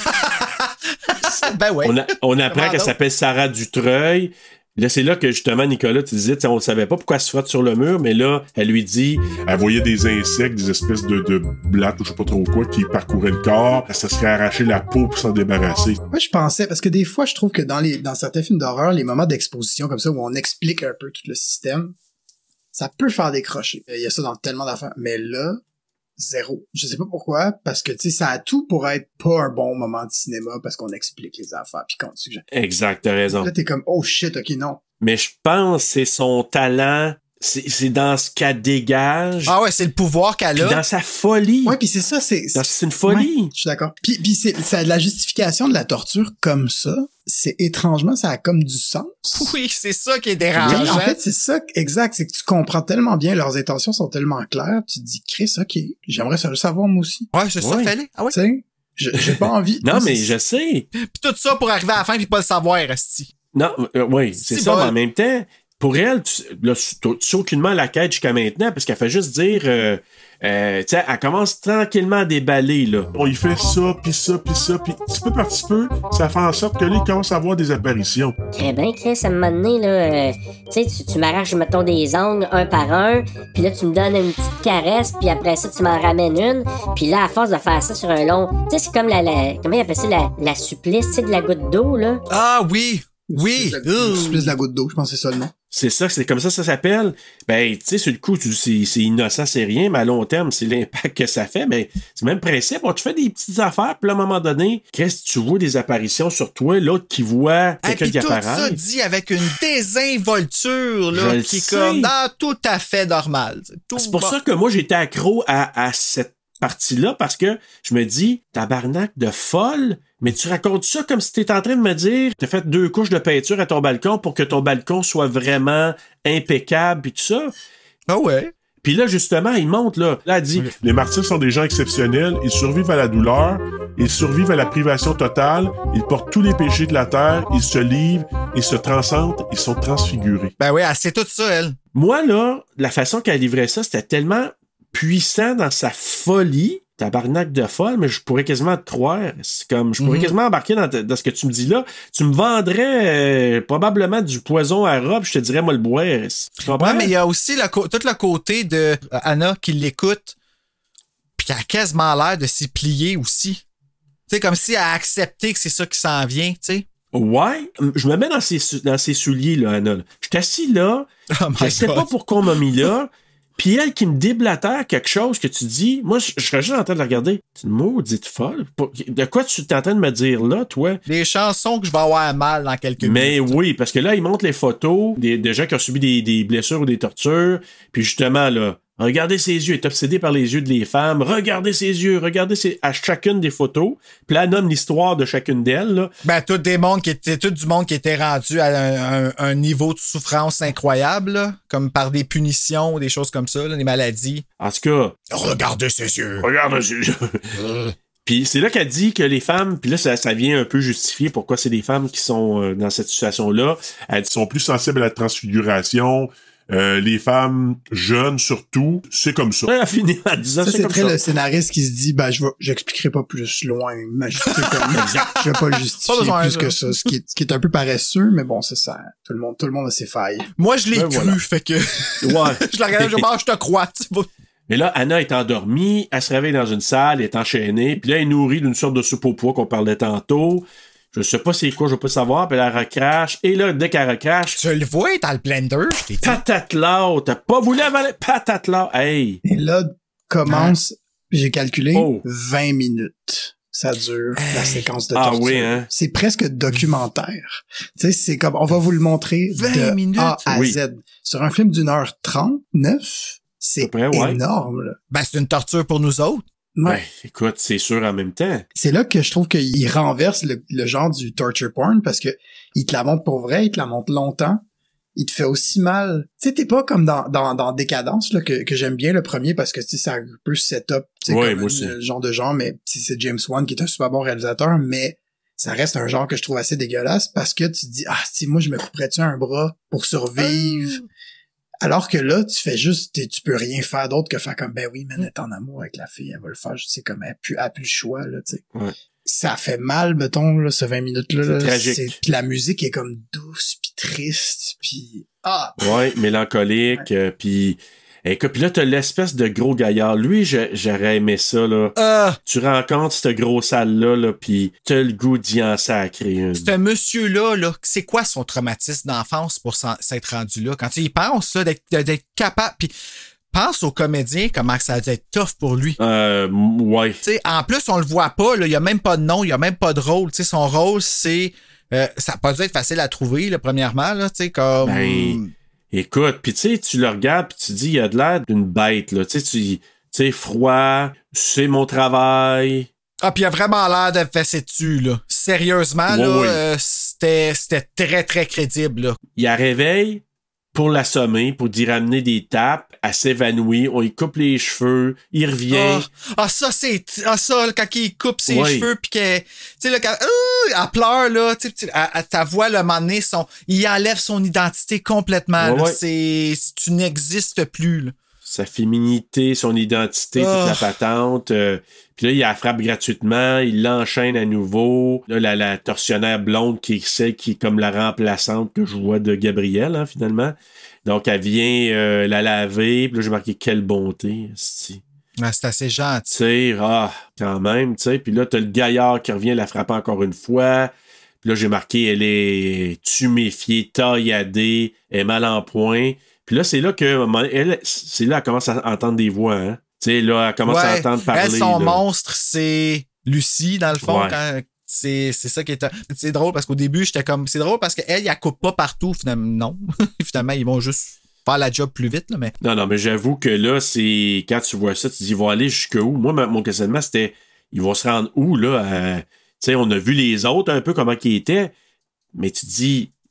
Speaker 2: ben ouais.
Speaker 1: On apprend qu'elle s'appelle Sarah Dutreuil. Là, c'est là que, justement, Nicolas, tu disais, on ne savait pas pourquoi elle se frotte sur le mur, mais là, elle lui dit...
Speaker 8: Elle voyait des insectes, des espèces de blattes ou je sais pas trop quoi, qui parcouraient le corps. Elle se serait arraché la peau pour s'en débarrasser.
Speaker 4: Moi, je pensais, parce que des fois, je trouve que dans certains films d'horreur, les moments d'exposition comme ça, où on explique un peu tout le système, ça peut faire décrocher. Il y a ça dans tellement d'affaires. Mais là... Zéro. Je sais pas pourquoi, parce que, tu sais, ça a tout pour être pas un bon moment de cinéma, parce qu'on explique les affaires, pis qu'on suggère.
Speaker 1: Exact, t'as raison.
Speaker 4: Là, t'es comme, oh shit, ok, non.
Speaker 1: Mais je pense que c'est son talent, c'est dans ce qu'elle dégage.
Speaker 2: Ah ouais, c'est le pouvoir qu'elle a.
Speaker 1: Dans sa folie.
Speaker 4: Ouais, pis c'est ça, c'est
Speaker 1: une folie.
Speaker 4: Ouais, je suis d'accord. Pis c'est la justification de la torture comme ça. C'est étrangement, ça a comme du sens.
Speaker 2: Oui, c'est ça qui est dérangeant.
Speaker 4: Oui, en fait, c'est ça, exact. C'est que tu comprends tellement bien, leurs intentions sont tellement claires, tu te dis, Chris, ok, j'aimerais ça le savoir moi aussi.
Speaker 2: Ouais, c'est ça, fallait. Ah ouais.
Speaker 4: Tu sais, j'ai pas envie.
Speaker 1: Non, mais je sais.
Speaker 2: Puis tout ça pour arriver à la fin puis pas le savoir, esti.
Speaker 1: Non, oui, c'est ça, mais en même temps, pour elle, tu sais aucunement la quête jusqu'à maintenant, parce qu'elle fait juste dire, tu sais, elle commence tranquillement à déballer, là.
Speaker 8: On y fait ça, puis ça, puis ça, puis petit peu par petit peu, ça fait en sorte que là, il commence à avoir des apparitions.
Speaker 6: Très bien, Chris, à un moment donné, là, tu sais, tu m'arraches, mettons, des ongles un par un, puis là, tu me donnes une petite caresse, puis après ça, tu m'en ramènes une, puis là, à force de faire ça sur un long, tu sais, c'est comme comment il appelle ça, la supplice, tu sais, de la goutte d'eau, là.
Speaker 2: Ah oui! Oui!
Speaker 4: Le supplice de la goutte d'eau, je pense que c'est ça le nom.
Speaker 1: C'est ça, c'est comme ça s'appelle. Ben, tu sais, sur le coup, c'est innocent, c'est rien, mais à long terme, c'est l'impact que ça fait. Ben, c'est le même principe. Tu fais des petites affaires, puis à un moment donné, qu'est-ce que tu vois des apparitions sur toi, l'autre qui voit quelqu'un qui apparaît.
Speaker 2: Tout ça dit avec une désinvolture, là, qui est comme tout à fait normal.
Speaker 1: C'est pour ça que moi, j'étais accro à cette partie-là, parce que je me dis, tabarnak de folle, mais tu racontes ça comme si t'étais en train de me dire, t'as fait 2 couches de peinture à ton balcon pour que ton balcon soit vraiment impeccable pis tout ça.
Speaker 2: Ah ouais.
Speaker 1: Puis là, justement, il montre, là, elle dit...
Speaker 8: Les martyrs sont des gens exceptionnels, ils survivent à la douleur, ils survivent à la privation totale, ils portent tous les péchés de la terre, ils se livrent, ils se transcendent, ils sont transfigurés.
Speaker 2: Ben oui, elle sait tout ça, elle.
Speaker 1: Moi, là, la façon qu'elle livrait ça, c'était tellement puissant dans sa folie, tabarnak de folle, mais je pourrais quasiment te croire. C'est comme, je pourrais quasiment embarquer dans ce que tu me dis là. Tu me vendrais probablement du poison à robe, je te dirais, moi, le boire. Tu comprends?
Speaker 2: Ouais, mais il y a aussi tout le côté de Anna qui l'écoute, puis qui a quasiment l'air de s'y plier aussi. Tu sais, comme si elle a accepté que c'est ça qui s'en vient, tu sais.
Speaker 1: Ouais, je me mets dans ses souliers, là, Anna. Je suis assis là, je sais pas pourquoi on m'a mis là, puis elle qui me déblatère quelque chose que tu dis, moi, je serais juste en train de la regarder. C'est une maudite folle. De quoi tu t'es en train de me dire là, toi?
Speaker 2: Des chansons que je vais avoir mal dans quelques minutes.
Speaker 1: Mais oui, parce que là, ils montrent les photos des gens qui ont subi des blessures ou des tortures, puis justement, là, regardez ses yeux, il est obsédé par les yeux de les femmes. Regardez ses yeux, à chacune des photos. Puis là, elle nomme l'histoire de chacune d'elles. Là.
Speaker 2: Ben, tout du monde qui était rendu à un niveau de souffrance incroyable, là, comme par des punitions ou des choses comme ça, là, des maladies.
Speaker 1: En tout cas...
Speaker 2: Regardez ses yeux.
Speaker 1: Regardez ses yeux. Puis c'est là qu'elle dit que les femmes, puis là, ça vient un peu justifier pourquoi c'est des femmes qui sont dans cette situation-là.
Speaker 8: Elles sont plus sensibles à la transfiguration... les femmes jeunes, surtout, c'est comme ça.
Speaker 1: Elle a fini en disant
Speaker 4: ça, c'est
Speaker 1: comme
Speaker 4: très
Speaker 1: ça.
Speaker 4: le scénariste qui se dit, ben, j'expliquerai pas plus loin. Mais je vais pas le justifier plus que ça. Ce qui est un peu paresseux, mais bon, c'est ça. Tout le monde a ses failles.
Speaker 2: Moi, je l'ai cru, fait que...
Speaker 1: Ouais.
Speaker 2: Je la regardais, je te crois, tu vois.
Speaker 1: Mais là, Anna est endormie, elle se réveille dans une salle, elle est enchaînée, puis là, elle est nourrie d'une sorte de soupe au pois qu'on parlait tantôt. Je sais pas c'est quoi, je veux pas savoir, puis elle recrache. Et là, dès qu'elle recrache...
Speaker 2: Tu le vois, t'as le blender, je t'ai dit.
Speaker 1: Patatla, t'as pas voulu avaler... Patatla, hey!
Speaker 4: Et là, commence, j'ai calculé, 20 minutes. Ça dure, la séquence de torture.
Speaker 1: Ah oui, hein?
Speaker 4: C'est presque documentaire. Tu sais, c'est comme, on va vous le montrer
Speaker 2: 20
Speaker 4: de
Speaker 2: minutes.
Speaker 4: A à Z. Sur un film d'1h39, c'est énorme, là.
Speaker 2: Ben, c'est une torture pour nous autres.
Speaker 4: Ouais.
Speaker 1: Ben, écoute, c'est sûr en même temps.
Speaker 4: C'est là que je trouve qu'il renverse le genre du torture porn parce que il te la montre pour vrai, il te la montre longtemps. Il te fait aussi mal. Tu sais, t'es pas comme dans Décadence, là, que j'aime bien le premier parce que, tu sais, c'est un peu setup, tu sais,
Speaker 1: ouais,
Speaker 4: comme le genre de genre, mais c'est James Wan qui est un super bon réalisateur, mais ça reste un genre que je trouve assez dégueulasse parce que tu te dis, si moi, je me couperais-tu un bras pour survivre? Alors que là, tu fais juste, tu peux rien faire d'autre que faire comme, ben oui, mais elle est en amour avec la fille, elle va le faire, je sais, comme, elle a plus le choix, là, tu sais.
Speaker 1: Ouais.
Speaker 4: Ça fait mal, mettons, là, ce 20 minutes-là.
Speaker 1: C'est tragique.
Speaker 4: Puis la musique est comme douce, puis triste, puis...
Speaker 1: Ouais, mélancolique, puis... Écoute, puis là, t'as l'espèce de gros gaillard. Lui, j'aurais aimé ça, là. Tu rencontres cette grosse salle-là, là, puis t'as le goût d'y en sacrer une.
Speaker 2: Ce monsieur-là, là, c'est quoi son traumatisme d'enfance pour s'être rendu là? Quand il pense, là, d'être capable... Puis pense au comédien, comment ça a dû être tough pour lui.
Speaker 1: Ouais.
Speaker 2: T'sais, en plus, on le voit pas, là, il y a même pas de nom, il y a même pas de rôle. T'sais, son rôle, c'est... ça a pas dû être facile à trouver, là, premièrement, là, tu sais, comme...
Speaker 1: Ben, écoute, puis tu sais, tu le regardes, puis tu dis, il a de l'air d'une bête, là. Tu sais, froid, c'est mon travail.
Speaker 2: Ah, puis il a vraiment l'air de fesser dessus, là. Sérieusement, là, c'était très, très crédible, là.
Speaker 1: Il la réveille pour l'assommer, pour d'y ramener des tapes, elle s'évanouit, on lui coupe les cheveux, il revient.
Speaker 2: Ça, quand il coupe ses cheveux, puis que, tu sais, là, quand, elle pleure, là, tu sais, ta voix, le moment donné, il enlève son identité complètement, là. Tu n'existes plus, là.
Speaker 1: Sa féminité, son identité, toute la patente. Puis là, il la frappe gratuitement, il l'enchaîne à nouveau. Là, la tortionnaire blonde qui est celle qui est comme la remplaçante que je vois de Gabrielle, hein, finalement. Donc, elle vient la laver. Puis là, j'ai marqué « Quelle bonté! »
Speaker 2: C'est assez gentil.
Speaker 1: Tu sais, quand même, tu sais. Puis là, t'as le gaillard qui revient la frapper encore une fois. Puis là, j'ai marqué « Elle est tuméfiée, tailladée, elle est mal en point. » Puis là, c'est là qu'elle commence à entendre des voix, hein. Tu sais, là, elle commence à entendre parler.
Speaker 2: Elle, son
Speaker 1: là.
Speaker 2: monstre, c'est Lucie, dans le fond. Quand c'est ça qui est... C'est drôle parce qu'au début, j'étais comme... C'est drôle parce qu'elle, elle coupe pas partout, finalement. Non. Finalement, ils vont juste faire la job plus vite, là, mais...
Speaker 1: Non, mais j'avoue que là, c'est... Quand tu vois ça, tu te dis, ils vont aller jusqu'où? Moi, mon questionnement, c'était, ils vont se rendre où, là? Tu sais, on a vu les autres un peu comment ils étaient, mais tu te dis...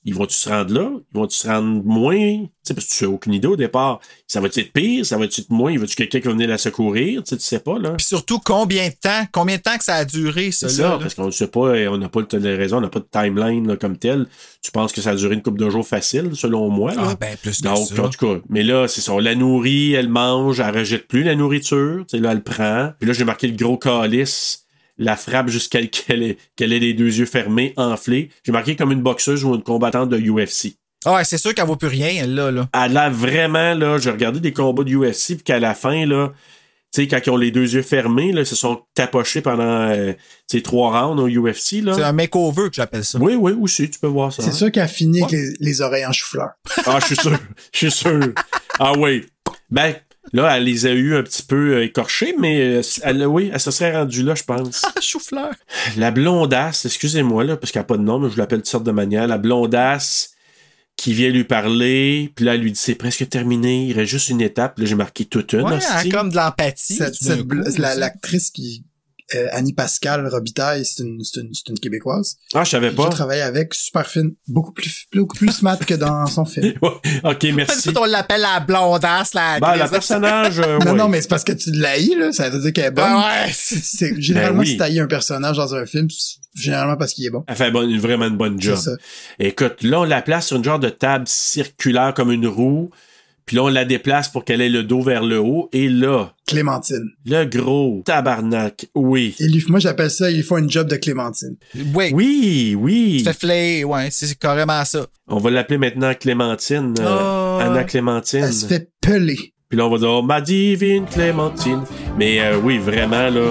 Speaker 1: ils vont-tu se rendre là? Ils vont-tu se rendre moins? Tu sais, parce que tu n'as aucune idée au départ. Ça va-tu être pire? Ça va-tu être moins? Y va-tu quelqu'un qui va venir la secourir? Tu sais pas, là.
Speaker 2: Puis surtout, combien de temps que ça a duré, ça,
Speaker 1: c'est
Speaker 2: là?
Speaker 1: Ça, parce qu'on ne sait pas, on n'a pas de raison, on n'a pas de timeline là, comme tel. Tu penses que ça a duré une couple de jours facile, selon moi. Là.
Speaker 2: Ah, ben, plus que
Speaker 1: donc,
Speaker 2: ça.
Speaker 1: en tout cas, mais là, c'est ça. On la nourrit, elle mange, elle rejette plus la nourriture. Tu sais, là, elle prend. Puis là, j'ai marqué le gros calice. La frappe jusqu'à qu'elle ait les deux yeux fermés, enflés. J'ai marqué comme une boxeuse ou une combattante de UFC.
Speaker 2: Ah ouais, c'est sûr qu'elle vaut plus rien, elle, là.
Speaker 1: Elle a vraiment, là, j'ai regardé des combats de UFC, puis qu'à la fin, là, tu sais, quand ils ont les deux yeux fermés, là, ils se sont tapochés pendant 3 rounds au UFC, là.
Speaker 2: C'est un makeover que j'appelle ça.
Speaker 1: Oui, aussi, tu peux voir ça.
Speaker 4: C'est sûr qu'elle a fini avec les oreilles en chou-fleur.
Speaker 1: Ah, je suis sûr. Ah oui. Ben, là, elle les a eu un petit peu écorchées, mais elle se serait rendue là, je pense.
Speaker 2: Ah, chou-fleur.
Speaker 1: La blondasse, excusez-moi, là, parce qu'elle n'a pas de nom, mais je l'appelle de toutes sortes de manières. La blondasse qui vient lui parler, puis là, elle lui dit c'est presque terminé, il reste juste une étape. Là, j'ai marqué toute une.
Speaker 2: Ouais, comme de l'empathie.
Speaker 4: L'actrice qui... Annie Pascal Robitaille, c'est une Québécoise.
Speaker 1: Ah, je savais pas.
Speaker 4: J'ai travaillé avec, super fine, beaucoup plus smart que dans son film.
Speaker 1: OK, merci.
Speaker 2: On l'appelle la blondasse, la
Speaker 1: personnage...
Speaker 4: Non, mais c'est parce que tu l'haïs, là, ça veut dire qu'elle est bonne. Généralement, si t'haïs un personnage dans un film, c'est généralement parce qu'il est bon.
Speaker 1: Elle fait vraiment une bonne job.
Speaker 4: C'est ça.
Speaker 1: Écoute, là, on la place sur une genre de table circulaire comme une roue. Puis là, on la déplace pour qu'elle ait le dos vers le haut. Et là...
Speaker 4: Clémentine.
Speaker 1: Le gros tabarnak, oui.
Speaker 4: Moi, j'appelle ça, ils font une job de Clémentine.
Speaker 2: Oui. C'est carrément ça.
Speaker 1: On va l'appeler maintenant Clémentine. Anna Clémentine.
Speaker 4: Elle se fait peler.
Speaker 1: Puis là, on va dire, ma divine Clémentine. Mais oui, vraiment, là...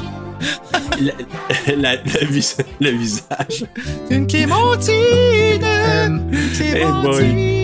Speaker 1: le visage.
Speaker 2: Une Clémentine! Clémentine!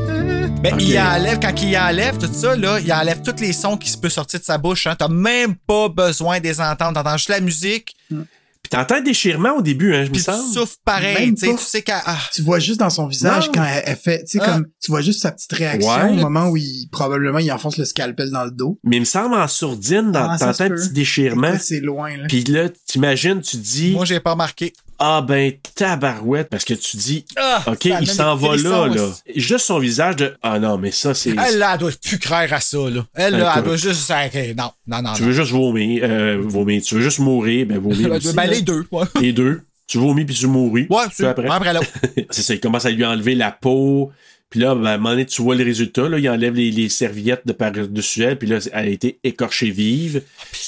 Speaker 2: Mais okay. Quand il enlève tout ça, là, il enlève tous les sons qui se peuvent sortir de sa bouche. Hein. T'as même pas besoin de les entendre. T'entends juste la musique.
Speaker 1: Puis t'entends un déchirement au début, hein, je me sens.
Speaker 2: Puis tu souffles pareil, tu sais qu'elle...
Speaker 4: Tu vois juste dans son visage quand elle fait, tu sais, comme, tu vois juste sa petite réaction au moment où probablement, il enfonce le scalpel dans le dos.
Speaker 1: Mais il me semble en sourdine, t'entends un petit déchirement.
Speaker 4: Écoute, c'est loin, là.
Speaker 1: Puis là, t'imagines, tu dis...
Speaker 2: Moi, j'ai pas remarqué.
Speaker 1: Ah ben, tabarouette, parce que tu dis, OK, il s'en va là. Juste son visage de, ah non, mais ça, c'est...
Speaker 2: Elle, là, elle doit plus craindre à ça, là. Elle, là, elle doit juste... Non.
Speaker 1: Tu veux juste vomir. Tu veux juste mourir, ben vomir aussi.
Speaker 2: Ben, les deux, ouais.
Speaker 1: Les deux. Tu vomis puis tu mouris.
Speaker 2: Ouais, c'est après l'autre.
Speaker 1: C'est ça, il commence à lui enlever la peau. Puis là, ben, à un moment donné, tu vois le résultat. Là, il enlève les serviettes de par-dessus elle. Puis là, elle a été écorchée vive.
Speaker 2: Puis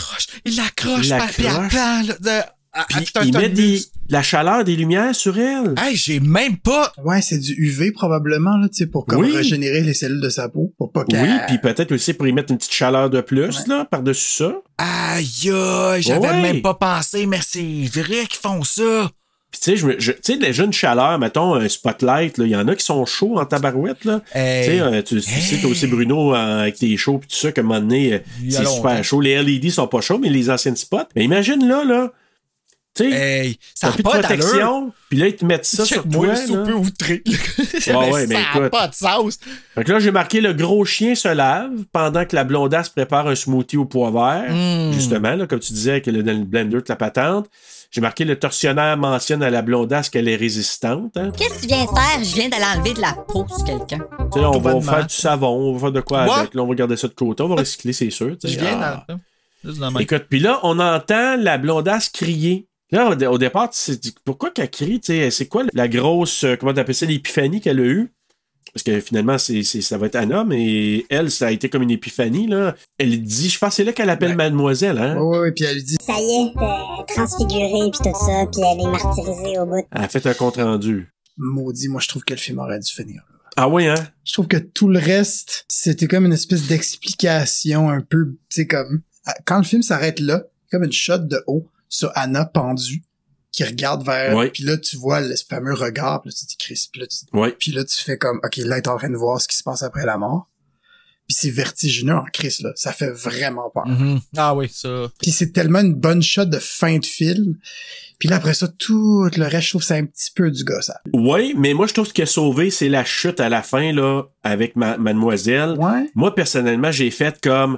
Speaker 2: il l'accroche papier à plan, là,
Speaker 1: puis il met la chaleur des lumières sur elle.
Speaker 2: Hey, j'ai même pas...
Speaker 4: Ouais, c'est du UV probablement, là, tu sais, pour comme régénérer les cellules de sa peau. Pour pas
Speaker 1: oui, puis peut-être aussi pour y mettre une petite chaleur de plus, là, par-dessus ça.
Speaker 2: Aïe, j'avais même pas pensé, mais c'est vrai qu'ils font ça.
Speaker 1: Puis tu sais, déjà une chaleur, mettons, un spotlight, là, il y en a qui sont chauds en tabarouette, là. Tu sais, t'as aussi Bruno avec tes chauds pis tout ça, qu'à un moment donné, c'est super chaud. Les LED sont pas chauds, mais les anciennes spots. Mais imagine là, tu sais,
Speaker 2: ça n'a
Speaker 1: plus
Speaker 2: pas
Speaker 1: de protection, puis là, ils te mettent ça sur toi.
Speaker 2: C'est un peu outré.
Speaker 1: Ça n'a
Speaker 2: pas de sens.
Speaker 1: Fait que là, j'ai marqué le gros chien se lave pendant que la blondasse prépare un smoothie au pois vert. Justement, là, comme tu disais, avec le blender de la patente. J'ai marqué le tortionnaire mentionne à la blondasse qu'elle est résistante. Hein.
Speaker 7: Qu'est-ce que tu viens de faire? Je viens d'aller enlever de la peau sur quelqu'un.
Speaker 1: Tu sais, on va faire du savon, on va faire de quoi avec. Là, on va garder ça de côté, on va recycler, c'est sûr.
Speaker 2: Je viens dans...
Speaker 1: Écoute, puis là, on entend la blondasse crier. Là, au départ, tu sais, pourquoi qu'elle crie? C'est quoi la grosse, comment t'appelles ça, l'épiphanie qu'elle a eue? Parce que finalement, ça va être Anna, mais elle, ça a été comme une épiphanie, là. Elle dit, je pense que c'est là qu'elle appelle Mademoiselle, hein?
Speaker 4: Oui, puis elle dit...
Speaker 7: Ça y est, t'es transfigurée, puis tout ça, puis elle est martyrisée au bout.
Speaker 1: Elle a fait un compte-rendu.
Speaker 4: Maudit, moi, je trouve que le film aurait dû finir, là.
Speaker 1: Ah oui, hein?
Speaker 4: Je trouve que tout le reste, c'était comme une espèce d'explication un peu, tu sais, comme... Quand le film s'arrête là, comme une shot de haut sur Anna pendue, qui regarde vers, puis là, tu vois le fameux regard, puis là, tu dis Chris, puis là, tu fais comme, OK, là, il est en train de voir ce qui se passe après la mort. Puis c'est vertigineux en Chris, là. Ça fait vraiment peur.
Speaker 2: Ah oui, ça.
Speaker 4: Puis c'est tellement une bonne shot de fin de film. Puis là, après ça, tout le reste, je trouve que c'est un petit peu du gossage.
Speaker 1: Oui, mais moi, je trouve ce qui a sauvé, c'est la chute à la fin, là, avec Mademoiselle.
Speaker 4: Ouais.
Speaker 1: Moi, personnellement, j'ai fait comme,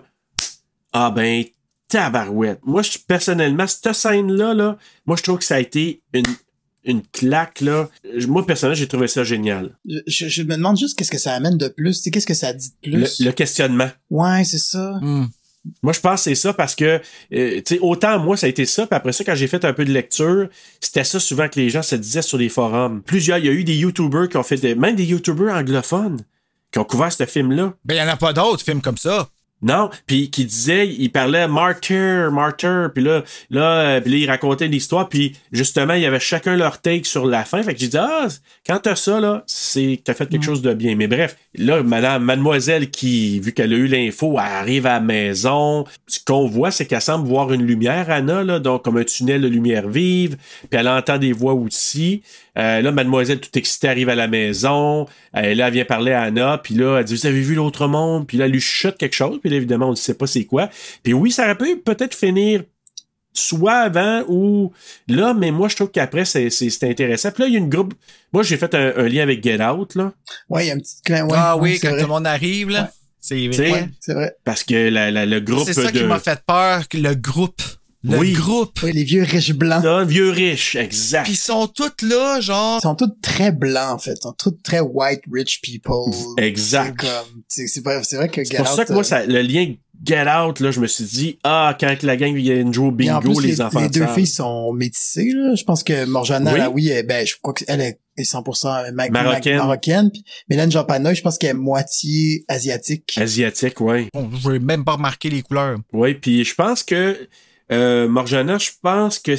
Speaker 1: ah ben, tabarouette. Moi, personnellement, cette scène-là, là, moi, je trouve que ça a été une claque, là. Moi, personnellement, j'ai trouvé ça génial.
Speaker 4: Je me demande juste qu'est-ce que ça amène de plus. Tu sais, qu'est-ce que ça dit de plus?
Speaker 1: Le questionnement.
Speaker 4: Ouais, c'est ça.
Speaker 1: Moi, je pense que c'est ça parce que, tu sais, autant moi, ça a été ça, puis après ça, quand j'ai fait un peu de lecture, c'était ça souvent que les gens se disaient sur les forums. Il y a eu des YouTubers qui ont fait même des YouTubers anglophones qui ont couvert ce film-là.
Speaker 2: Ben, il y en a pas d'autres films comme ça.
Speaker 1: Non, puis qui disait, il parlait martyr, puis là, il racontait une histoire, puis justement, il y avait chacun leur take sur la fin. Fait que j'ai dit, quand t'as ça, là, c'est que t'as fait quelque chose de bien. Mais bref, là, mademoiselle qui, vu qu'elle a eu l'info, elle arrive à la maison. Ce qu'on voit, c'est qu'elle semble voir une lumière, Anna, là, donc comme un tunnel de lumière vive, puis elle entend des voix aussi. Là, mademoiselle, toute excitée, arrive à la maison. Là, elle vient parler à Anna, puis là, elle dit, vous avez vu l'autre monde? Puis là, elle lui chuchote quelque chose, puis là, évidemment, on ne sait pas c'est quoi. Puis oui, ça aurait pu peut-être finir soit avant ou là, mais moi, je trouve qu'après, c'est intéressant. Puis là, il y a une groupe... Moi, j'ai fait un lien avec Get Out, là.
Speaker 4: Ouais, il y a un petit clin. Ouais,
Speaker 2: oui, quand tout le monde arrive, là.
Speaker 4: Ouais. C'est vrai.
Speaker 1: Parce que le groupe
Speaker 2: c'est ça qui m'a fait peur, le groupe. Groupe.
Speaker 4: Oui, les vieux riches blancs.
Speaker 1: Ça, vieux riches, exact.
Speaker 2: Puis ils sont tous là, genre...
Speaker 4: Ils sont tous très blancs, en fait. Ils sont tous très white rich people.
Speaker 1: Exact.
Speaker 4: C'est vrai que
Speaker 1: c'est pour ça que moi, le lien Get Out, là, je me suis dit, quand la gang vient jouer au bingo,
Speaker 4: plus,
Speaker 1: les enfants
Speaker 4: les deux filles sont métissées, là. Je pense que Morjana, je crois qu'elle est 100% marocaine. Puis Mylène Jampanoy, je pense qu'elle est moitié asiatique.
Speaker 1: Asiatique, oui.
Speaker 2: Je n'ai même pas remarqué les couleurs.
Speaker 1: Oui, puis je pense que Morjana, je pense que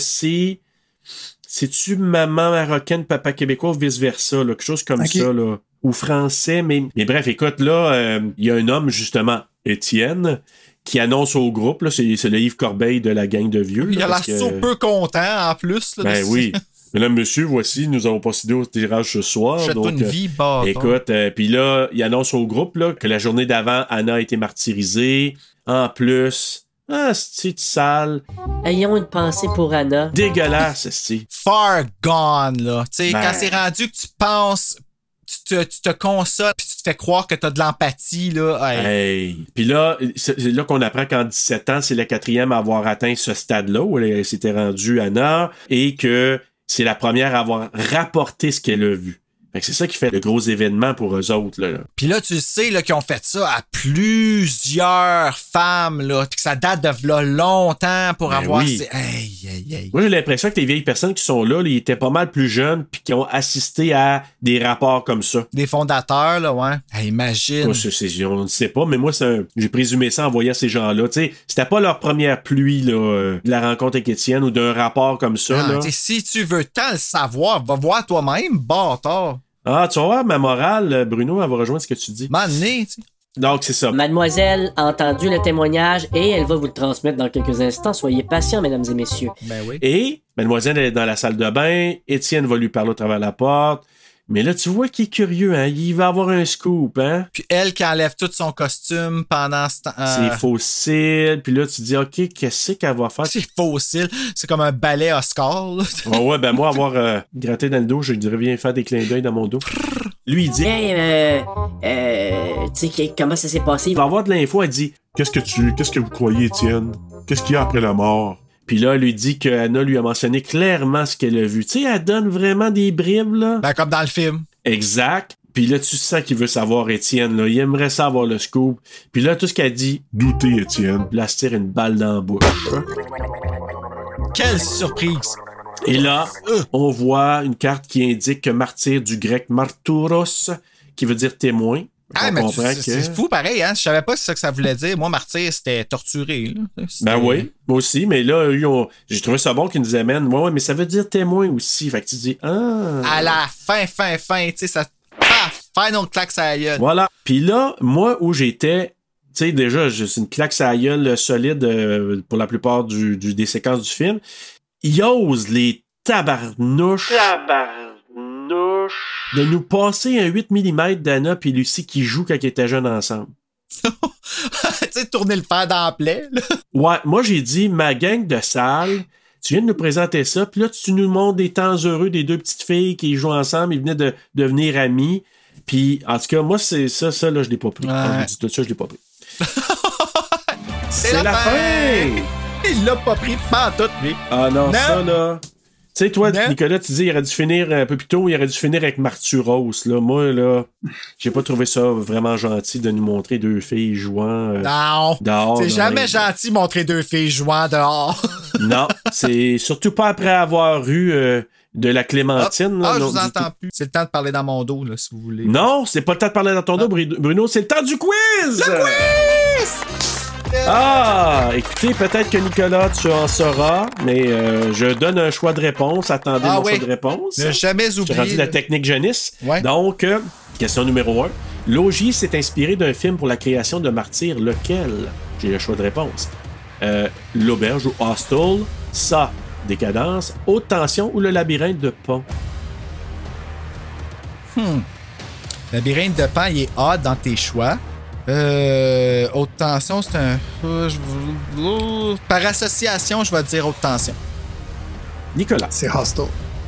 Speaker 1: c'est-tu maman marocaine, papa québécois ou vice-versa, là, quelque chose comme ça, là. Ou français, mais bref, écoute, là, il y a un homme, justement, Étienne, qui annonce au groupe, là, c'est le Yves Corbeil de la gang de vieux.
Speaker 2: Il a l'air super content, en plus. Là,
Speaker 1: ben oui. Mesdames, messieurs, voici, nous avons procédé au tirage ce soir.
Speaker 2: Donc, une vie,
Speaker 1: écoute, puis là, il annonce au groupe là, que la journée d'avant, Anna a été martyrisée. En plus... c'est sale.
Speaker 6: Ayons une pensée pour Anna.
Speaker 1: Dégueulasse, c'est.
Speaker 2: Far gone, là. Tu sais, quand c'est rendu que tu penses, tu te consoles, puis tu te fais croire que t'as de l'empathie, là.
Speaker 1: Hey. Puis là, c'est là qu'on apprend qu'en 17 ans, c'est la 4e à avoir atteint ce stade-là, où elle s'était rendue, Anna, et que c'est la première à avoir rapporté ce qu'elle a vu. Fait que c'est ça qui fait le gros événement pour eux autres. Là.
Speaker 2: Puis là, tu sais là, qu'ils ont fait ça à plusieurs femmes, là, que ça date de là, longtemps pour avoir...
Speaker 1: Oui.
Speaker 2: Hey.
Speaker 1: Moi, j'ai l'impression que les vieilles personnes qui sont là, ils étaient pas mal plus jeunes puis qui ont assisté à des rapports comme ça.
Speaker 2: Des fondateurs, là, ouais. Hey, imagine.
Speaker 1: Moi, on ne sait pas, mais moi, j'ai présumé ça en voyant ces gens-là. Tu sais, c'était pas leur première pluie là, de la rencontre avec Étienne ou d'un rapport comme ça. Là.
Speaker 2: Si tu veux tant le savoir, va voir toi-même, bâtard.
Speaker 1: Ah, tu vas voir, ma morale, Bruno, elle va rejoindre ce que tu dis.
Speaker 2: Mané, tu sais.
Speaker 1: Donc, c'est ça.
Speaker 6: Mademoiselle a entendu le témoignage et elle va vous le transmettre dans quelques instants. Soyez patients, mesdames et messieurs.
Speaker 2: Ben oui.
Speaker 1: Et mademoiselle est dans la salle de bain. Étienne va lui parler au travers de la porte. Mais là, tu vois qu'il est curieux, hein? Il va avoir un scoop, hein?
Speaker 2: Puis elle qui enlève tout son costume pendant ce temps...
Speaker 1: C'est fossile. Puis là, tu dis, OK, qu'est-ce qu'elle va faire?
Speaker 2: C'est fossile. C'est comme un balai Oscar, là.
Speaker 1: Ouais, ben moi, avoir gratté dans le dos, je dirais bien faire des clins d'œil dans mon dos. Lui, il dit...
Speaker 6: tu sais, comment ça s'est passé?
Speaker 1: Il va avoir de l'info, elle dit...
Speaker 8: Qu'est-ce que vous croyez, Étienne? Qu'est-ce qu'il y a après la mort?
Speaker 1: Puis là, elle lui dit qu'Anna lui a mentionné clairement ce qu'elle a vu. Tu sais, elle donne vraiment des bribes, là.
Speaker 2: Ben, comme dans le film.
Speaker 1: Exact. Puis là, tu sens qu'il veut savoir Étienne, là. Il aimerait savoir le scoop. Puis là, tout ce qu'elle dit...
Speaker 8: Doutez, Étienne.
Speaker 1: Là, elle se tire une balle dans la bouche.
Speaker 2: Quelle surprise!
Speaker 1: Et là, on voit une carte qui indique que martyr du grec marturos, qui veut dire témoin.
Speaker 2: Ah, mais c'est fou pareil, hein? Je savais pas ce que ça voulait dire. Moi, martyr, c'était torturé. Là.
Speaker 1: Ben oui, moi aussi, mais là, j'ai trouvé ça bon qu'ils nous amènent. Ouais, mais ça veut dire témoin aussi. Fait que tu dis,
Speaker 2: à la fin, tu sais, ça. Final claque sa gueule.
Speaker 1: Voilà. Puis là, moi, où j'étais, tu sais, déjà, c'est une claque sa gueule solide pour la plupart des séquences du film. Il ose les tabarnouches de nous passer un 8 mm d'Anna puis Lucie qui jouent quand ils étaient jeunes ensemble.
Speaker 2: Tu sais, tourner le fer dans la plaie, là.
Speaker 1: Ouais, moi j'ai dit, ma gang de salles, tu viens de nous présenter ça, puis là tu nous montres des temps heureux des deux petites filles qui jouent ensemble, ils venaient de devenir amis, puis en tout cas, moi c'est ça là, je l'ai pas pris.
Speaker 2: Ouais.
Speaker 1: Je vous dis tout ça, je l'ai pas pris.
Speaker 2: C'est la fin! Il l'a pas pris pantoute, lui.
Speaker 1: Ah non, ça là... sais, toi,
Speaker 2: Non.
Speaker 1: Nicolas, tu dis il aurait dû finir un peu plus tôt, il aurait dû finir avec Marturos. Là. Moi, là, j'ai pas trouvé ça vraiment gentil de nous montrer deux filles jouant
Speaker 2: Non.
Speaker 1: dehors.
Speaker 2: C'est
Speaker 1: dans
Speaker 2: jamais
Speaker 1: les-
Speaker 2: gentil de montrer deux filles jouant dehors.
Speaker 1: Non, c'est surtout pas après avoir eu de la clémentine. là,
Speaker 2: Je
Speaker 1: non,
Speaker 2: vous
Speaker 1: du
Speaker 2: entends
Speaker 1: tout.
Speaker 2: plus. C'est le temps de parler dans mon dos, là, si vous voulez.
Speaker 1: Non, c'est pas le temps de parler dans ton dos, Bruno, c'est le temps du quiz! Le quiz! Ah, écoutez, peut-être que Nicolas, tu en sauras, mais je donne un choix de réponse. Attendez mon choix de réponse.
Speaker 2: Ne jamais
Speaker 1: J'ai
Speaker 2: oublier.
Speaker 1: rendu la technique jeunesse.
Speaker 2: Ouais.
Speaker 1: Donc, question numéro 1. Logier s'est inspiré d'un film pour la création de Martyr, lequel? J'ai le choix de réponse. L'auberge ou Hostel, ça, Décadence, Haute Tension ou le labyrinthe de Pan?
Speaker 2: Labyrinthe de Pan, il est odd dans tes choix. Haute tension, c'est un. Par association, je vais dire haute tension.
Speaker 1: Nicolas.
Speaker 4: C'est Hostel.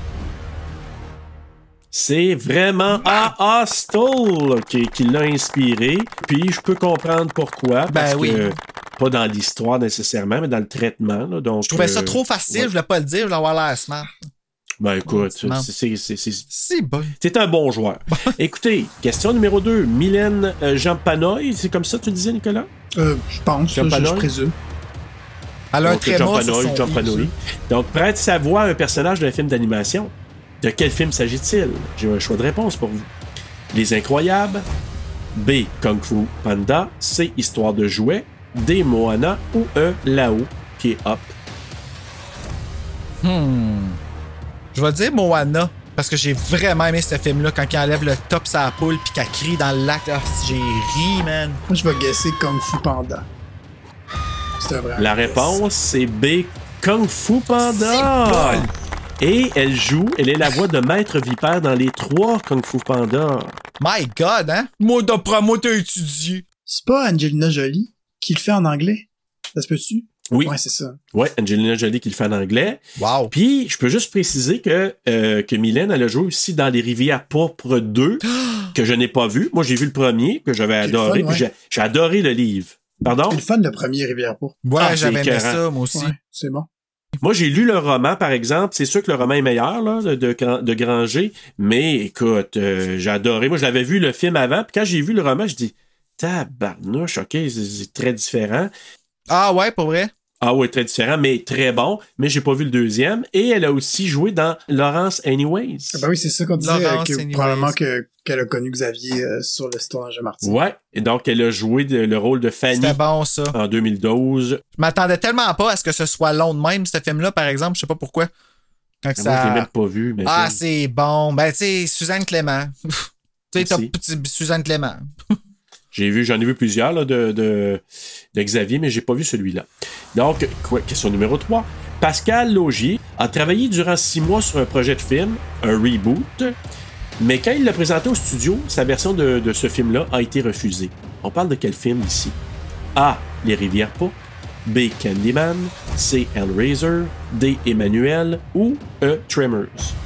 Speaker 1: C'est vraiment à Hostel qui l'a inspiré. Puis je peux comprendre pourquoi. Parce que pas dans l'histoire nécessairement, mais dans le traitement. Là, donc,
Speaker 2: Je trouvais ça trop facile, je voulais pas le dire, je voulais avoir l'air smart.
Speaker 1: Ben écoute,
Speaker 2: c'est bon.
Speaker 1: C'est un bon joueur. Écoutez, question numéro 2. Mylène Jampanoy, c'est comme ça tu disais, Nicolas?
Speaker 4: Je pense, je présume.
Speaker 2: Elle a un tréma sur son
Speaker 1: Jampanoy. Donc, prête sa voix à un personnage d'un film d'animation. De quel film s'agit-il? J'ai un choix de réponse pour vous. Les Incroyables, B. Kung Fu Panda, C. Histoire de jouets, D. Moana ou E. Lao, qui est Up.
Speaker 2: Je vais dire Moana, parce que j'ai vraiment aimé ce film-là quand il enlève le top sa poule puis qu'elle crie dans le lac. Ah, j'ai ri, man.
Speaker 4: Moi, je vais guesser Kung Fu Panda. C'est un vrai.
Speaker 1: La réponse, c'est B. Kung Fu Panda. Et elle est la voix de Maître Vipère dans les 3 Kung Fu Panda.
Speaker 2: My God, hein? Moi, d'après moi, t'as étudié.
Speaker 4: C'est pas Angelina Jolie qui le fait en anglais? Ça se peut-tu?
Speaker 1: Oui.
Speaker 4: Ouais, c'est ça.
Speaker 1: Ouais, Angelina Jolie qui le fait en anglais.
Speaker 2: Wow.
Speaker 1: Puis, je peux juste préciser que Mylène, elle a joué aussi dans Les Rivières Pourpres 2, que je n'ai pas vu. Moi, j'ai vu le premier, que j'avais adoré.
Speaker 4: fun, ouais.
Speaker 1: Puis j'ai adoré le livre. Pardon?
Speaker 4: C'est le fun, le premier Rivière Pourpre.
Speaker 2: Ouais, j'avais aimé
Speaker 1: écœurant.
Speaker 2: ça, moi aussi.
Speaker 4: Ouais, c'est bon.
Speaker 1: Moi, j'ai lu le roman, par exemple. C'est sûr que le roman est meilleur, là, de Granger. Mais, écoute, j'ai adoré. Moi, je l'avais vu le film avant. Puis quand j'ai vu le roman, je dis, tabarnouche, OK, c'est très différent.
Speaker 2: Ah ouais, pour vrai?
Speaker 1: Ah oui, très différent, mais très bon. Mais j'ai pas vu le deuxième. Et elle a aussi joué dans Laurence Anyways.
Speaker 4: Ah ben oui, c'est ça qu'on disait,
Speaker 2: Laurence, anyways.
Speaker 4: Probablement qu'elle a connu Xavier sur le tournage de Martin.
Speaker 1: Ouais, et donc elle a joué le rôle de Fanny
Speaker 2: C'était bon, ça.
Speaker 1: en 2012.
Speaker 2: Je m'attendais tellement pas à ce que ce soit long de même, ce film-là, par exemple. Je sais pas pourquoi. Quand
Speaker 1: Moi, je l'ai même pas vu. Mais
Speaker 2: Ah, c'est bon. Ben, tu sais, Suzanne Clément. Tu sais, t'as
Speaker 1: Merci.
Speaker 2: Suzanne Clément.
Speaker 1: j'en ai vu plusieurs là, de Xavier, mais j'ai pas vu celui-là. Donc, question numéro 3. Pascal Laugier a travaillé durant 6 mois sur un projet de film, un reboot, mais quand il l'a présenté au studio, sa version de ce film-là a été refusée. On parle de quel film ici? A. Les Rivières Pourpres, B. Candyman, C. Hellraiser, D. Emmanuel ou E. Tremors.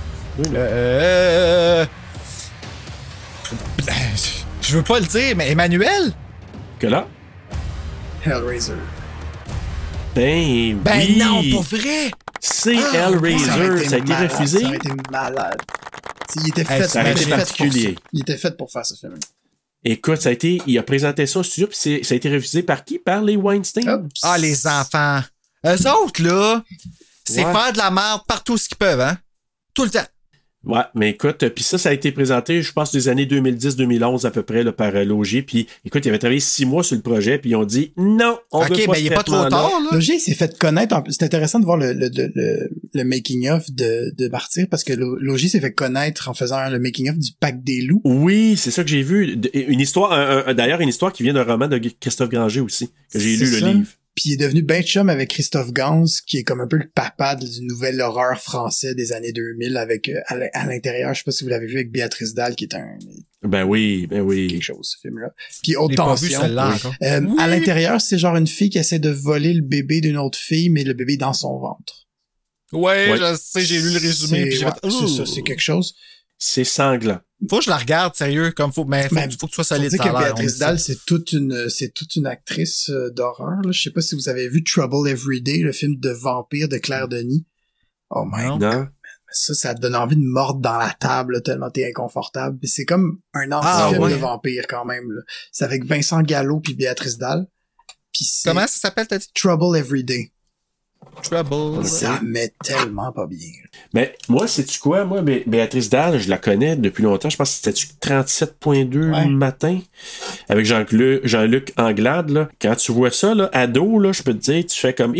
Speaker 2: Je veux pas le dire, mais Emmanuel?
Speaker 1: Que là?
Speaker 4: Hellraiser.
Speaker 1: Ben oui!
Speaker 2: Non, pour vrai!
Speaker 1: C'est Hellraiser, ça a été refusé.
Speaker 4: Ça aurait été malade. Il était fait,
Speaker 1: ça aurait été particulier.
Speaker 4: Il était fait pour faire ce film.
Speaker 1: Écoute, il a présenté ça au studio, puis ça a été refusé par qui? Par les Weinstein.
Speaker 2: Ah, les enfants. Eux autres, là, c'est faire de la merde partout ce qu'ils peuvent, hein? Tout le temps.
Speaker 1: Ouais, mais écoute, puis ça a été présenté, je pense, des années 2010-2011 à peu près, là, par Laugier. Puis, écoute, il avait travaillé 6 mois sur le projet, puis ils ont dit non, on veut pas.
Speaker 2: OK, mais il est pas trop tard, là.
Speaker 4: Laugier s'est fait connaître. C'est intéressant de voir le making-of de Martyr, parce que Laugier s'est fait connaître en faisant le making-of du Pacte des loups.
Speaker 1: Oui, c'est ça que j'ai vu. Une histoire, d'ailleurs, une histoire qui vient d'un roman de Christophe Granger aussi, que j'ai lu le livre.
Speaker 4: Puis il est devenu ben chum avec Christophe Gans, qui est comme un peu le papa du nouvel horreur français des années 2000 avec à l'intérieur, je sais pas si vous l'avez vu, avec Béatrice Dalle, qui est un...
Speaker 1: Ben oui.
Speaker 4: Quelque chose, ce film-là. Puis Haute
Speaker 2: Tension.
Speaker 4: Tension.
Speaker 2: Pas vu celle-là encore.
Speaker 4: À l'intérieur, c'est genre une fille qui essaie de voler le bébé d'une autre fille, mais le bébé est dans son ventre.
Speaker 2: Ouais. Je sais, j'ai lu le résumé. Puis j'ai fait,
Speaker 4: c'est ça, c'est quelque chose.
Speaker 1: C'est sanglant.
Speaker 2: Faut que je la regarde, sérieux, comme faut. Mais faut que tu sois solide.
Speaker 4: Faut dire que Béatrice Dalle, c'est toute une actrice d'horreur, là. Je sais pas si vous avez vu Trouble Every Day, le film de vampire de Claire Denis. Oh my God.
Speaker 1: Non.
Speaker 4: Ça te donne envie de mordre dans la table, là, tellement t'es inconfortable. Puis c'est comme un anti-film de vampire, quand même, là. C'est avec Vincent Gallo puis Béatrice Dalle. Puis
Speaker 2: comment ça s'appelle, t'as dit?
Speaker 4: Trouble Every Day.
Speaker 2: Trouble.
Speaker 4: Ça met tellement pas bien.
Speaker 1: Mais moi, sais-tu quoi? Moi, Béatrice Dalle, je la connais depuis longtemps. Je pense que c'était 37.2 le matin avec Jean-Luc Anglade. Là. Quand tu vois ça, là, ado, là, je peux te dire, tu fais comme...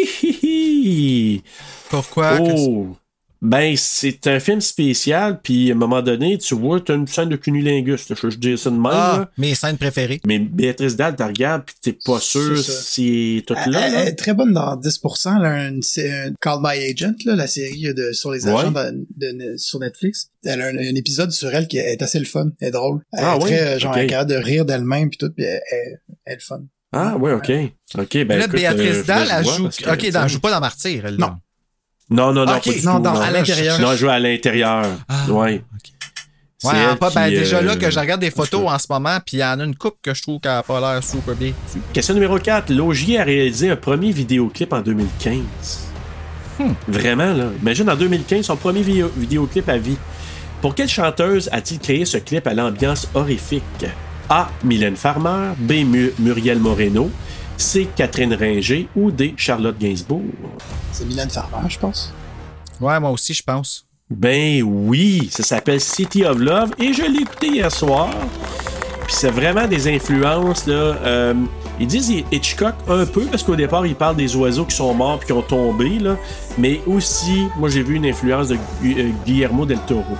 Speaker 2: Pourquoi?
Speaker 1: Oh! Ben, c'est un film spécial, puis à un moment donné, tu vois, t'as une scène de cunilingus. Je dis ça de même. Là.
Speaker 2: Mes scènes préférées.
Speaker 1: Mais Béatrice Dalle, tu regardes, puis t'es pas sûr si tout là.
Speaker 4: Elle est très bonne dans 10%. Là, c'est un Call My Agent, là, la série sur les agents sur Netflix. Elle a un épisode sur elle qui est assez le fun. Elle est drôle. Elle est très, genre, capable de rire d'elle-même, puis tout, puis elle est le fun.
Speaker 1: Ah, ouais, OK. OK, ben
Speaker 2: là,
Speaker 1: écoute,
Speaker 2: Béatrice Dalle, elle joue... OK, elle joue pas dans Martyr, elle,
Speaker 4: non.
Speaker 1: Non,
Speaker 2: okay.
Speaker 1: pas du tout.
Speaker 4: À l'intérieur.
Speaker 1: Non, elle joue à l'intérieur. Ouais.
Speaker 2: Okay. Ouais, déjà là que je regarde des photos en ce moment, puis il y en a une couple que je trouve qui n'a pas l'air super bien.
Speaker 1: Question numéro 4. Laugier a réalisé un premier vidéoclip en 2015. Vraiment, là. Imagine en 2015, son premier vidéoclip à vie. Pour quelle chanteuse a-t-il créé ce clip à l'ambiance horrifique? A. Mylène Farmer. B. Muriel Moreno. C. Catherine Ringer ou D. Charlotte Gainsbourg?
Speaker 4: C'est Mylène Farmer, je pense.
Speaker 2: Ouais, moi aussi, je pense.
Speaker 1: Ben oui, ça s'appelle City of Love et je l'ai écouté hier soir. Puis c'est vraiment des influences, là. Ils disent Hitchcock un peu, parce qu'au départ, ils parlent des oiseaux qui sont morts puis qui ont tombé, là. Mais aussi, moi, j'ai vu une influence de Guillermo del Toro.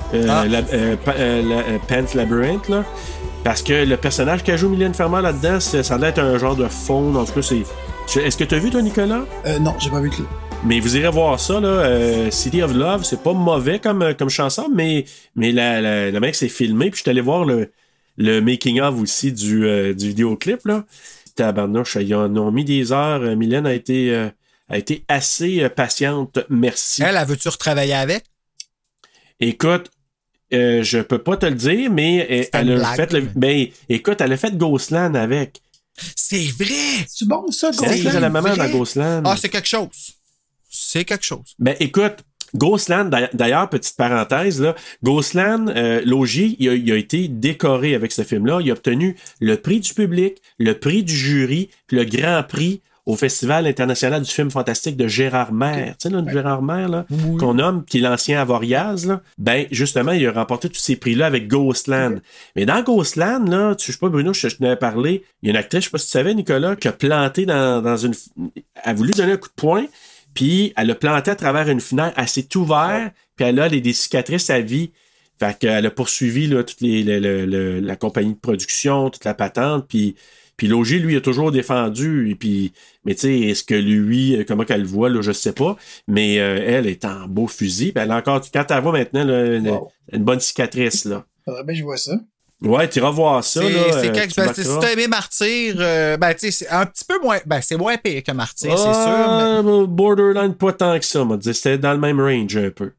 Speaker 1: Pan's Labyrinth, là. Parce que le personnage qui joue Mylène Farmer là-dedans, ça doit être un genre de fond. En tout cas, est-ce que tu as vu, toi, Nicolas?
Speaker 4: Non, j'ai pas vu le clip.
Speaker 1: Mais vous irez voir ça, là. City of Love, c'est pas mauvais comme chanson, mais la mec s'est filmé. Puis je suis allé voir le making-of aussi du vidéoclip, là. Tabarnouche, ils ont mis des heures. Mylène a été assez patiente. Merci.
Speaker 2: Elle veut-tu retravailler avec?
Speaker 1: Écoute, je peux pas te le dire, mais elle a fait elle a fait Ghostland avec.
Speaker 2: C'est vrai!
Speaker 4: C'est bon, ça,
Speaker 1: Ghostland? C'est la maman dans Ghostland.
Speaker 2: Ah, c'est quelque chose. C'est quelque chose.
Speaker 1: Ben, écoute, Ghostland, d'ailleurs, petite parenthèse, là, Ghostland, Laugier, il a été décoré avec ce film-là. Il a obtenu le prix du public, le prix du jury, puis le grand prix au Festival international du film fantastique de Gérard Maire. Tu sais, là, Gérard Maire, là, qu'on nomme, qui est l'ancien Avoriaz, là. Ben, justement, il a remporté tous ces prix-là avec Ghostland. Mais dans Ghostland, là, je sais pas, Bruno, je t'en avais parlé, il y a une actrice, je sais pas si tu savais, Nicolas, qui a planté dans une... Elle a voulu donner un coup de poing, puis elle a planté à travers une fenêtre, elle s'est ouverte, puis elle a des cicatrices à vie. Fait qu'elle a poursuivi, là, toute la compagnie de production, toute la patente, puis Laugier, lui, a toujours défendu. Et puis, mais tu sais, est-ce que lui, comment qu'elle le voit, là, je sais pas. Mais elle est en beau fusil. Puis elle a encore, quand elle voit maintenant, là, une bonne cicatrice, là.
Speaker 4: Ben, je vois ça.
Speaker 1: Ouais, tu iras voir ça, là.
Speaker 2: Si t'as aimé Martyr, ben, tu sais, c'est un petit peu moins, ben, c'est moins pire que Martyr, c'est sûr. Mais...
Speaker 1: Borderline, pas tant que ça, m'a dit. C'était dans le même range, un peu.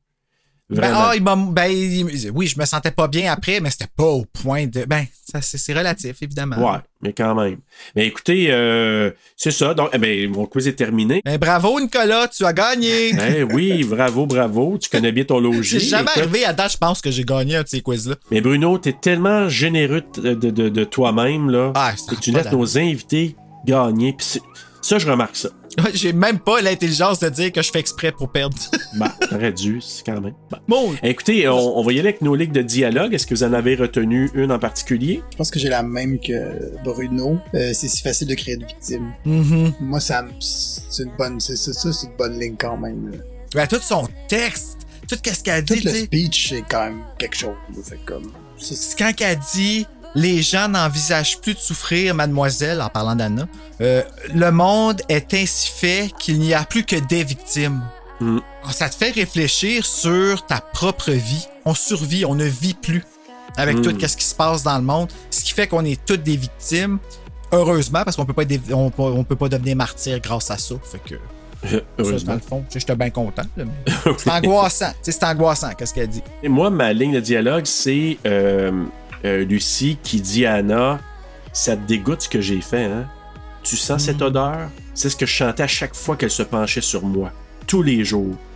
Speaker 2: Oui, je me sentais pas bien après, mais c'était pas au point de... Ben, ça, c'est relatif, évidemment.
Speaker 1: Ouais, mais quand même. Mais écoutez, c'est ça. Donc, mon quiz est terminé.
Speaker 2: Ben, bravo, Nicolas, tu as gagné!
Speaker 1: Oui, bravo. Tu connais bien ton Laugier.
Speaker 2: J'ai jamais arrivé à date, je pense que j'ai gagné un de ces quiz-là.
Speaker 1: Mais Bruno, t'es tellement généreux de toi-même, là.
Speaker 2: Que
Speaker 1: tu laisses nos invités gagner. Puis ça, je remarque ça.
Speaker 2: J'ai même pas l'intelligence de dire que je fais exprès pour perdre.
Speaker 1: T'aurais dû, c'est quand même. Bon. Écoutez, on va y aller avec nos ligues de dialogue. Est-ce que vous en avez retenu une en particulier?
Speaker 4: Je pense que j'ai la même que Bruno. C'est si facile de créer une victime. Moi, c'est une bonne ligne quand même. Là.
Speaker 2: Ben, tout son texte, tout ce qu'elle dit.
Speaker 4: Tout le speech, c'est quand même quelque chose. Fait comme...
Speaker 2: C'est quand qu'elle dit... Les gens n'envisagent plus de souffrir, mademoiselle, en parlant d'Anna. Le monde est ainsi fait qu'il n'y a plus que des victimes. Ça te fait réfléchir sur ta propre vie. On survit, on ne vit plus avec tout ce qui se passe dans le monde. Ce qui fait qu'on est toutes des victimes. Heureusement, parce qu'on peut pas on peut pas devenir martyr grâce à ça. Fait que... Ça, dans le fond, j'étais bien content. Là, mais... C'est angoissant. C'est angoissant, qu'est-ce qu'elle dit.
Speaker 1: Et moi, ma ligne de dialogue, c'est... Lucie qui dit à Anna, ça te dégoûte ce que j'ai fait, hein? Tu sens cette odeur? C'est ce que je chantais à chaque fois qu'elle se penchait sur moi, tous les jours.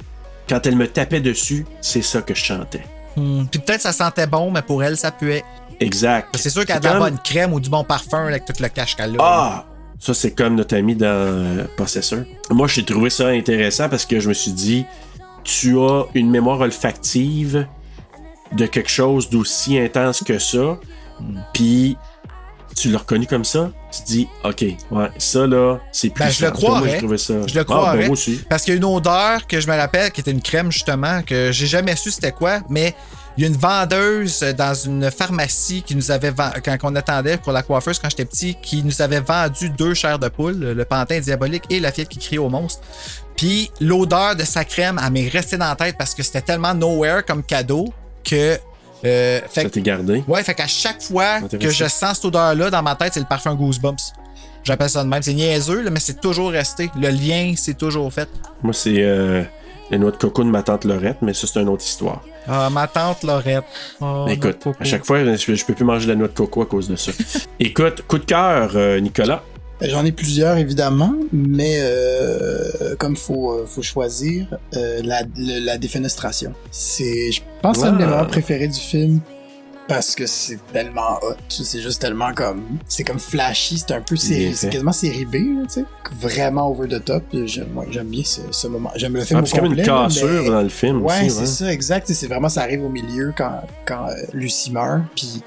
Speaker 1: quand elle me tapait dessus, c'est ça que je chantais.
Speaker 2: Puis peut-être ça sentait bon, mais pour elle, ça puait.
Speaker 1: Exact.
Speaker 2: C'est sûr qu'elle a de la bonne crème ou du bon parfum avec tout le cash qu'elle a.
Speaker 1: Ah! Ça, c'est comme notre ami dans Possessor. Moi, j'ai trouvé ça intéressant parce que je me suis dit, tu as une mémoire olfactive de quelque chose d'aussi intense que ça, puis tu l'as reconnu comme ça, tu te dis, OK, ouais, ça là, c'est plus
Speaker 2: je le croirais.
Speaker 1: Moi, j'ai trouvé ça.
Speaker 2: Je le croirais.
Speaker 1: Moi aussi.
Speaker 2: Parce qu'il y a une odeur que je me rappelle, qui était une crème justement, que j'ai jamais su c'était quoi, mais il y a une vendeuse dans une pharmacie qui nous avait vendu, quand on attendait pour la coiffeuse quand j'étais petit, qui nous avait vendu 2 chairs de poule, le pantin diabolique et la fillette qui crie au monstre. Puis l'odeur de sa crème, elle m'est restée dans la tête parce que c'était tellement nowhere comme cadeau que...
Speaker 1: ça t'est gardé?
Speaker 2: Ouais, fait qu'à chaque fois que je sens cette odeur-là, dans ma tête, c'est le parfum Goosebumps. J'appelle ça de même. C'est niaiseux, là, mais c'est toujours resté. Le lien, c'est toujours fait.
Speaker 1: Moi, c'est les noix de coco de ma tante Laurette, mais ça, c'est une autre histoire.
Speaker 2: Ah, ma tante Laurette. Oh,
Speaker 1: écoute, à chaque fois, je peux plus manger de la noix de coco à cause de ça. Écoute, coup de cœur, Nicolas.
Speaker 4: J'en ai plusieurs, évidemment, mais comme faut choisir, la défenestration. Je pense que c'est un des moments préférés du film parce que c'est tellement hot. C'est juste tellement comme... C'est comme flashy, c'est un peu série... C'est quasiment série B, tu sais. Vraiment over the top. J'aime bien ce moment. J'aime le film au complet.
Speaker 1: C'est comme une cassure dans le film
Speaker 4: ouais,
Speaker 1: aussi.
Speaker 4: C'est ça, exact. C'est vraiment, ça arrive au milieu quand Lucie meurt, puis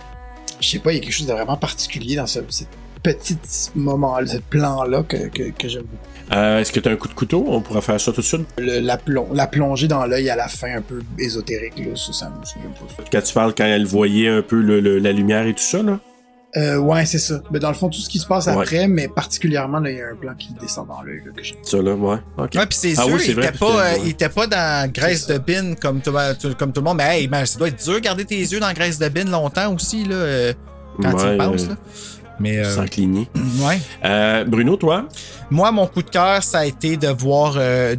Speaker 4: je sais pas, il y a quelque chose de vraiment particulier dans ce petit moment, ce plan-là que j'aime beaucoup.
Speaker 1: Est-ce que tu as un coup de couteau? On pourrait faire ça tout de suite?
Speaker 4: La plongée dans l'œil à la fin, un peu ésotérique, là, ça me souvient pas.
Speaker 1: Quand tu parles, quand elle voyait un peu la lumière et tout ça, là?
Speaker 4: Ouais, c'est ça. Mais dans le fond, tout ce qui se passe après, mais particulièrement, là, il y a un plan qui descend dans l'œil, là, que j'aime.
Speaker 1: Ça, là, ouais. OK.
Speaker 2: Ouais, pis c'est sûr, il était pas dans graisse de bine comme tout le monde, mais hey, ça doit être dur de garder tes yeux dans graisse de bine longtemps aussi, là, quand tu y penses, là. Mais
Speaker 1: sans cligner.
Speaker 2: Ouais.
Speaker 1: Bruno, toi?
Speaker 2: Moi, mon coup de cœur, ça a été de voir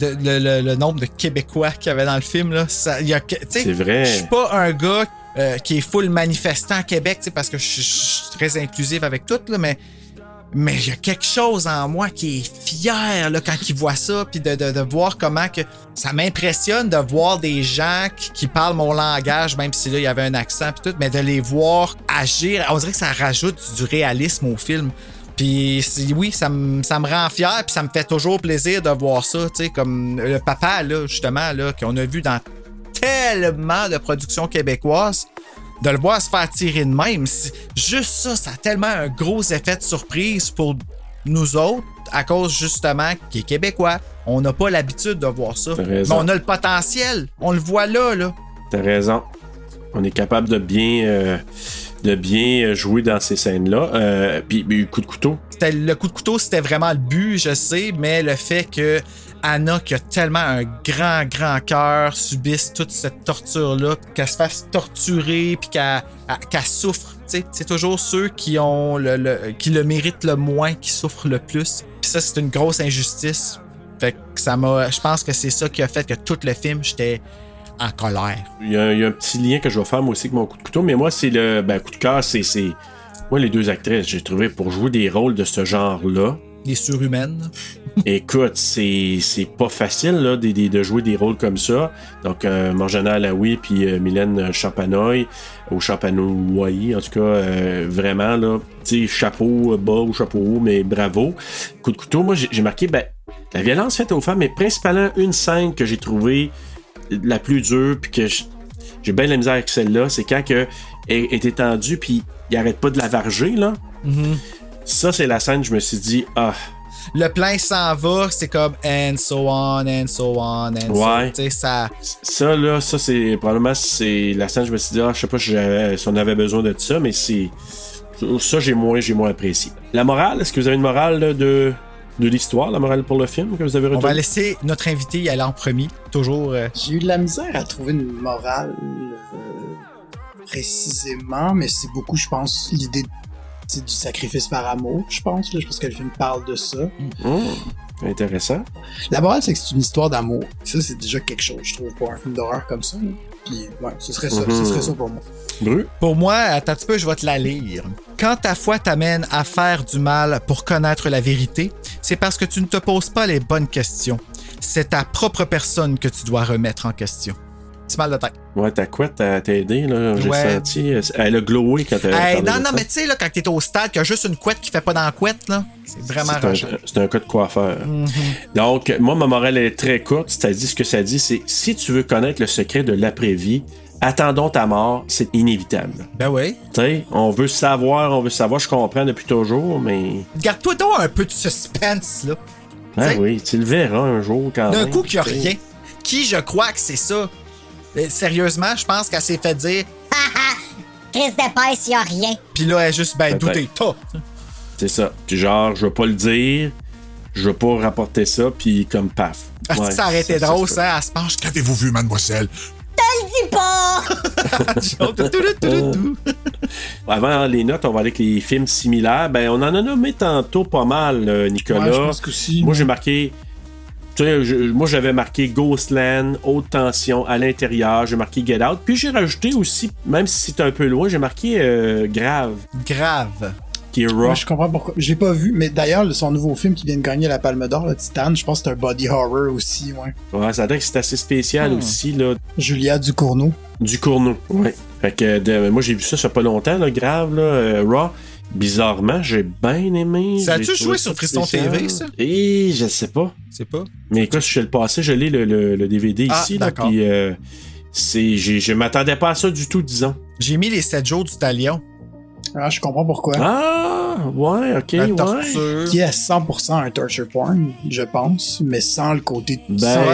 Speaker 2: le nombre de Québécois qu'il y avait dans le film. Là. C'est vrai. Je suis pas un gars qui est full manifestant à Québec, parce que je suis très inclusif avec tout, là, mais il y a quelque chose en moi qui est fier là, quand il voit ça, puis de voir comment que ça m'impressionne de voir des gens qui parlent mon langage, même si là il y avait un accent puis tout, mais de les voir agir, on dirait que ça rajoute du réalisme au film. Puis oui, ça me rend fier, puis ça me fait toujours plaisir de voir ça, tu sais, comme le papa là justement là qu'on a vu dans tellement de productions québécoises. De le voir se faire tirer de même, juste ça, ça a tellement un gros effet de surprise pour nous autres, à cause justement qu'il est québécois. On n'a pas l'habitude de voir ça. Mais on a le potentiel. On le voit là.
Speaker 1: T'as raison. On est capable de bien jouer dans ces scènes-là. Puis le coup de couteau.
Speaker 2: Le coup de couteau, c'était vraiment le but, je sais, mais le fait que Anna, qui a tellement un grand cœur, subisse toute cette torture-là, qu'elle se fasse torturer, puis qu'elle souffre. T'sais, c'est toujours ceux qui qui le méritent le moins, qui souffrent le plus. Puis ça, c'est une grosse injustice. Fait que je pense que c'est ça qui a fait que tout le film, j'étais en colère.
Speaker 1: Il y a un petit lien que je vais faire moi aussi avec mon coup de couteau, mais moi, c'est le coup de cœur, c'est... Moi, les 2 actrices, j'ai trouvé pour jouer des rôles de ce genre-là.
Speaker 2: Des surhumaines.
Speaker 1: Écoute, c'est pas facile là, de jouer des rôles comme ça. Donc, Morjana Alaoui puis Mylène Champanoy, ou Champanoy, en tout cas, vraiment, là, tu sais, chapeau bas ou chapeau haut, mais bravo. Coup de couteau, moi, j'ai marqué, la violence faite aux femmes, mais principalement une scène que j'ai trouvée la plus dure, puis que j'ai bien de la misère avec celle-là, c'est quand elle est étendue, puis il arrête pas de la varger, là.
Speaker 2: Mm-hmm.
Speaker 1: Ça, c'est la scène, je me suis dit,
Speaker 2: le plan s'en va, c'est comme and so on, and so on, and
Speaker 1: ouais.
Speaker 2: So. Tu sais, ça.
Speaker 1: Ça, là, ça, c'est probablement c'est la scène, je me suis dit, je sais pas si on avait besoin de ça, mais c'est. Ça, j'ai moins apprécié. La morale, est-ce que vous avez une morale là, de l'histoire, la morale pour le film que vous avez retenue?
Speaker 2: On va laisser notre invité y aller en premier. Toujours.
Speaker 4: J'ai eu de la misère à trouver une morale précisément, mais c'est beaucoup, je pense, l'idée du sacrifice par amour, je pense. Là. Je pense que le film parle de ça.
Speaker 1: Intéressant.
Speaker 4: La morale, c'est que c'est une histoire d'amour. Ça, c'est déjà quelque chose, je trouve, pour un film d'horreur comme ça. Là. Puis, ouais, ce serait ça. Ce serait ça pour moi.
Speaker 1: Bru?
Speaker 2: Pour moi, attends un petit peu, je vais te la lire. Quand ta foi t'amène à faire du mal pour connaître la vérité, c'est parce que tu ne te poses pas les bonnes questions. C'est ta propre personne que tu dois remettre en question. C'est mal de tête.
Speaker 1: Ouais, ta couette t'a aidé, là. J'ai
Speaker 2: Ouais.
Speaker 1: senti. Elle a glowé quand elle
Speaker 2: Hey,
Speaker 1: parlé de
Speaker 2: non,
Speaker 1: ça.
Speaker 2: mais tu sais, là, quand t'es au stade, qu'il y a juste une couette qui fait pas dans la couette, là, c'est vraiment rageant.
Speaker 1: C'est un cas de coiffeur. Donc, moi, ma morale elle est très courte. C'est-à-dire, ce que ça dit, c'est si tu veux connaître le secret de l'après-vie, attendons ta mort, c'est inévitable.
Speaker 2: Ben oui.
Speaker 1: Tu sais, on veut savoir, je comprends depuis toujours, mais.
Speaker 2: Garde-toi donc un peu de suspense, là.
Speaker 1: Ah
Speaker 2: T'sais,
Speaker 1: oui, tu le verras un jour quand
Speaker 2: d'un
Speaker 1: même.
Speaker 2: coup, qu'il n'y a
Speaker 1: t'sais.
Speaker 2: rien. Qui, je crois que c'est ça? Sérieusement, je pense qu'elle s'est fait dire.
Speaker 7: Chris d'épaisse, y a rien.
Speaker 2: Puis là, elle est juste, ben,
Speaker 1: Peut-être.
Speaker 2: d'où t'es, toi?
Speaker 1: C'est ça. Puis genre, je veux pas le dire, je veux pas rapporter ça, puis comme paf.
Speaker 2: Ah,
Speaker 1: Ouais,
Speaker 2: ça aurait été drôle,
Speaker 1: se
Speaker 2: ça. Elle se penche.
Speaker 8: Qu'avez-vous vu, mademoiselle?
Speaker 7: Dis pas!
Speaker 1: Avant les notes, on va aller avec les films similaires. Ben, on en a nommé tantôt pas mal, Nicolas.
Speaker 4: Ouais, je pense qu'aussi.
Speaker 1: Moi, j'ai marqué. Tu sais, moi, j'avais marqué Ghostland, Haute Tension, À l'intérieur. J'ai marqué Get Out. Puis j'ai rajouté aussi, même si c'est un peu loin, j'ai marqué Grave,
Speaker 2: Grave.
Speaker 1: qui est Raw.
Speaker 4: Ouais, je comprends pourquoi. Je l'ai pas vu, mais d'ailleurs, son nouveau film qui vient de gagner la Palme d'Or, le Titan, je pense que c'est un body horror aussi, ouais.
Speaker 1: Ouais, ça a l'air que c'est assez spécial aussi, là.
Speaker 4: Julia Ducournau.
Speaker 1: Ducournau, ouais. Fait que moi, j'ai vu ça fait pas longtemps, là, Grave, là, Raw. Bizarrement, j'ai bien aimé.
Speaker 2: Ça a-tu
Speaker 1: J'ai
Speaker 2: joué
Speaker 1: trouvé
Speaker 2: sur
Speaker 1: ça
Speaker 2: Tristan
Speaker 1: spécial.
Speaker 2: TV, ça?
Speaker 1: Et je sais pas.
Speaker 2: C'est pas.
Speaker 1: Mais écoute, je le passé, je lis le DVD
Speaker 2: Ah,
Speaker 1: ici, là,
Speaker 2: d'accord.
Speaker 1: puis je m'attendais pas à ça du tout, disons.
Speaker 2: J'ai mis les 7 jours du talion.
Speaker 4: Ah, je comprends pourquoi.
Speaker 1: Ah, ouais, ok,
Speaker 2: La
Speaker 1: ouais.
Speaker 2: torture.
Speaker 4: Qui est à 100% un torture porn, je pense, mais sans le côté...
Speaker 1: Ben,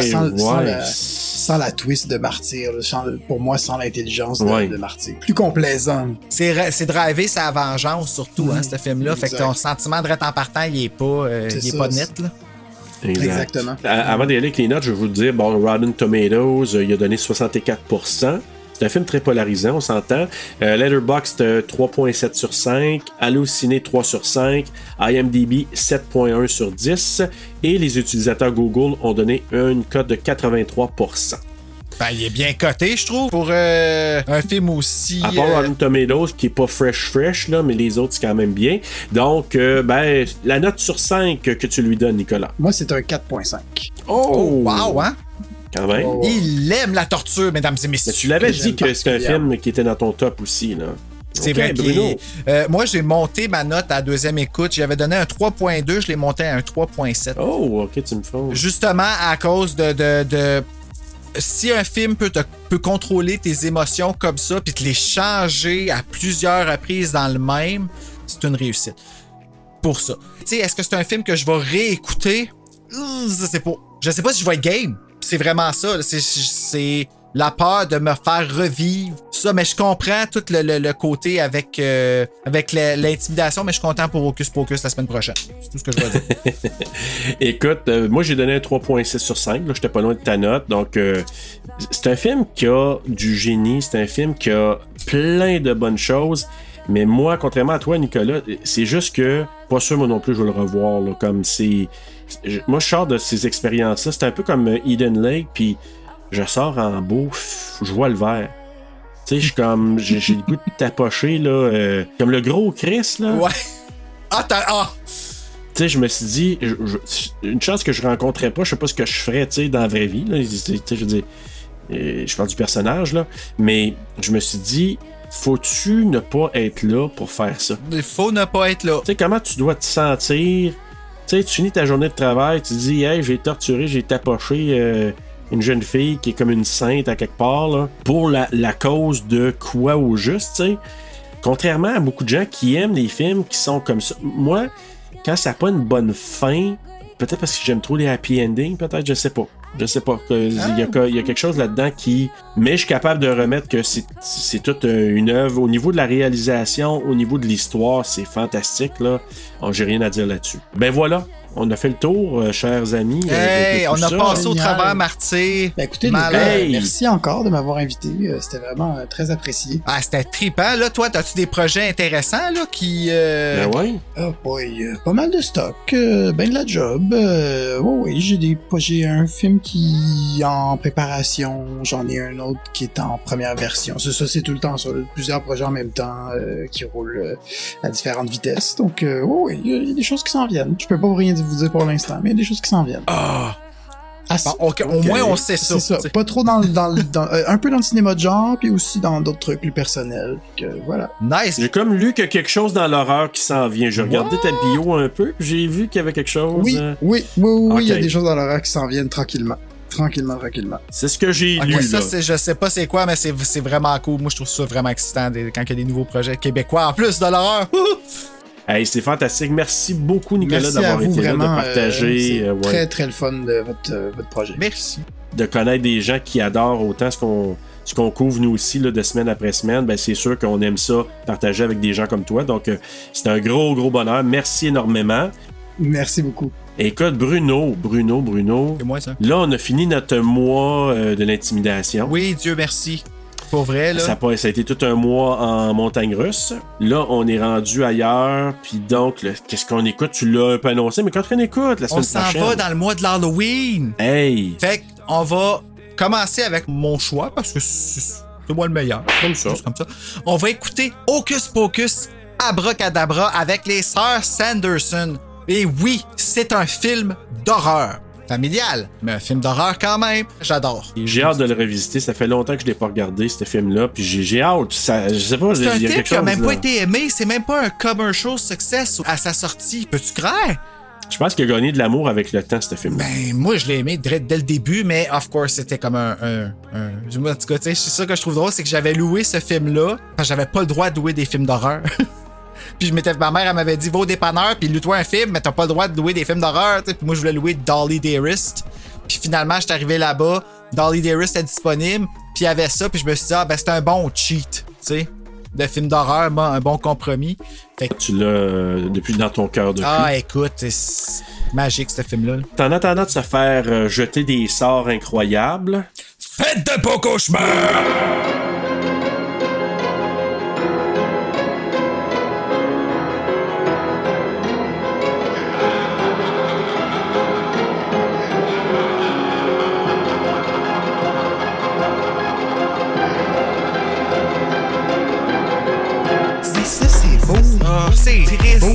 Speaker 4: sans la twist de martyr, là, pour moi, sans l'intelligence
Speaker 1: Ouais.
Speaker 4: de martyr. Plus complaisant.
Speaker 2: C'est driver sa vengeance, surtout, hein, ce film-là. Fait que ton sentiment de en partant, il est pas,
Speaker 4: C'est
Speaker 2: il est
Speaker 4: ça,
Speaker 2: pas net, là.
Speaker 1: Exact.
Speaker 4: Exactement.
Speaker 1: Avant d'y aller avec les notes, je vais vous le dire, bon, Rotten Tomatoes, il a donné 64%. C'est un film très polarisant, on s'entend. Letterboxd, 3.7 sur 5. Allociné, 3 sur 5. IMDb, 7.1 sur 10. Et les utilisateurs Google ont donné une cote de 83%.
Speaker 2: Ben, il est bien coté, je trouve, pour un film aussi...
Speaker 1: À part Rotten Tomatoes, qui est pas fresh, là, mais les autres, c'est quand même bien. Donc, ben, la note sur 5 que tu lui donnes, Nicolas.
Speaker 4: Moi, c'est un 4.5.
Speaker 2: Oh, wow, hein?
Speaker 1: Quand même.
Speaker 4: Oh.
Speaker 2: Il aime la torture, mesdames et messieurs.
Speaker 1: Mais tu l'avais
Speaker 4: j'aime
Speaker 1: dit que c'était un
Speaker 4: particulièrement.
Speaker 1: film qui était dans ton top aussi, là.
Speaker 2: C'est
Speaker 1: Ok,
Speaker 2: vrai
Speaker 1: Bruno.
Speaker 2: moi, j'ai monté ma note à la deuxième écoute. J'avais donné un 3.2, je l'ai monté à un 3.7.
Speaker 1: Oh, ok, tu me fais.
Speaker 2: Justement, à cause de si un film peut contrôler tes émotions comme ça, puis te les changer à plusieurs reprises dans le même, c'est une réussite. Pour ça. Tu sais, est-ce que c'est un film que je vais réécouter? Je sais pas. Je sais pas si je vais être game. C'est vraiment ça. C'est la peur de me faire revivre ça, mais je comprends tout le côté avec l'intimidation, mais je suis content pour Hocus Pocus la semaine prochaine. C'est tout ce que je vais dire.
Speaker 1: Écoute, moi j'ai donné un 3.6 sur 5, là, j'étais pas loin de ta note, donc c'est un film qui a du génie, c'est un film qui a plein de bonnes choses, mais moi, contrairement à toi, Nicolas, c'est juste que, pas sûr moi non plus je vais le revoir, là, comme c'est... Moi je sors de ces expériences-là, c'est un peu comme Eden Lake, puis je sors en beau, je vois le vert. Tu sais, je suis comme, j'ai le goût de tapocher, là, comme le gros Chris, là.
Speaker 2: Ouais. Ah!
Speaker 1: Tu sais, je me suis dit, une chance que je rencontrais pas, je sais pas ce que je ferais, tu sais, dans la vraie vie, là. Tu sais, je veux dire, je parle du personnage, là. Mais je me suis dit, faut-tu ne pas être là pour faire ça?
Speaker 2: Il faut ne pas être là.
Speaker 1: Tu sais, comment tu dois te sentir? Tu sais, tu finis ta journée de travail, tu te dis, hey, j'ai torturé, j'ai tapoché une jeune fille qui est comme une sainte à quelque part, là, pour la cause de quoi au juste, tu sais. Contrairement à beaucoup de gens qui aiment les films qui sont comme ça. Moi, quand ça n'a pas une bonne fin, peut-être parce que j'aime trop les happy endings, peut-être, je sais pas. Je sais pas. Il y a quelque chose là-dedans qui... Mais je suis capable de remettre que c'est toute une œuvre. Au niveau de la réalisation, au niveau de l'histoire, c'est fantastique, là. J'ai rien à dire là-dessus. Ben voilà. On a fait le tour, chers amis.
Speaker 2: Hey, on a passé au
Speaker 4: Génial.
Speaker 2: travers, Marty.
Speaker 4: Ben écoutez, les
Speaker 2: Malade.
Speaker 4: gars,
Speaker 1: Hey.
Speaker 4: merci encore de m'avoir invité. C'était vraiment très apprécié.
Speaker 2: Ah, c'était trippant. Là, toi, as-tu des projets intéressants là, qui...
Speaker 1: Ben ouais.
Speaker 4: Oh boy, pas mal de stock, ben de la job. Oui, j'ai un film qui est en préparation, j'en ai un autre qui est en première version. Ça c'est tout le temps ça, plusieurs projets en même temps qui roulent à différentes vitesses. Donc oui, il y a des choses qui s'en viennent. Je peux pas rien vous dire pour l'instant, mais il y a des choses qui s'en viennent.
Speaker 2: Ah!
Speaker 4: Ah,
Speaker 2: Bon, au moins, on sait ça.
Speaker 4: c'est ça.
Speaker 2: t'sais.
Speaker 4: Pas trop un peu dans le cinéma de genre, puis aussi dans d'autres trucs plus personnels. Que, voilà.
Speaker 2: Nice.
Speaker 1: J'ai comme lu qu'il y a quelque chose dans l'horreur qui s'en vient. J'ai regardé ta bio un peu, puis j'ai vu qu'il y avait quelque chose.
Speaker 4: Oui, il y a
Speaker 1: Ok.
Speaker 4: des choses dans l'horreur qui s'en viennent tranquillement. Tranquillement.
Speaker 1: C'est ce que j'ai
Speaker 2: Ok,
Speaker 1: lu,
Speaker 2: ça,
Speaker 1: là.
Speaker 2: je sais pas c'est quoi, mais c'est vraiment cool. Moi, je trouve ça vraiment excitant quand il y a des nouveaux projets québécois en plus de l'horreur.
Speaker 1: Hey, c'est fantastique. Merci beaucoup, Nicolas,
Speaker 4: Merci à
Speaker 1: d'avoir
Speaker 4: vous,
Speaker 1: été là, de
Speaker 4: vraiment.
Speaker 1: partager,
Speaker 4: C'est
Speaker 1: ouais,
Speaker 4: très, très le fun de votre projet.
Speaker 2: Merci.
Speaker 1: de connaître des gens qui adorent autant ce qu'on couvre nous aussi là, de semaine après semaine. Ben, c'est sûr qu'on aime ça, partager avec des gens comme toi. Donc, c'est un gros bonheur. Merci énormément.
Speaker 4: Merci beaucoup.
Speaker 1: Écoute, Bruno.
Speaker 2: C'est moi, ça.
Speaker 1: Là, on a fini notre mois de l'intimidation.
Speaker 2: Oui, Dieu merci. Pour vrai, là.
Speaker 1: Ça a été tout un mois en montagne russe. Là, on est rendu ailleurs. Puis donc, qu'est-ce qu'on écoute? Tu l'as un peu annoncé, mais quand on écoute la
Speaker 2: On
Speaker 1: semaine
Speaker 2: s'en
Speaker 1: prochaine?
Speaker 2: va dans le mois de l'Halloween.
Speaker 1: Hey!
Speaker 2: Fait qu'on va commencer avec mon choix parce que c'est moi le meilleur.
Speaker 1: Comme ça.
Speaker 2: Juste comme ça. On va écouter Hocus Pocus Abracadabra avec les sœurs Sanderson. Et oui, c'est un film d'horreur. Familial, mais un film d'horreur quand même. J'adore.
Speaker 1: J'ai hâte de le revisiter. Ça fait longtemps que je l'ai pas regardé, ce film-là. Puis j'ai hâte. Ça, je sais pas,
Speaker 2: C'est un
Speaker 1: il y a
Speaker 2: film
Speaker 1: quelque
Speaker 2: qui a
Speaker 1: chose.
Speaker 2: même
Speaker 1: là.
Speaker 2: pas été aimé. C'est même pas un commercial success à sa sortie. Peux-tu croire?
Speaker 1: Je pense qu'il a gagné de l'amour avec le temps, ce film.
Speaker 2: Ben, moi, je l'ai aimé dès le début, mais of course, c'était comme un... En tout cas, tu sais, c'est ça que je trouve drôle, c'est que j'avais loué ce film-là, parce que j'avais pas le droit de louer des films d'horreur. Puis ma mère, elle m'avait dit, va au dépanneur, puis loue-toi un film, mais t'as pas le droit de louer des films d'horreur, tu sais. Puis moi, je voulais louer Dolly Dearest. Puis finalement, j'étais arrivé là-bas, Dolly Dearest était disponible, puis il y avait ça, puis je me suis dit, ah, ben, c'est un bon cheat, tu sais, de film d'horreur, bon, un bon compromis. Fait que,
Speaker 1: Tu l'as depuis dans ton cœur depuis.
Speaker 2: ah, écoute, c'est magique, ce film-là.
Speaker 1: En attendant de se faire jeter des sorts incroyables,
Speaker 2: Faites de beaux cauchemars!
Speaker 4: Ça, c'est beau.
Speaker 2: Oh, c'est triste.